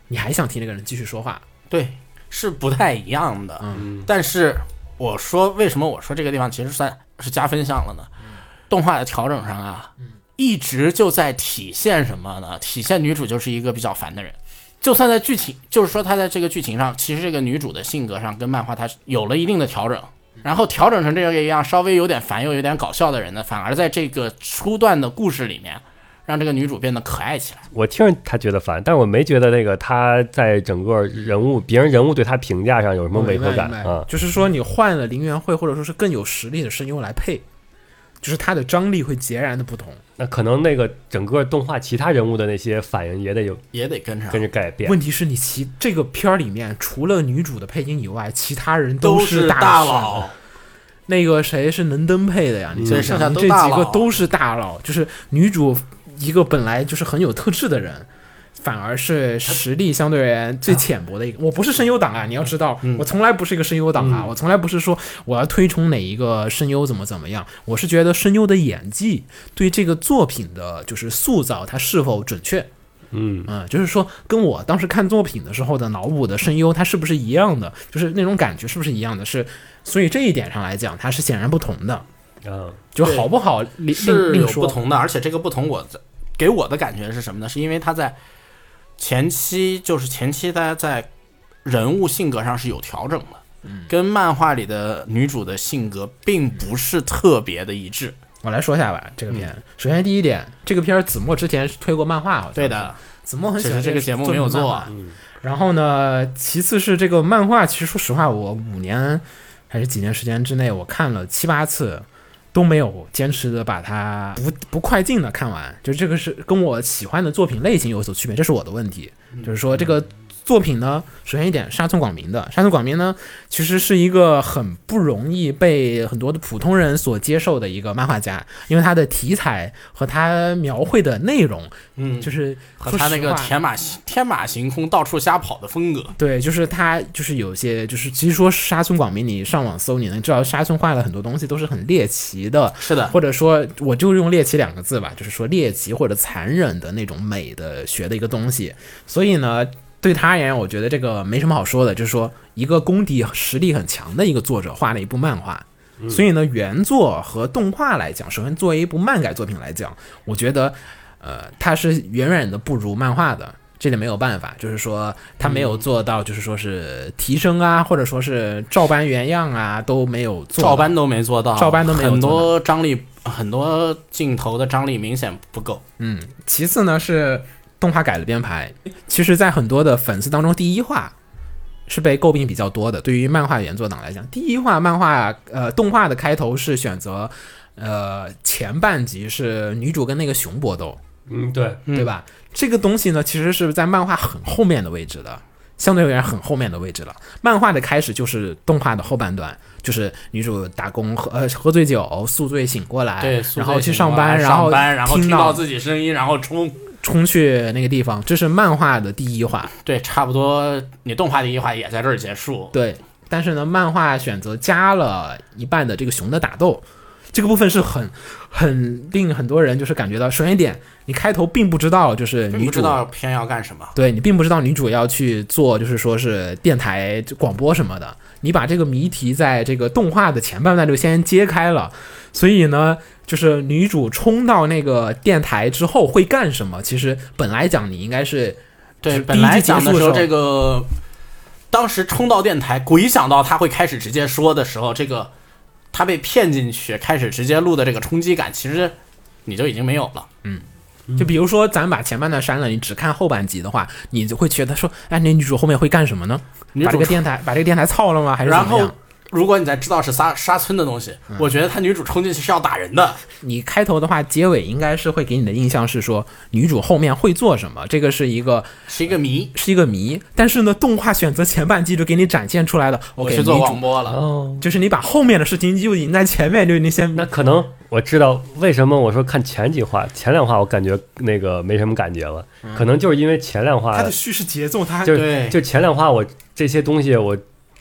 你还想听那个人继续说话。 对，是不太一样的。 嗯， 但是我说为什么我说这个地方其实算是加分项了呢？动画的调整上啊，一直就在体现什么呢？体现女主就是一个比较烦的人。就算在剧情，就是说她在这个剧情上，其实这个女主的性格上跟漫画它有了一定的调整，然后调整成这个一样稍微有点烦又有点搞笑的人呢，反而在这个初段的故事里面，让这个女主变得可爱起来。 我听着他觉得烦，但是我没觉得那个他在整个人物别人人物对他评价上有什么违和感啊。 就是说你换了林元惠或者说是更有实力的声优来配，就是他的张力会截然的不同。 那可能那个整个动画其他人物的那些反应也得有也得跟上跟着改变。 问题是你其这个片儿里面除了女主的配音以外，其他人都是大佬。那个谁是能登配的呀？你想想，这几个都是大佬，就是女主一个本来就是很有特质的人，反而是实力相对而言最浅薄的一个。我不是声优党啊，你要知道， 嗯、 我从来不是一个声优党啊、 嗯， 我从来不是说我要推崇哪一个声优怎么怎么样，我是觉得声优的演技对这个作品的就是塑造，它是否准确。 嗯嗯，就是说跟我当时看作品的时候的脑补的声优，它是不是一样的？就是那种感觉是不是一样的？是，所以这一点上来讲，它是显然不同的。 啊， 就好不好是有不同的，而且这个不同我给我的感觉是什么呢？是因为他在前期，就是前期大家在人物性格上是有调整的，嗯，跟漫画里的女主的性格并不是特别的一致。 我来说一下吧，这个片、嗯。首先第一点，这个片子墨之前是推过漫画，好像对的， 子墨很喜欢这个节目没有做。 嗯，然后呢，其次是这个漫画，其实说实话，我五年还是几年时间之内，我看了七八次，都没有坚持的把它不不快进的看完。就这个是跟我喜欢的作品类型有所区别，这是我的问题。嗯、就是说这个。作品呢，首先一点，沙村广明的沙村广明呢，其实是一个很不容易被很多的普通人所接受的一个漫画家，因为他的题材和他描绘的内容， 嗯， 就是和他那个天马天马行空、到处瞎跑的风格， 对，就是他就是有些就是，其实说沙村广明，你上网搜，你能知道沙村画了很多东西都是很猎奇的， 是的， 或者说我就用猎奇两个字吧，就是说猎奇或者残忍的那种美的学的一个东西，所以呢。对他而言，我觉得这个没什么好说的，就是说一个功底实力很强的一个作者画了一部漫画，嗯、所以呢，原作和动画来讲，首先作为一部漫改作品来讲，我觉得，呃，它是远远的不如漫画的，这里没有办法，就是说他没有做到，就是说是提升啊，或者说是照搬原样啊，都没有做到， 照搬都没做到， 照搬都没有做到， 很多张力，很多镜头的张力明显不够。 嗯，其次呢是。动画改了编排，其实在很多的粉丝当中，第一话是被诟病比较多的。对于漫画原作党来讲，第一话漫画呃动画的开头是选择呃前半集是女主跟那个熊搏斗， 嗯对对吧、嗯？这个东西呢，其实是在漫画很后面的位置的，相对而言很后面的位置了。漫画的开始就是动画的后半段，就是女主打工喝呃喝醉酒宿醉醒过来， 对， 然后去上班， 然后然后听到自己声音，然后冲。 冲去那个地方，这是漫画的第一话。 对，差不多，你动画第一话也在这儿结束。 对，但是呢，漫画选择加了一半的这个熊的打斗，这个部分是很很令很多人就是感觉到，首先一点，你开头并不知道就是女主不知道偏要干什么， 对你并不知道女主要去做就是说是电台广播什么的，你把这个谜题在这个动画的前半段就先揭开了，所以呢。就是女主冲到那个电台之后会干什么？其实本来讲你应该是对，本来讲的时候这个当时冲到电台，鬼想到他会开始直接说的时候，这个他被骗进去开始直接录的这个冲击感，其实你就已经没有了。 嗯，就比如说咱把前半段删了，你只看后半集的话，你就会觉得说，哎，那女主后面会干什么呢？把这个电台把这个电台操了吗？还是怎么样？ 如果你再知道是沙沙村的东西、嗯，我觉得他女主冲进去是要打人的。 你开头的话，结尾应该是会给你的印象是说女主后面会做什么，这个是一个是一个谜， 是一个谜。但是呢，动画选择前半季就给你展现出来了。 我去做广播了， 哦， 就是你把后面的事情就已经在前面就你先。 那可能我知道为什么我说看前几话，前两话我感觉那个没什么感觉了，嗯、可能就是因为前两话它的叙事节奏它， 就就前两话我这些东西我。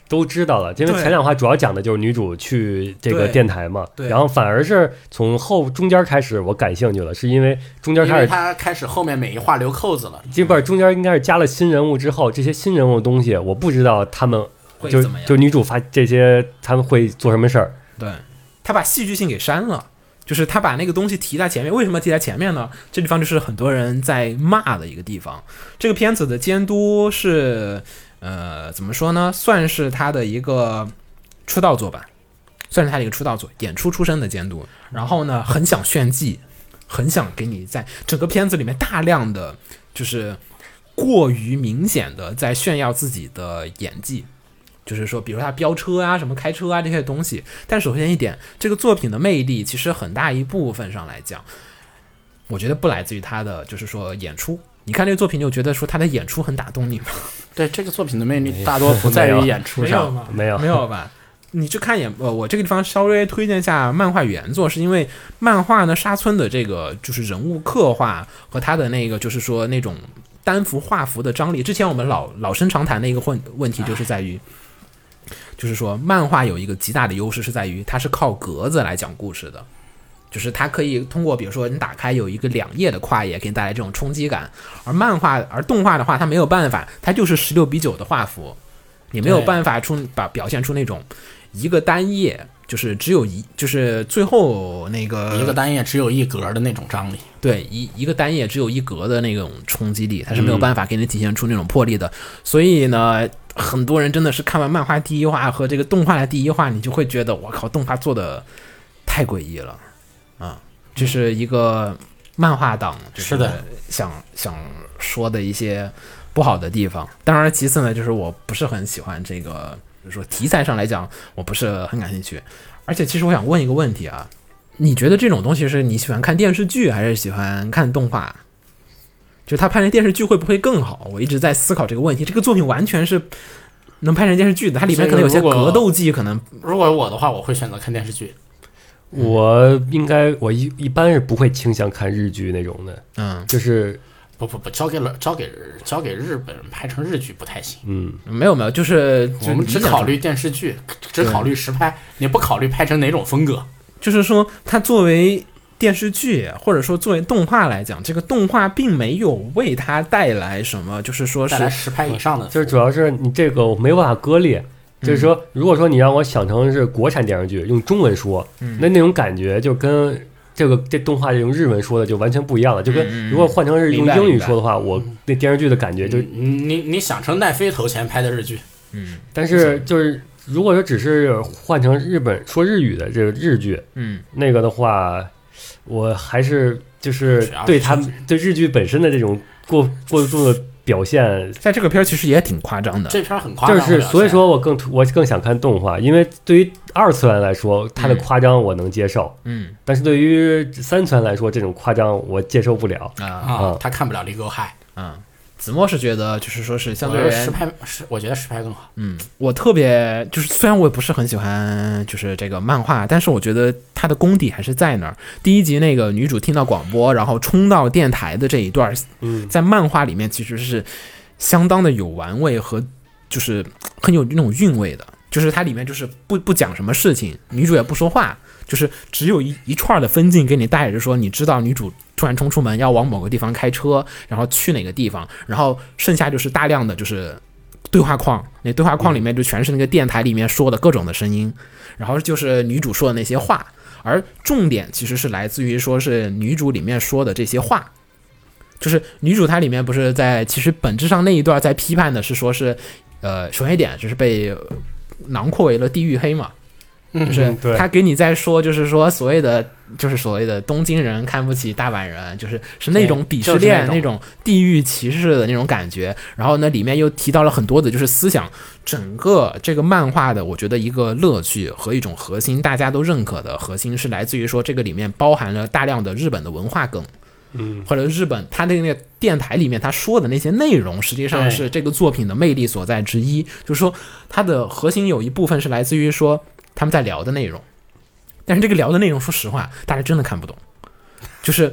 都知道了，因为前两话主要讲的就是女主去这个电台嘛，然后反而是从后中间开始我感兴趣了，是因为中间开始他开始后面每一话留扣子了， 这本中间应该是加了新人物之后，这些新人物的东西我不知道他们就就女主发这些他们会做什么事儿， 对，他把戏剧性给删了。就是他把那个东西提在前面，为什么提在前面呢？这地方就是很多人在骂的一个地方。这个片子的监督是，呃，怎么说呢？算是他的一个出道作吧，算是他的一个出道作，演出出身的监督。然后呢，很想炫技，很想给你在整个片子里面大量的就是过于明显的在炫耀自己的演技。就是说比如他飙车啊什么开车啊这些东西，但首先一点，这个作品的魅力其实很大一部分上来讲，我觉得不来自于他的就是说演出。你看这个作品，你就觉得说他的演出很打动你吗？ 对，这个作品的魅力大多不在于演出上。 没有没有没有吧？你去看演呃，我这个地方稍微推荐一下漫画原作，是因为漫画呢沙村的这个就是人物刻画和他的那个就是说那种单幅画幅的张力，之前我们老老生常谈的一个问问题就是在于。就是说漫画有一个极大的优势是在于它是靠格子来讲故事的，就是它可以通过比如说你打开有一个两页的跨页给你带来这种冲击感，而漫画而动画的话它没有办法，它就是十六比九的画幅，你没有办法出把表现出那种一个单页就是只有一就是最后那个一个单页只有一格的那种张力， 对，一一个单页只有一格的那种冲击力，它是没有办法给你体现出那种魄力的、嗯、所以呢很多人真的是看完漫画第一话和这个动画的第一话，你就会觉得我靠，动画做的太诡异了啊！这是一个漫画党是的想想说的一些不好的地方。当然其次呢，就是我不是很喜欢这个，就是说题材上来讲我不是很感兴趣。而且其实我想问一个问题啊，你觉得这种东西是你喜欢看电视剧还是喜欢看动画？就他拍成电视剧会不会更好？我一直在思考这个问题。这个作品完全是能拍成电视剧的，它里面可能有些格斗技，可能如果我的话，我会选择看电视剧。 我应该我一一般是不会倾向看日剧那种的， 嗯， 就是不不不交给了交给交给日本拍成日剧不太行。 嗯， 没有没有，就是我们只考虑电视剧，只考虑实拍，你不考虑拍成哪种风格。 就是说，它作为电视剧或者说作为动画来讲，这个动画并没有为它带来什么，就是说是带来实拍以上的， 就是主要是你这个我没办法割裂。就是说，如果说你让我想成是国产电视剧用中文说， 嗯、 那那种感觉就跟这个这动画用日文说的就完全不一样了。就跟如果换成是用英语说的话，我那电视剧的感觉就你你想成奈飞头前拍的日剧， 嗯， 但是就是如果说只是换成日本说日语的这个日剧， 嗯， 那个的话，我还是就是对他们对日剧本身的这种过过度的表现， 在这个片其实也挺夸张的。 这片很夸张， 就是所以说我更我更想看动画，因为对于二次元来说，它的夸张我能接受， 嗯， 但是对于三次元来说，这种夸张我接受不了啊啊，他看不了《Legal High》 啊。子墨是觉得就是说是相对实拍是，我觉得实拍更好。 嗯，我特别就是虽然我也不是很喜欢就是这个漫画，但是我觉得它的功底还是在那儿。第一集那个女主听到广播，然后冲到电台的这一段， 嗯，在漫画里面其实是相当的有玩味和就是很有那种韵味的。就是它里面就是不不讲什么事情，女主也不说话，就是只有一一串的分镜给你带着说，你知道女主突然冲出门要往某个地方开车，然后去哪个地方，然后剩下就是大量的就是对话框，那对话框里面就全是那个电台里面说的各种的声音，然后就是女主说的那些话，而重点其实是来自于说是女主里面说的这些话。就是女主她里面不是在其实本质上那一段在批判的是说是呃首先一点就是被囊括为了地域黑嘛，就是他给你在说，就是说所谓的就是所谓的东京人看不起大阪人，就是是那种鄙视链、就是、那种地域歧视的那种感觉。然后呢，里面又提到了很多的就是思想，整个这个漫画的我觉得一个乐趣和一种核心，大家都认可的核心是来自于说这个里面包含了大量的日本的文化梗。 嗯， 或者日本他的那个电台里面他说的那些内容，实际上是这个作品的魅力所在之一。就是说，它的核心有一部分是来自于说他们在聊的内容，但是这个聊的内容，说实话，大家真的看不懂。就是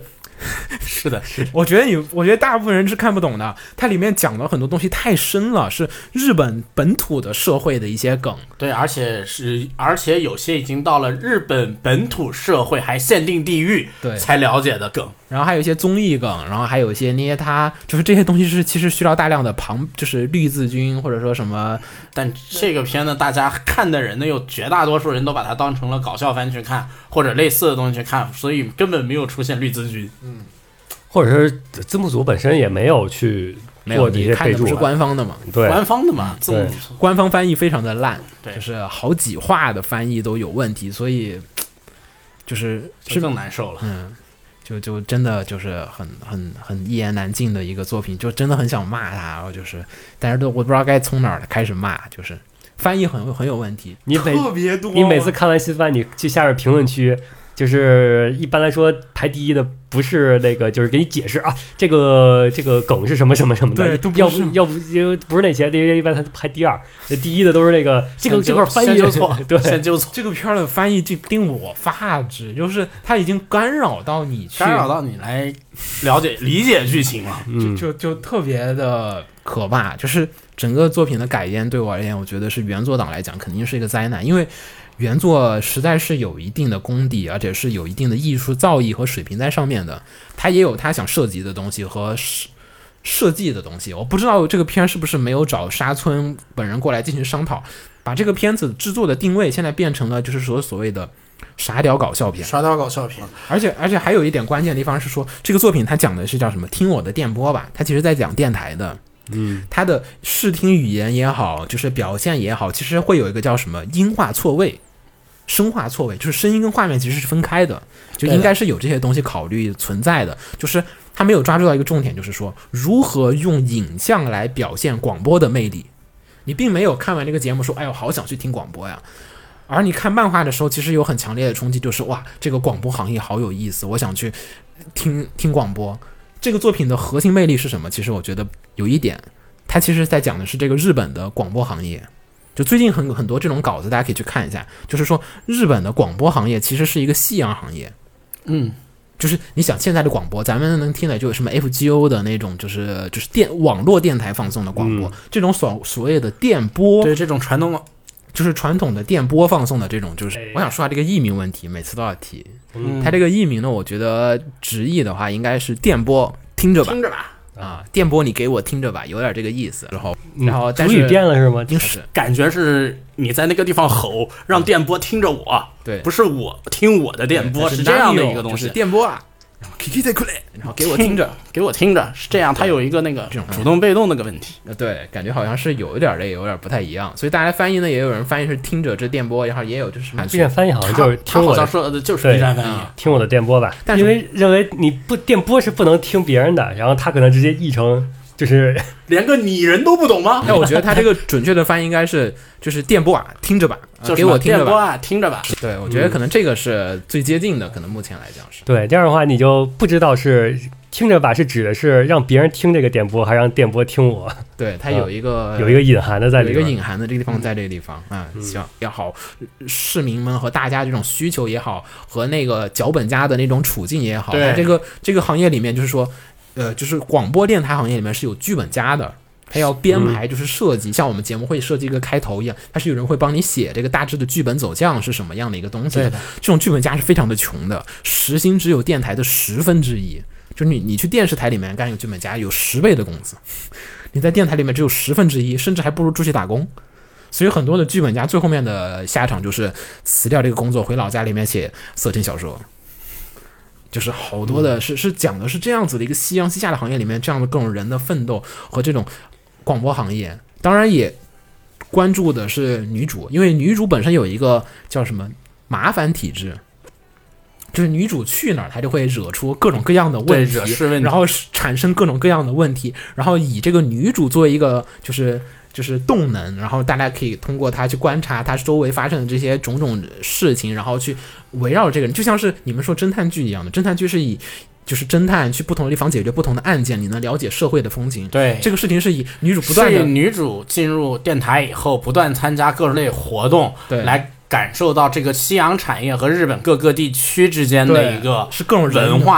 是的，是的。 我觉得你，我觉得大部分人是看不懂的。它里面讲的很多东西太深了，是日本本土的社会的一些梗。 对，而且是，而且有些已经到了日本本土社会还限定地域对才了解的梗。 然后还有一些综艺梗，然后还有一些捏他，就是这些东西是其实需要大量的旁，就是绿字军或者说什么。 但这个片呢，大家看的人呢，有绝大多数人都把它当成了搞笑番去看，或者类似的东西去看，所以根本没有出现绿字军。 嗯， 或者是字幕组本身也没有去做这些备注、啊， 不是官方的嘛？ 对， 官方的嘛，字幕组官方翻译非常的烂， 对， 就是好几话的翻译都有问题，所以就是是更难受了。 嗯。就就真的就是很很很一言难尽的一个作品，就真的很想骂他，然后就是，但是都我不知道该从哪儿开始骂，就是翻译很很有问题， 你每特别多。 你每次看完新番，你去下面评论区，就是一般来说排第一的不是那个，就是给你解释啊，这个这个梗是什么什么什么的， 对，都不要不要不不是那些，因为一般他排第二，第一的都是那个这个这块翻译就错， 对， 先纠错。 这个片的翻译就令我发指，就是它已经干扰到你去， 干扰到你来了解理解剧情了， 嗯， 就就特别的可怕。就是整个作品的改编对我而言，我觉得是原作党来讲肯定是一个灾难，因为原作实在是有一定的功底，而且是有一定的艺术造诣和水平在上面的。他也有他想涉及的东西和设计的东西。我不知道这个片是不是没有找沙村本人过来进行商讨，把这个片子制作的定位现在变成了就是说所谓的傻屌搞笑片， 刷到搞笑片。 而且而且还有一点关键的地方是说，这个作品它讲的是叫什么？听我的电波吧，它其实在讲电台的。 嗯， 它的视听语言也好，就是表现也好，其实会有一个叫什么音画错位、声画错位，就是声音跟画面其实是分开的，就应该是有这些东西考虑存在的。就是他没有抓住到一个重点，就是说如何用影像来表现广播的魅力。你并没有看完这个节目说，哎呦，好想去听广播呀。而你看漫画的时候，其实有很强烈的冲击，就是哇，这个广播行业好有意思，我想去听听广播。这个作品的核心魅力是什么？其实我觉得有一点，它其实在讲的是这个日本的广播行业。就最近很很多这种稿子，大家可以去看一下，就是说日本的广播行业其实是一个夕阳行业。 嗯， 就是你想现在的广播，咱们能听的就是什么 F G O 的那种，就是就是电网络电台放送的广播，嗯、这种所所谓的电波， 对这种传统。 就是传统的电波放送的这种，就是我想说下这个译名问题，每次都要提。 嗯， 它这个译名呢，我觉得直译的话应该是电波，听着吧， 听着吧， 啊，电波你给我听着吧，有点这个意思。然后，然后主语变了是吗？ 就是感觉是你在那个地方吼，让电波听着我， 对， 不是我听我的电波，是这样的一个东西， 就是电波啊。然后给我听着， 给我听着，是这样。它有一个那个主动被动那个问题。 对，感觉好像是有一点这个有点不太一样，所以大家翻译呢，也有人翻译是听着这电波，然后也有就是 B 站翻译好像就是听我的， 好像说的就是 B 站翻译， 听我的电波吧。因为认为你不电波是不能听别人的，然后他可能直接译成就是连个拟人都不懂吗？ 那我觉得他这个准确的翻译应该是就是电波啊，听着吧， 就给我听着吧， 电波啊，听着吧。 对，我觉得可能这个是最接近的，可能目前来讲是。 对，这样的话你就不知道是听着吧是指的是让别人听这个电波，还是让电波听我？ 对，它有一个、 嗯、有一个隐含的在里边， 有一个隐含的这个地方在这个地方啊， 嗯、 希望也好，市民们和大家这种需求也好，和那个脚本家的那种处境也好，它这个这个行业里面就是说。呃，就是广播电台行业里面是有剧本家的，他要编排，就是设计，嗯、像我们节目会设计一个开头一样，它是有人会帮你写这个大致的剧本走向是什么样的一个东西的。这种剧本家是非常的穷的，时薪只有电台的十分之一，就是你你去电视台里面干一个剧本家有十倍的工资，你在电台里面只有十分之一，甚至还不如出去打工。所以很多的剧本家最后面的下场就是辞掉这个工作，回老家里面写色情小说。就是好多的是是讲的是这样子的一个夕阳西下的行业里面这样的各种人的奋斗和这种广播行业，当然也关注的是女主，因为女主本身有一个叫什么麻烦体质，就是女主去哪儿她就会惹出各种各样的问题，然后产生各种各样的问题，然后以这个女主作为一个就是就是动能，然后大家可以通过她去观察她周围发生的这些种种事情，然后去围绕这个人，就像是你们说侦探剧一样的，侦探剧是以就是侦探去不同的地方解决不同的案件，你能了解社会的风情。 对， 这个事情是以女主不断的， 是以女主进入电台以后，不断参加各类活动， 对， 来感受到这个西洋产业和日本各个地区之间的一个是各种文化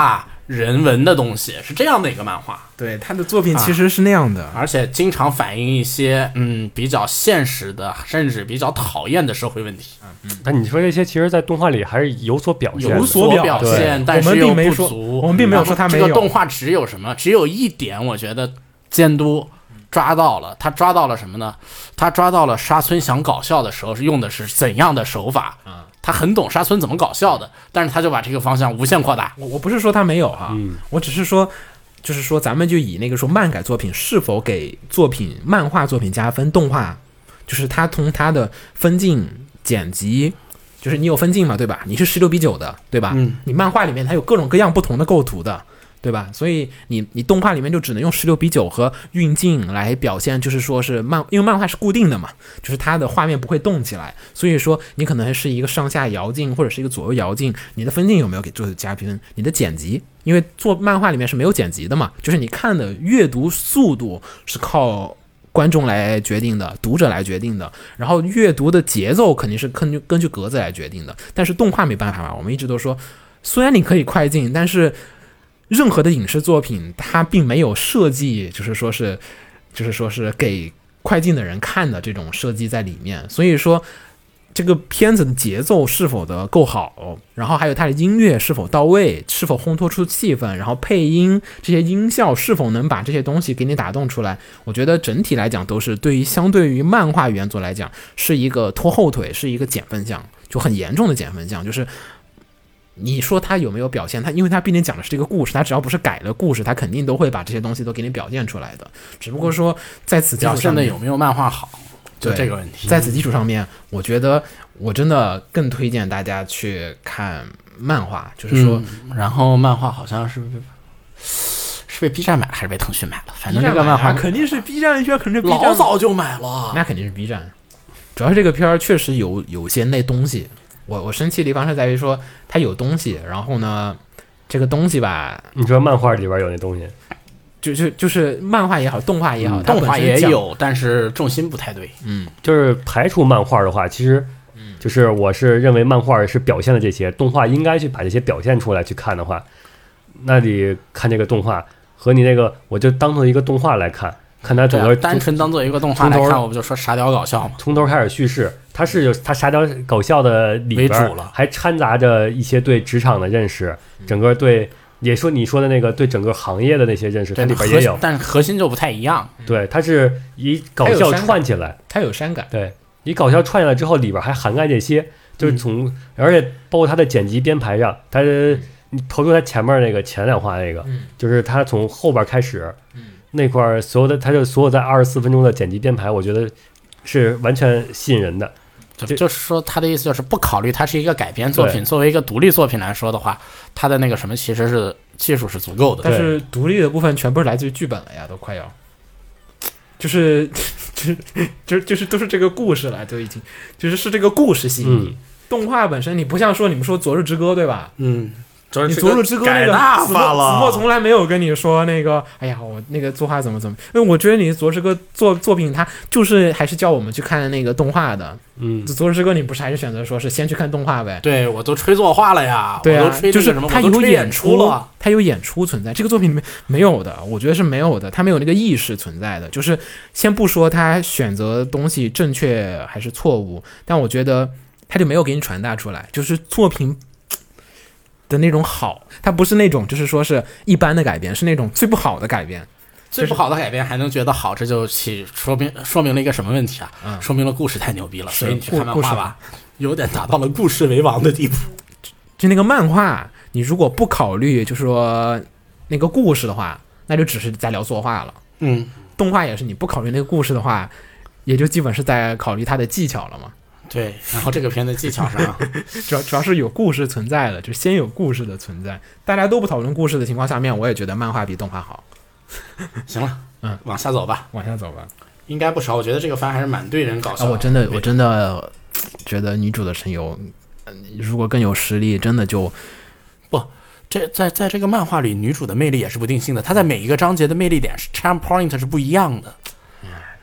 人文的东西，是这样的一个漫画。 对，他的作品其实是那样的， 而且经常反映一些嗯比较现实的，甚至比较讨厌的社会问题。 但你说这些，其实，在动画里还是有所表现的， 有所表现，但是又不足。 我们并没有说他没有。 这个动画只有什么？只有一点，我觉得监督抓到了。他抓到了什么呢？他抓到了沙村想搞笑的时候是用的是怎样的手法。他很懂沙村怎么搞笑的，但是他就把这个方向无限扩大。 我我不是说他没有哈、啊嗯，我只是说。就是说，咱们就以那个说漫改作品是否给作品漫画作品加分，动画就是它从它的分镜剪辑，就是你有分镜嘛，对吧？你是十六比九的，对吧？ 嗯， 你漫画里面它有各种各样不同的构图的，对吧？所以你你动画里面就只能用十六比九和运镜来表现，就是说是漫，因为漫画是固定的嘛，就是它的画面不会动起来，所以说你可能是一个上下摇镜或者是一个左右摇镜，你的分镜有没有给做加分？你的剪辑。因为做漫画里面是没有剪辑的嘛，就是你看的阅读速度是靠观众来决定的，读者来决定的，然后阅读的节奏肯定是根据根据格子来决定的。但是动画没办法嘛，我们一直都说，虽然你可以快进，但是任何的影视作品它并没有设计，就是说是就是说是给快进的人看的这种设计在里面，所以说。这个片子的节奏是否的够好，然后还有它的音乐是否到位，是否烘托出气氛，然后配音这些音效是否能把这些东西给你打动出来，我觉得整体来讲都是对于相对于漫画原作来讲是一个拖后腿，是一个减分项，就很严重的减分项。就是你说它有没有表现，它因为它毕竟讲的是这个故事，它只要不是改了故事，它肯定都会把这些东西都给你表现出来的，只不过说在此基础上表现的有没有漫画好，就这个问题。 在此基础上面，我觉得我真的更推荐大家去看漫画，就是说， 嗯、然后漫画好像是是被 B 站买了还是被腾讯买了？反正这个漫画肯定是 B 站，肯定是 B 站， 老早就买了， 那肯定是 B 站。主要是这个片儿确实有有些那东西，我我生气的地方是在于说它有东西，然后呢，这个东西吧， 你说漫画里边有那东西。 就就就是漫画也好，动画也好， 嗯、动画也有，但是重心不太对。 嗯， 就是排除漫画的话，其实，就是我是认为漫画是表现了这些，动画应该去把这些表现出来去看的话，那你看这个动画和你那个，我就当做一个动画来看，看它整个、 啊、单纯当做一个动画来看，我不就说沙雕搞笑吗？ 从头开始叙事，它是有它沙雕搞笑的里边还掺杂着一些对职场的认识，整个对。也说你说的那个对整个行业的那些认识，它里边也有， 但是核心就不太一样。 对，它是以搞笑串起来， 它有删改。 对，以搞笑串起来之后，里边还涵盖这些，就是从、嗯、而且包括它的剪辑编排上，它你投出它前面那个前两话那个， 嗯、 就是它从后边开始、 嗯、 那块所有的，它就所有在二十四分钟的剪辑编排，我觉得是完全吸引人的。 就就是说，他的意思就是不考虑它是一个改编作品，作为一个独立作品来说的话，它的那个什么其实是技术是足够的。 但是独立的部分全部是来自于剧本了呀，都快要，就是就是就是就是都是这个故事了，都已经就是是这个故事吸引你。 嗯、 动画本身你不像说你们说《昨日之歌》对吧？ 嗯。 你《昨日之歌》那个子墨子墨从来没有跟你说那个，哎呀，我那个作画怎么怎么，因为我觉得你《昨日之歌》作作品，它就是还是叫我们去看那个动画的。 嗯， 《昨日之歌》你不是还是选择说是先去看动画呗？ 对，我都吹作画了呀， 对啊， 我都吹就是它有演出了， 它有演出存在，这个作品里面没有的，我觉得是没有的，它没有那个意识存在的。就是先不说它选择东西正确还是错误，但我觉得它就没有给你传达出来，就是作品的那种好，它不是那种就是说是一般的改编，是那种最不好的改编。 最不好的改编还能觉得好，这就起说明说明了一个什么问题啊？ 嗯、 说明了故事太牛逼了，所以你去看漫画吧，有点达到了故事为王的地步。 就那个漫画，你如果不考虑就是说那个故事的话，那就只是在聊作画了。 嗯， 动画也是，你不考虑那个故事的话，也就基本是在考虑它的技巧了嘛。 对，然后这个片的技巧上主要主要是有故事存在的，就先有故事的存在，大家都不讨论故事的情况下面，我也觉得漫画比动画好。 行了， 嗯， 往下走吧， 往下走吧， 应该不少。我觉得这个番还是蛮对人搞笑的、 啊。我真的，我真的觉得女主的声优，如果更有实力，真的就不。这在在这个漫画里，女主的魅力也是不定性的，她在每一个章节的魅力点是 charm point 是不一样的。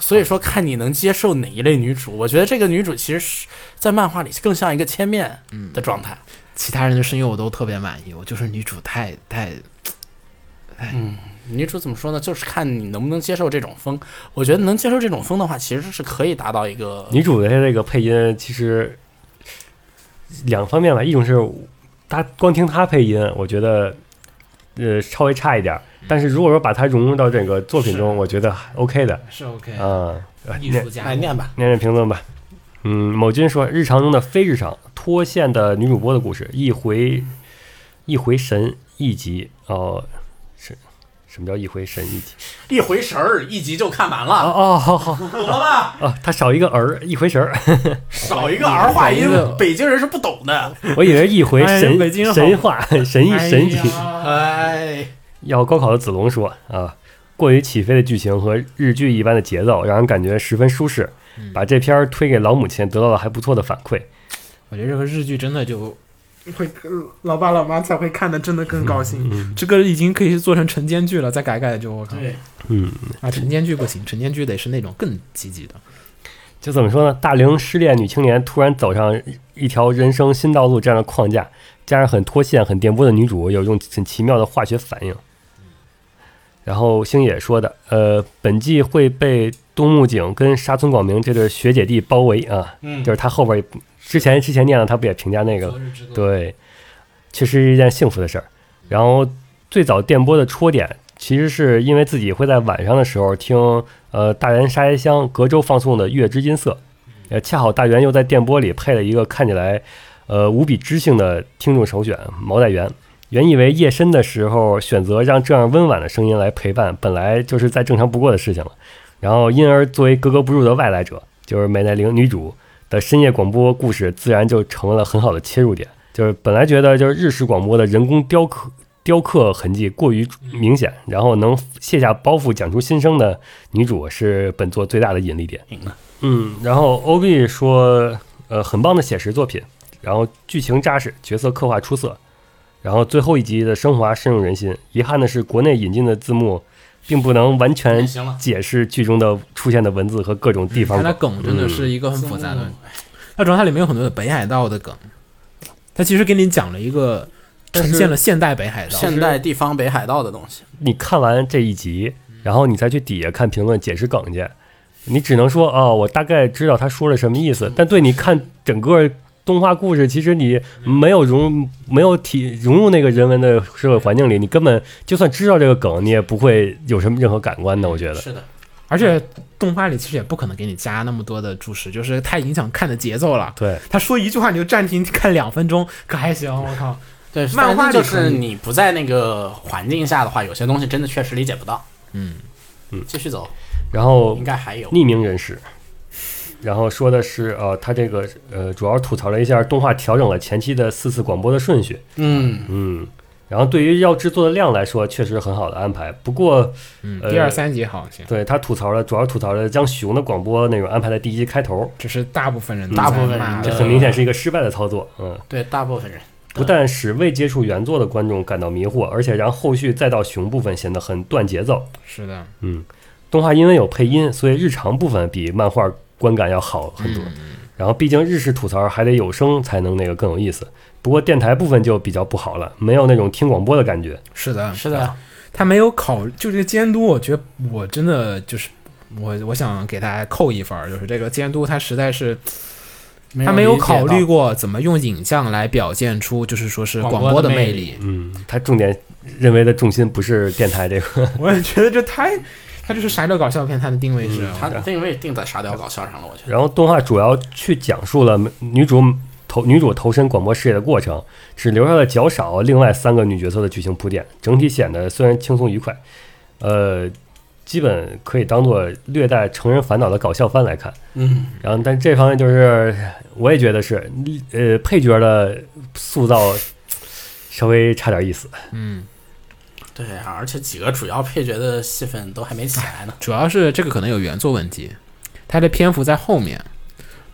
所以说看你能接受哪一类女主。我觉得这个女主其实是在漫画里更像一个千面的状态。 嗯、其他人的声优我都特别满意，我就是女主太太， 嗯，女主怎么说呢？就是看你能不能接受这种风。我觉得能接受这种风的话，其实是可以达到一个女主的这个配音，其实两方面吧，一种是她光听她配音，我觉得呃稍微差一点。但是如果说把它融入到整个作品中，我觉得 OK 的， 是 OK 啊、 嗯。艺术家， 来念吧， 念念评论吧。嗯，某君说，日常中的非日常脱线的女主播的故事，一回一回神一集哦，是什么叫一回神一集？ 一回神儿一集就看完了。 哦哦，好好， 懂了吧？ 哦，他少一个儿，一回神儿， 少一个儿化音，北京人是不懂的。 我以为一回神、 哎、 神话神一神体。 哎。 要高考的子龙说啊，过于起飞的剧情和日剧一般的节奏，让人感觉十分舒适。把这片推给老母亲，得到了还不错的反馈。 我觉得这个日剧真的就会老爸老妈才会看的，真的更高兴。 嗯嗯、 这个已经可以做成晨间剧了，再改改就我靠。 对， 嗯啊，晨间剧不行，晨间剧得是那种更积极的。 就怎么说呢？大龄失恋女青年突然走上一条人生新道路这样的框架，加上很脱线、很电波的女主，有一种很奇妙的化学反应。然后星野说的，呃，本季会被东木景跟沙村广明这对学姐弟包围啊， 嗯， 就是他后边之前之前念了，他不也评价那个，对，确实是一件幸福的事儿。然后最早电波的戳点，其实是因为自己会在晚上的时候听呃大原沙耶香隔周放送的《月之音色》，呃，恰好大原又在电波里配了一个看起来呃无比知性的听众首选毛代原。原以为夜深的时候选择让这样温婉的声音来陪伴，本来就是再正常不过的事情了。然后因而作为格格不入的外来者，就是美奈玲女主的深夜广播故事，自然就成了很好的切入点。就是本来觉得就是日式广播的人工雕刻雕刻痕迹过于明显，然后能卸下包袱讲出心声的女主是本作最大的引力点。嗯，然后 O B 说，呃，很棒的写实作品，然后剧情扎实，角色刻画出色。然后最后一集的升华深入人心，遗憾的是国内引进的字幕并不能完全解释剧中的出现的文字和各种地方梗。 它的梗真的是一个很复杂的，嗯、它主要它里面有很多的北海道的梗，它其实给你讲了一个呈现了现代北海道、 现代地方北海道的东西。 你看完这一集，然后你再去底下看评论解释梗去，你只能说哦，我大概知道他说了什么意思，但对你看整个动画故事，其实你没有融没有体融入那个人文的社会环境里，你根本就算知道这个梗，你也不会有什么任何感官的。我觉得是的， 而且动画里其实也不可能给你加那么多的注释，就是太影响看的节奏了。 对， 他说一句话你就暂停看两分钟，可还行？我靠！ 对， 漫画就是你不在那个环境下的话，有些东西真的确实理解不到。 嗯嗯， 继续走。 然后应该还有匿名人士。然后说的是，呃，他这个呃，主要吐槽了一下动画调整了前期的四次广播的顺序。 嗯嗯，然后对于要制作的量来说，确实很好的安排。不过， 嗯， 呃、 第二三集好像对他吐槽了，主要吐槽了将许雄的广播内容安排在第一集开头， 这是大部分人， 大部分人， 这很明显是一个失败的操作。嗯， 对，大部分人不但使未接触原作的观众感到迷惑，而且让后续再到熊部分显得很断节奏。 是的， 嗯，动画因为有配音，所以日常部分比漫画观感要好很多， 嗯、 然后毕竟日式吐槽还得有声才能那个更有意思。不过电台部分就比较不好了，没有那种听广播的感觉。 是的， 是的， 他没有考，就这个监督，我觉得我真的就是我，我想给他扣一分，就是这个监督他实在是。他没有考虑过怎么用影像来表现出，就是说是广播的魅力。 嗯，他重点认为的重心不是电台这个。 我也觉得这太，他就是沙雕搞笑片，他的定位是， 嗯、他的定位定在沙雕搞笑上了。我觉得。 然后动画主要去讲述了女主投女主投身广播事业的过程，只留下了较少另外三个女角色的剧情铺垫，整体显得虽然轻松愉快，呃。基本可以当做略带成人烦恼的搞笑番来看， 嗯， 然后但这方面就是我也觉得是，呃，配角的塑造稍微差点意思， 嗯， 对啊，而且几个主要配角的戏份都还没起来呢， 主要是这个可能有原作问题，它的篇幅在后面，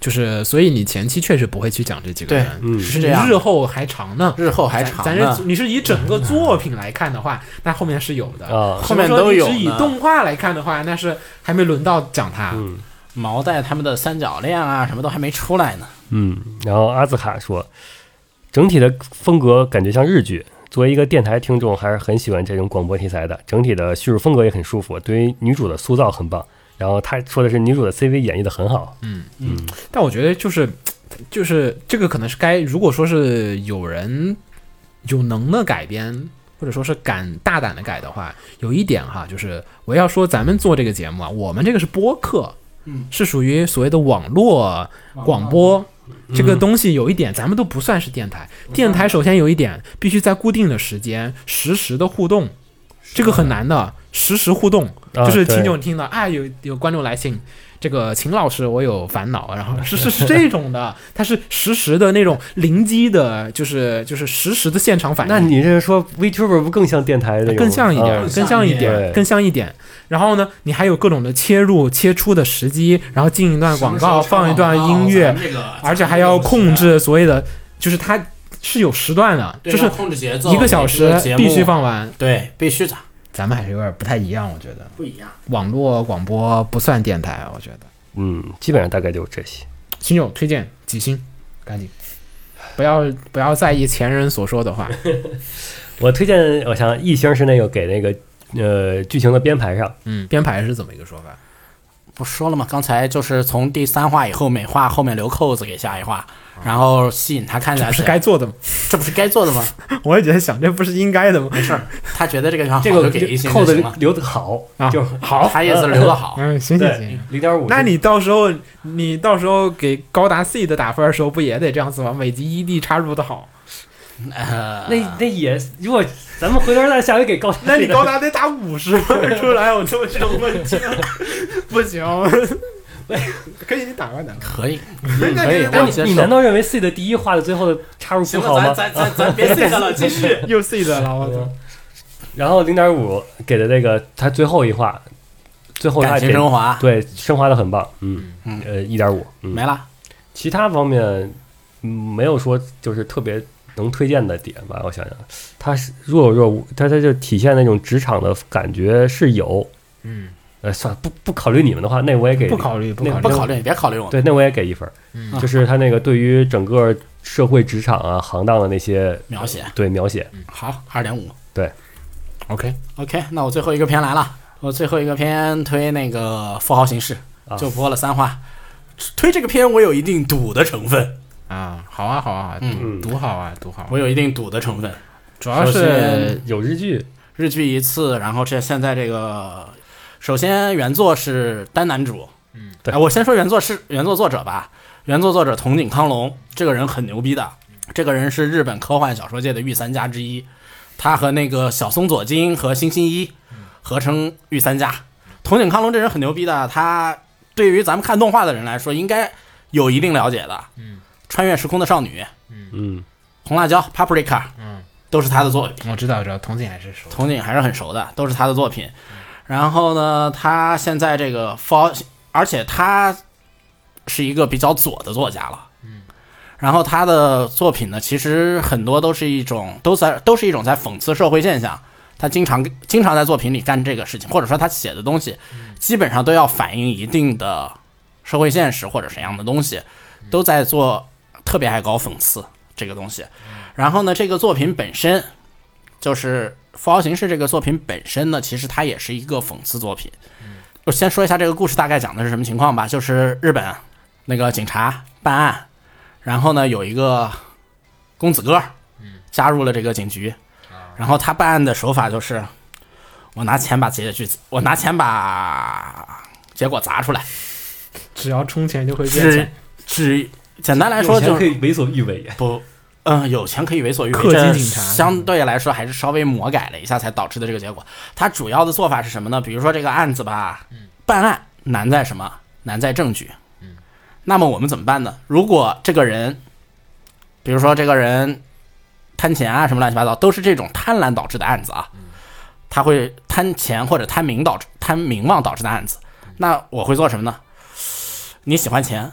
就是所以你前期确实不会去讲这几个人， 嗯是这样日后还长呢， 日后还长咱呢咱是你是以整个作品来看的话，那后面是有的啊后面都有呢只以动画来看的话，那是还没轮到讲他。 嗯毛带他们的三角恋啊，什么都还没出来呢。 嗯。然后阿兹卡说，整体的风格感觉像日剧。作为一个电台听众，还是很喜欢这种广播题材的。整体的叙述风格也很舒服，对于女主的塑造很棒。然后他说的是女主的 C V 演绎的很好。 嗯嗯， 但我觉得就是就是这个可能是该如果说是有人有能的改编，或者说是敢大胆的改的话，有一点哈，就是我要说咱们做这个节目啊，我们这个是播客， 嗯， 是属于所谓的网络广播。这个东西有一点，咱们都不算是电台。电台首先有一点，必须在固定的时间实时的互动，这个很难的，实时互动， 啊就是听对众听到啊，有有观众来信，这个秦老师我有烦恼，然后是是是这种的，它是实时的那种灵机的，就是就是实时的现场反应。 那你这个说 VTuber 不更像电台那种？ 更像一点， 啊更像一对点，更像一点。然后呢，你还有各种的切入、切出的时机，然后进一段广告，放一段音乐，而且还要控制所谓的，就是它是有时段的，就是控制节奏， 一个小时必须放完。 对，必须的。 咱们还是有点不太一样，我觉得不一样。 网络广播不算电台，我觉得。 嗯，基本上大概就是这些。 新友推荐几星，赶紧，不要不要在意前人所说的话。 我推荐，我想一星是那个给那个呃剧情的编排上。 嗯，编排是怎么一个说法？ 不说了吗？刚才就是从第三话以后，每话后面留扣子给下一话，然后吸引他看下去。 这不是该做的吗？ 这不是该做的吗？ 我也觉得想，这不是应该的吗？ 没事儿，他觉得这个地方好这个就给一星扣子就行了。 留的好啊就好， 他意思是留的好。 嗯，行行对行。 零点五。 那你到时候你到时候给高达 C 的打分的时候，不也得这样子吗？每集 E D 插入的好， 呃， 那那也，如果咱们回头再下回给高达， 那你高达得打五十分出来，有这么这种问题吗？不行，可以你打吧打吧。 可以， 可以可以， 那你我接受。 你难道认为 C 的第一话的最后的插入不好吗？ 咱咱咱别 C 了，继续。 又 C 的了，我操！ 然后零点五给的这个，他最后一话，最后他感情给升华对升华的很棒，嗯嗯呃一点五，嗯， 没了。 其他方面嗯没有说就是特别能推荐的点吧，我想想，它是若有若无，它它就体现那种职场的感觉是有， 嗯， 呃，算了，不不考虑你们的话，那我也给不考虑，不那考虑， 不考虑，别考虑我们。 对，那我也给一分， 嗯就是他那个对于整个社会职场啊行当的那些描写对描写， 好，二点五。 OK， OK，那我最后一个片来了，我最后一个片推那个《富豪行事》， 啊就播了三话。推这个片我有一定赌的成分， 啊，好啊，好啊， 嗯读读好啊，读好。 我有一定赌的成分。 主要首是先有日剧日剧一次，然后这现在这个，首先原作是单男主， 嗯， 对哎我先说原作是原作作者吧，原作作者筒井康隆，这个人很牛逼的，这个人是日本科幻小说界的御三家之一，他和那个小松左京和新新一合称御三家。筒井康隆这人很牛逼的，他对于咱们看动画的人来说应该有一定了解的， 嗯， 穿越时空的少女、 嗯红辣椒 Paprika， 嗯， 都是他的作品。 我知道，我知道，童景还是熟的。 筒井还是很熟的，都是他的作品。然后呢，他现在这个发，而且他是一个比较左的作家了。嗯。然后他的作品呢，其实很多都是一种，都在都是一种在讽刺社会现象。他经常经常在作品里干这个事情，或者说他写的东西，基本上都要反映一定的社会现实或者什么样的东西，都在做特别爱搞讽刺这个东西。然后呢，这个作品本身就是《富豪行事》这个作品本身呢，其实它也是一个讽刺作品。我先说一下这个故事大概讲的是什么情况吧，就是日本那个警察办案，然后呢有一个公子哥加入了这个警局，然后他办案的手法就是我拿钱把结局，我拿钱把结果砸出来， 只要充钱就会变只钱。 只简单来说有钱就是可以为所欲为， 不，嗯，有钱可以为所欲为， 氪金这警察相对来说还是稍微魔改了一下才导致的这个结果。他主要的做法是什么呢？比如说这个案子吧，办案难在什么？难在证据。那么我们怎么办呢？如果这个人，比如说这个人贪钱啊什么乱七八糟，都是这种贪婪导致的案子啊，他会贪钱或者贪名导致贪名望导致的案子，那我会做什么呢？你喜欢钱，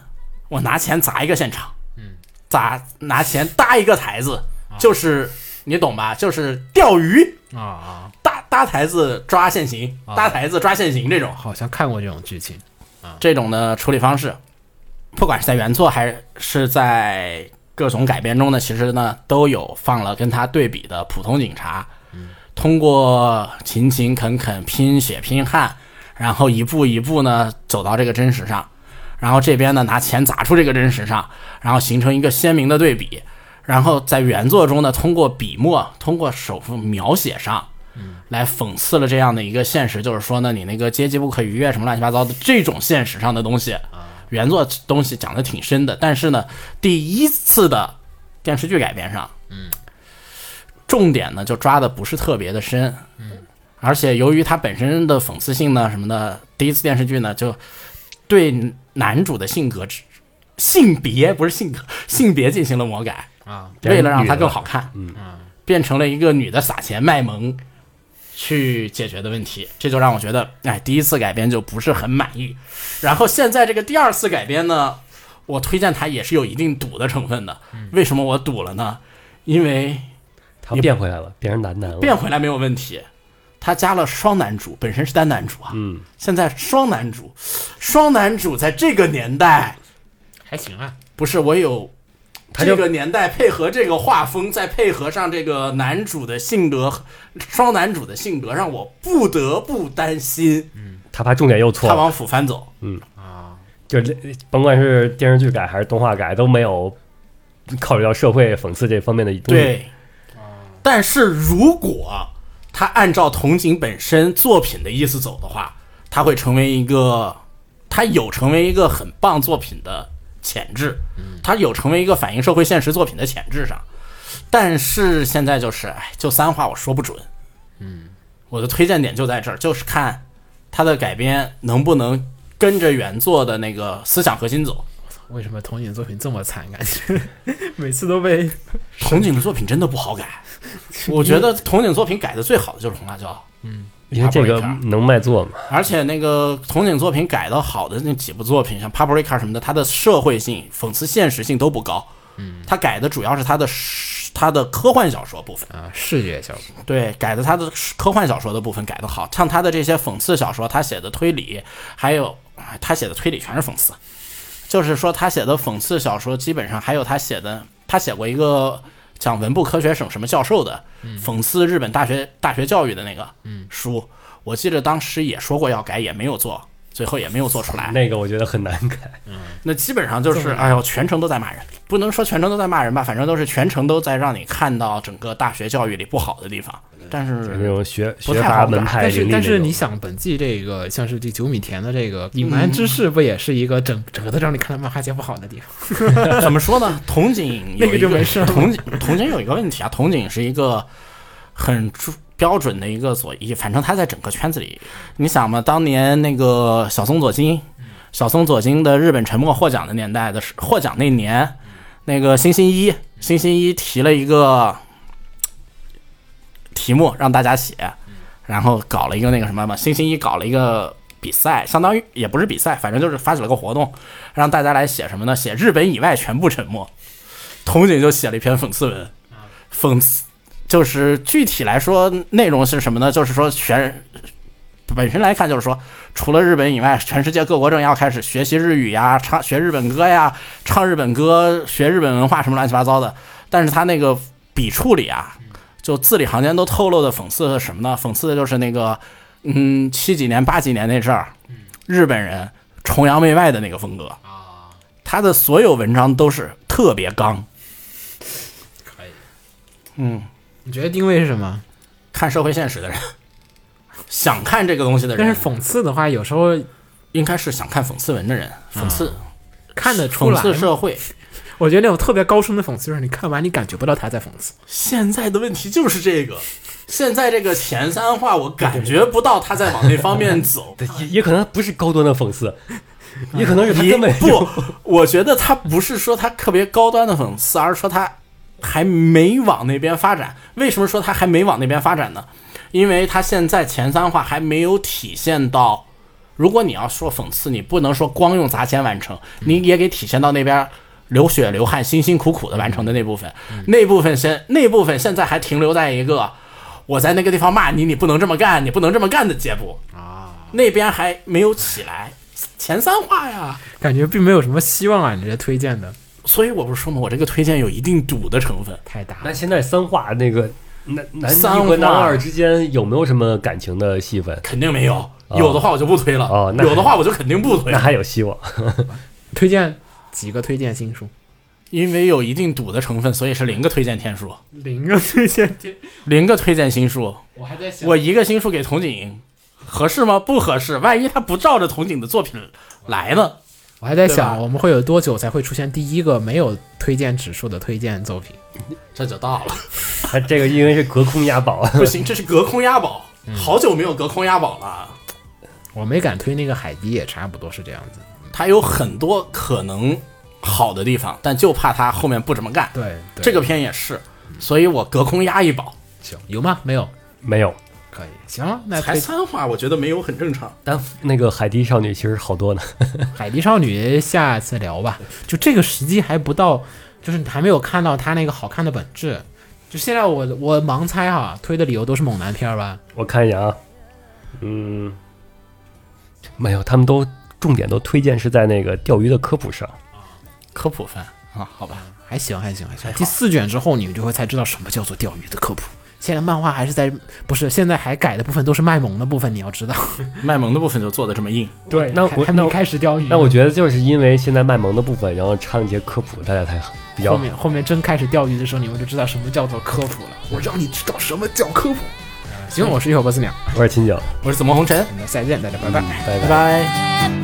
我拿钱砸一个现场，嗯，砸拿钱搭一个台子，啊、就是你懂吧？就是钓鱼啊啊， 搭搭台子抓现行，啊、搭台子抓现行这种， 好像看过这种剧情啊。这种的处理方式，不管是在原作还是在各种改编中呢，其实呢都有放了跟他对比的普通警察，嗯，通过勤勤恳恳、拼血拼汗，然后一步一步呢走到这个真实上。然后这边呢拿钱砸出这个真实上，然后形成一个鲜明的对比。然后在原作中呢，通过笔墨，通过手幅描写上，来讽刺了这样的一个现实，就是说呢，你那个阶级不可逾越什么乱七八糟的这种现实上的东西，原作东西讲的挺深的。但是呢，第一次的电视剧改编上，重点呢就抓的不是特别的深，而且由于它本身的讽刺性呢什么的，第一次电视剧呢就对男主的性格、性别不是性格、性别进行了魔改啊，为了让他更好看，嗯，变成了一个女的撒钱卖萌去解决的问题，这就让我觉得，哎，第一次改编就不是很满意。然后现在这个第二次改编呢，我推荐它也是有一定赌的成分的。为什么我赌了呢？因为他变回来了，变成男男了， 变回来没有问题。他加了双男主，本身是单男主啊，嗯，现在双男主，双男主在这个年代还行啊， 不是我有这个年代配合这个画风，再配合上这个男主的性格，双男主的性格，让我不得不担心， 嗯，他怕重点又错了， 他往腐番走， 嗯啊，就甭管是电视剧改还是动画改，都没有考虑到社会讽刺这方面的东西， 对，但是如果他按照筒井本身作品的意思走的话，他会成为一个，他有成为一个很棒作品的潜质，他有成为一个反映社会现实作品的潜质上。但是现在就是，哎，就三话我说不准。嗯，我的推荐点就在这儿，就是看他的改编能不能跟着原作的那个思想核心走。 为什么筒井作品这么惨？感觉每次都被筒井的作品真的不好改。我觉得筒井作品改的最好的就是红辣椒， 嗯，因为这个能卖座嘛。 而且那个筒井作品改的好的那几部作品，像 Paprika 什么的，它的社会性、讽刺现实性都不高。嗯，他改的主要是他的他的科幻小说部分啊，视觉小说。 对，改的他的科幻小说的部分改的好，像他的这些讽刺小说，他写的推理，还有他写的推理全是讽刺。就是说他写的讽刺小说基本上还有他写的，他写过一个讲文部科学省什么教授的讽刺日本大学大学教育的那个书，我记得当时也说过要改，也没有做，最后也没有做出来。 那个我觉得很难改。 嗯，那基本上就是哎呦，全程都在骂人，不能说全程都在骂人吧，反正都是全程都在让你看到整个大学教育里不好的地方。但是那种学学阀门派， 但是但是你想，本季这个像是这九米田的这个隐瞒之事，不也是一个整整个都让你看到漫画界不好的地方？ 怎么说呢？筒井那个就没事。 筒井筒井有一个问题啊，筒井是一个很标准的一个左翼，反正他在整个圈子里，你想嘛，当年那个小松左京，小松左京的日本沉默获奖的年代的获奖那年，那个新新一新新一提了一个题目让大家写，然后搞了一个那个什么嘛，新新一搞了一个比赛，相当于也不是比赛，反正就是发起了个活动，让大家来写什么呢？写日本以外全部沉默。筒井就写了一篇讽刺文，讽刺就是具体来说内容是什么呢？就是说全本身来看就是说，除了日本以外，全世界各国正要开始学习日语呀，唱学日本歌呀，唱日本歌，学日本文化什么乱七八糟的。但是他那个笔触里啊，就字里行间都透露的讽刺的什么呢？讽刺的就是那个，嗯，七几年八几年那阵儿，日本人崇洋媚外的那个风格啊。他的所有文章都是特别刚。 可以。 嗯， 你觉得定位是什么？ 看社会现实的人，想看这个东西的人。 但是讽刺的话，有时候应该是想看讽刺文的人，讽刺、嗯、 看得出来， 讽刺社会。 我觉得那种特别高深的讽刺，就是你看完你感觉不到他在讽刺。 现在的问题就是这个，现在这个前三话我感觉不到他在往那方面走， 也也可能不是高端的讽刺，也可能是他根本不。我觉得他不是说他特别高端的讽刺，而是说他还没往那边发展。为什么说他还没往那边发展呢？因为他现在前三话还没有体现到如果你要说讽刺，你不能说光用砸钱完成，你也给体现到那边流血流汗、辛辛苦苦的完成的那部分。嗯、那部分现那部分现在还停留在一个我在那个地方骂你，你不能这么干，你不能这么干的阶步啊，那边还没有起来。前三话呀， 感觉并没有什么希望啊，你这推荐的。 所以我不是说嘛，我这个推荐有一定赌的成分， 太大了。 那现在三话那个男男一和男二之间有没有什么感情的戏份？ 肯定没有，哦、有的话我就不推了。 哦， 有的话我就肯定不推。 那还有希望。 推荐几个推荐星数？ 因为有一定赌的成分，所以是零个推荐天数。 零个推荐天， 零个推荐星数。 我还在想， 我一个星数给筒井，合适吗？不合适。万一他不照着筒井的作品来呢？ 我还在想，我们会有多久才会出现第一个没有推荐指数的推荐作品？ 这就到了。 他这个因为是隔空押宝， 不行，这是隔空押宝，嗯、好久没有隔空押宝了。 我没敢推那个海底，也差不多是这样子。 它有很多可能好的地方，但就怕他后面不怎么干。 对，对这个片也是，所以我隔空押一宝。 行，有吗？没有， 没有。 可以，行，那才三话，我觉得没有很正常。 但那个海底少女其实好多呢。 海底少女下次聊吧，就这个时机还不到，就是你还没有看到它那个好看的本质。就现在我我盲猜哈，推的理由都是猛男片吧？ 我看一眼啊，嗯，没有，他们都重点都推荐是在那个钓鱼的科普上， 科普番啊，好吧， 还行还行还行。第四卷之后，你们就会才知道什么叫做钓鱼的科普。现在漫画还是在不是现在还改的部分都是卖萌的部分，你要知道， 卖萌的部分就做的这么硬。 对， 那我还没开始钓鱼。 那我觉得就是因为现在卖萌的部分，然后掺一些科普，大家才比较后面后面真开始钓鱼的时候，你们就知道什么叫做科普了。我让你知道什么叫科普。行，我是一口波斯鸟， 我是秦九， 我是紫梦红尘， 我们再见，大家拜拜， 拜拜拜。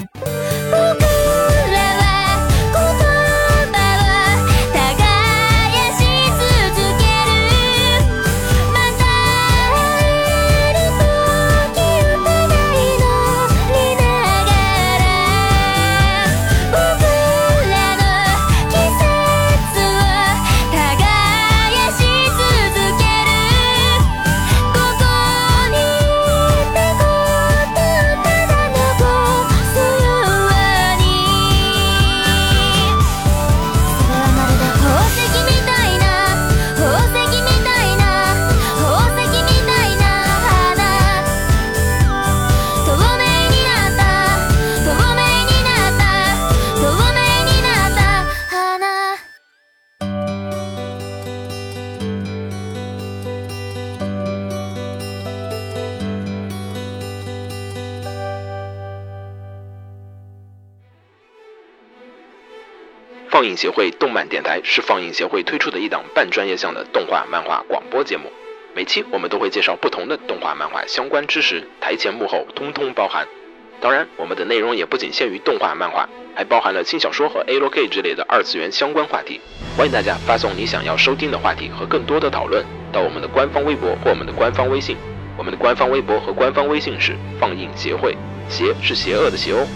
放映协会动漫电台是放映协会推出的一档半专业向的动画漫画广播节目，每期我们都会介绍不同的动画漫画相关知识，台前幕后通通包含。当然，我们的内容也不仅限于动画漫画，还包含了轻小说和 A L K 之类的二次元相关话题。欢迎大家发送你想要收听的话题和更多的讨论到我们的官方微博或我们的官方微信。我们的官方微博和官方微信是放映协会，邪是邪恶的邪哦。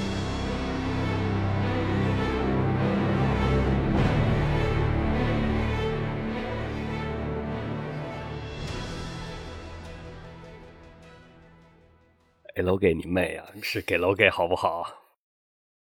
给楼给你妹啊！是给楼给好不好？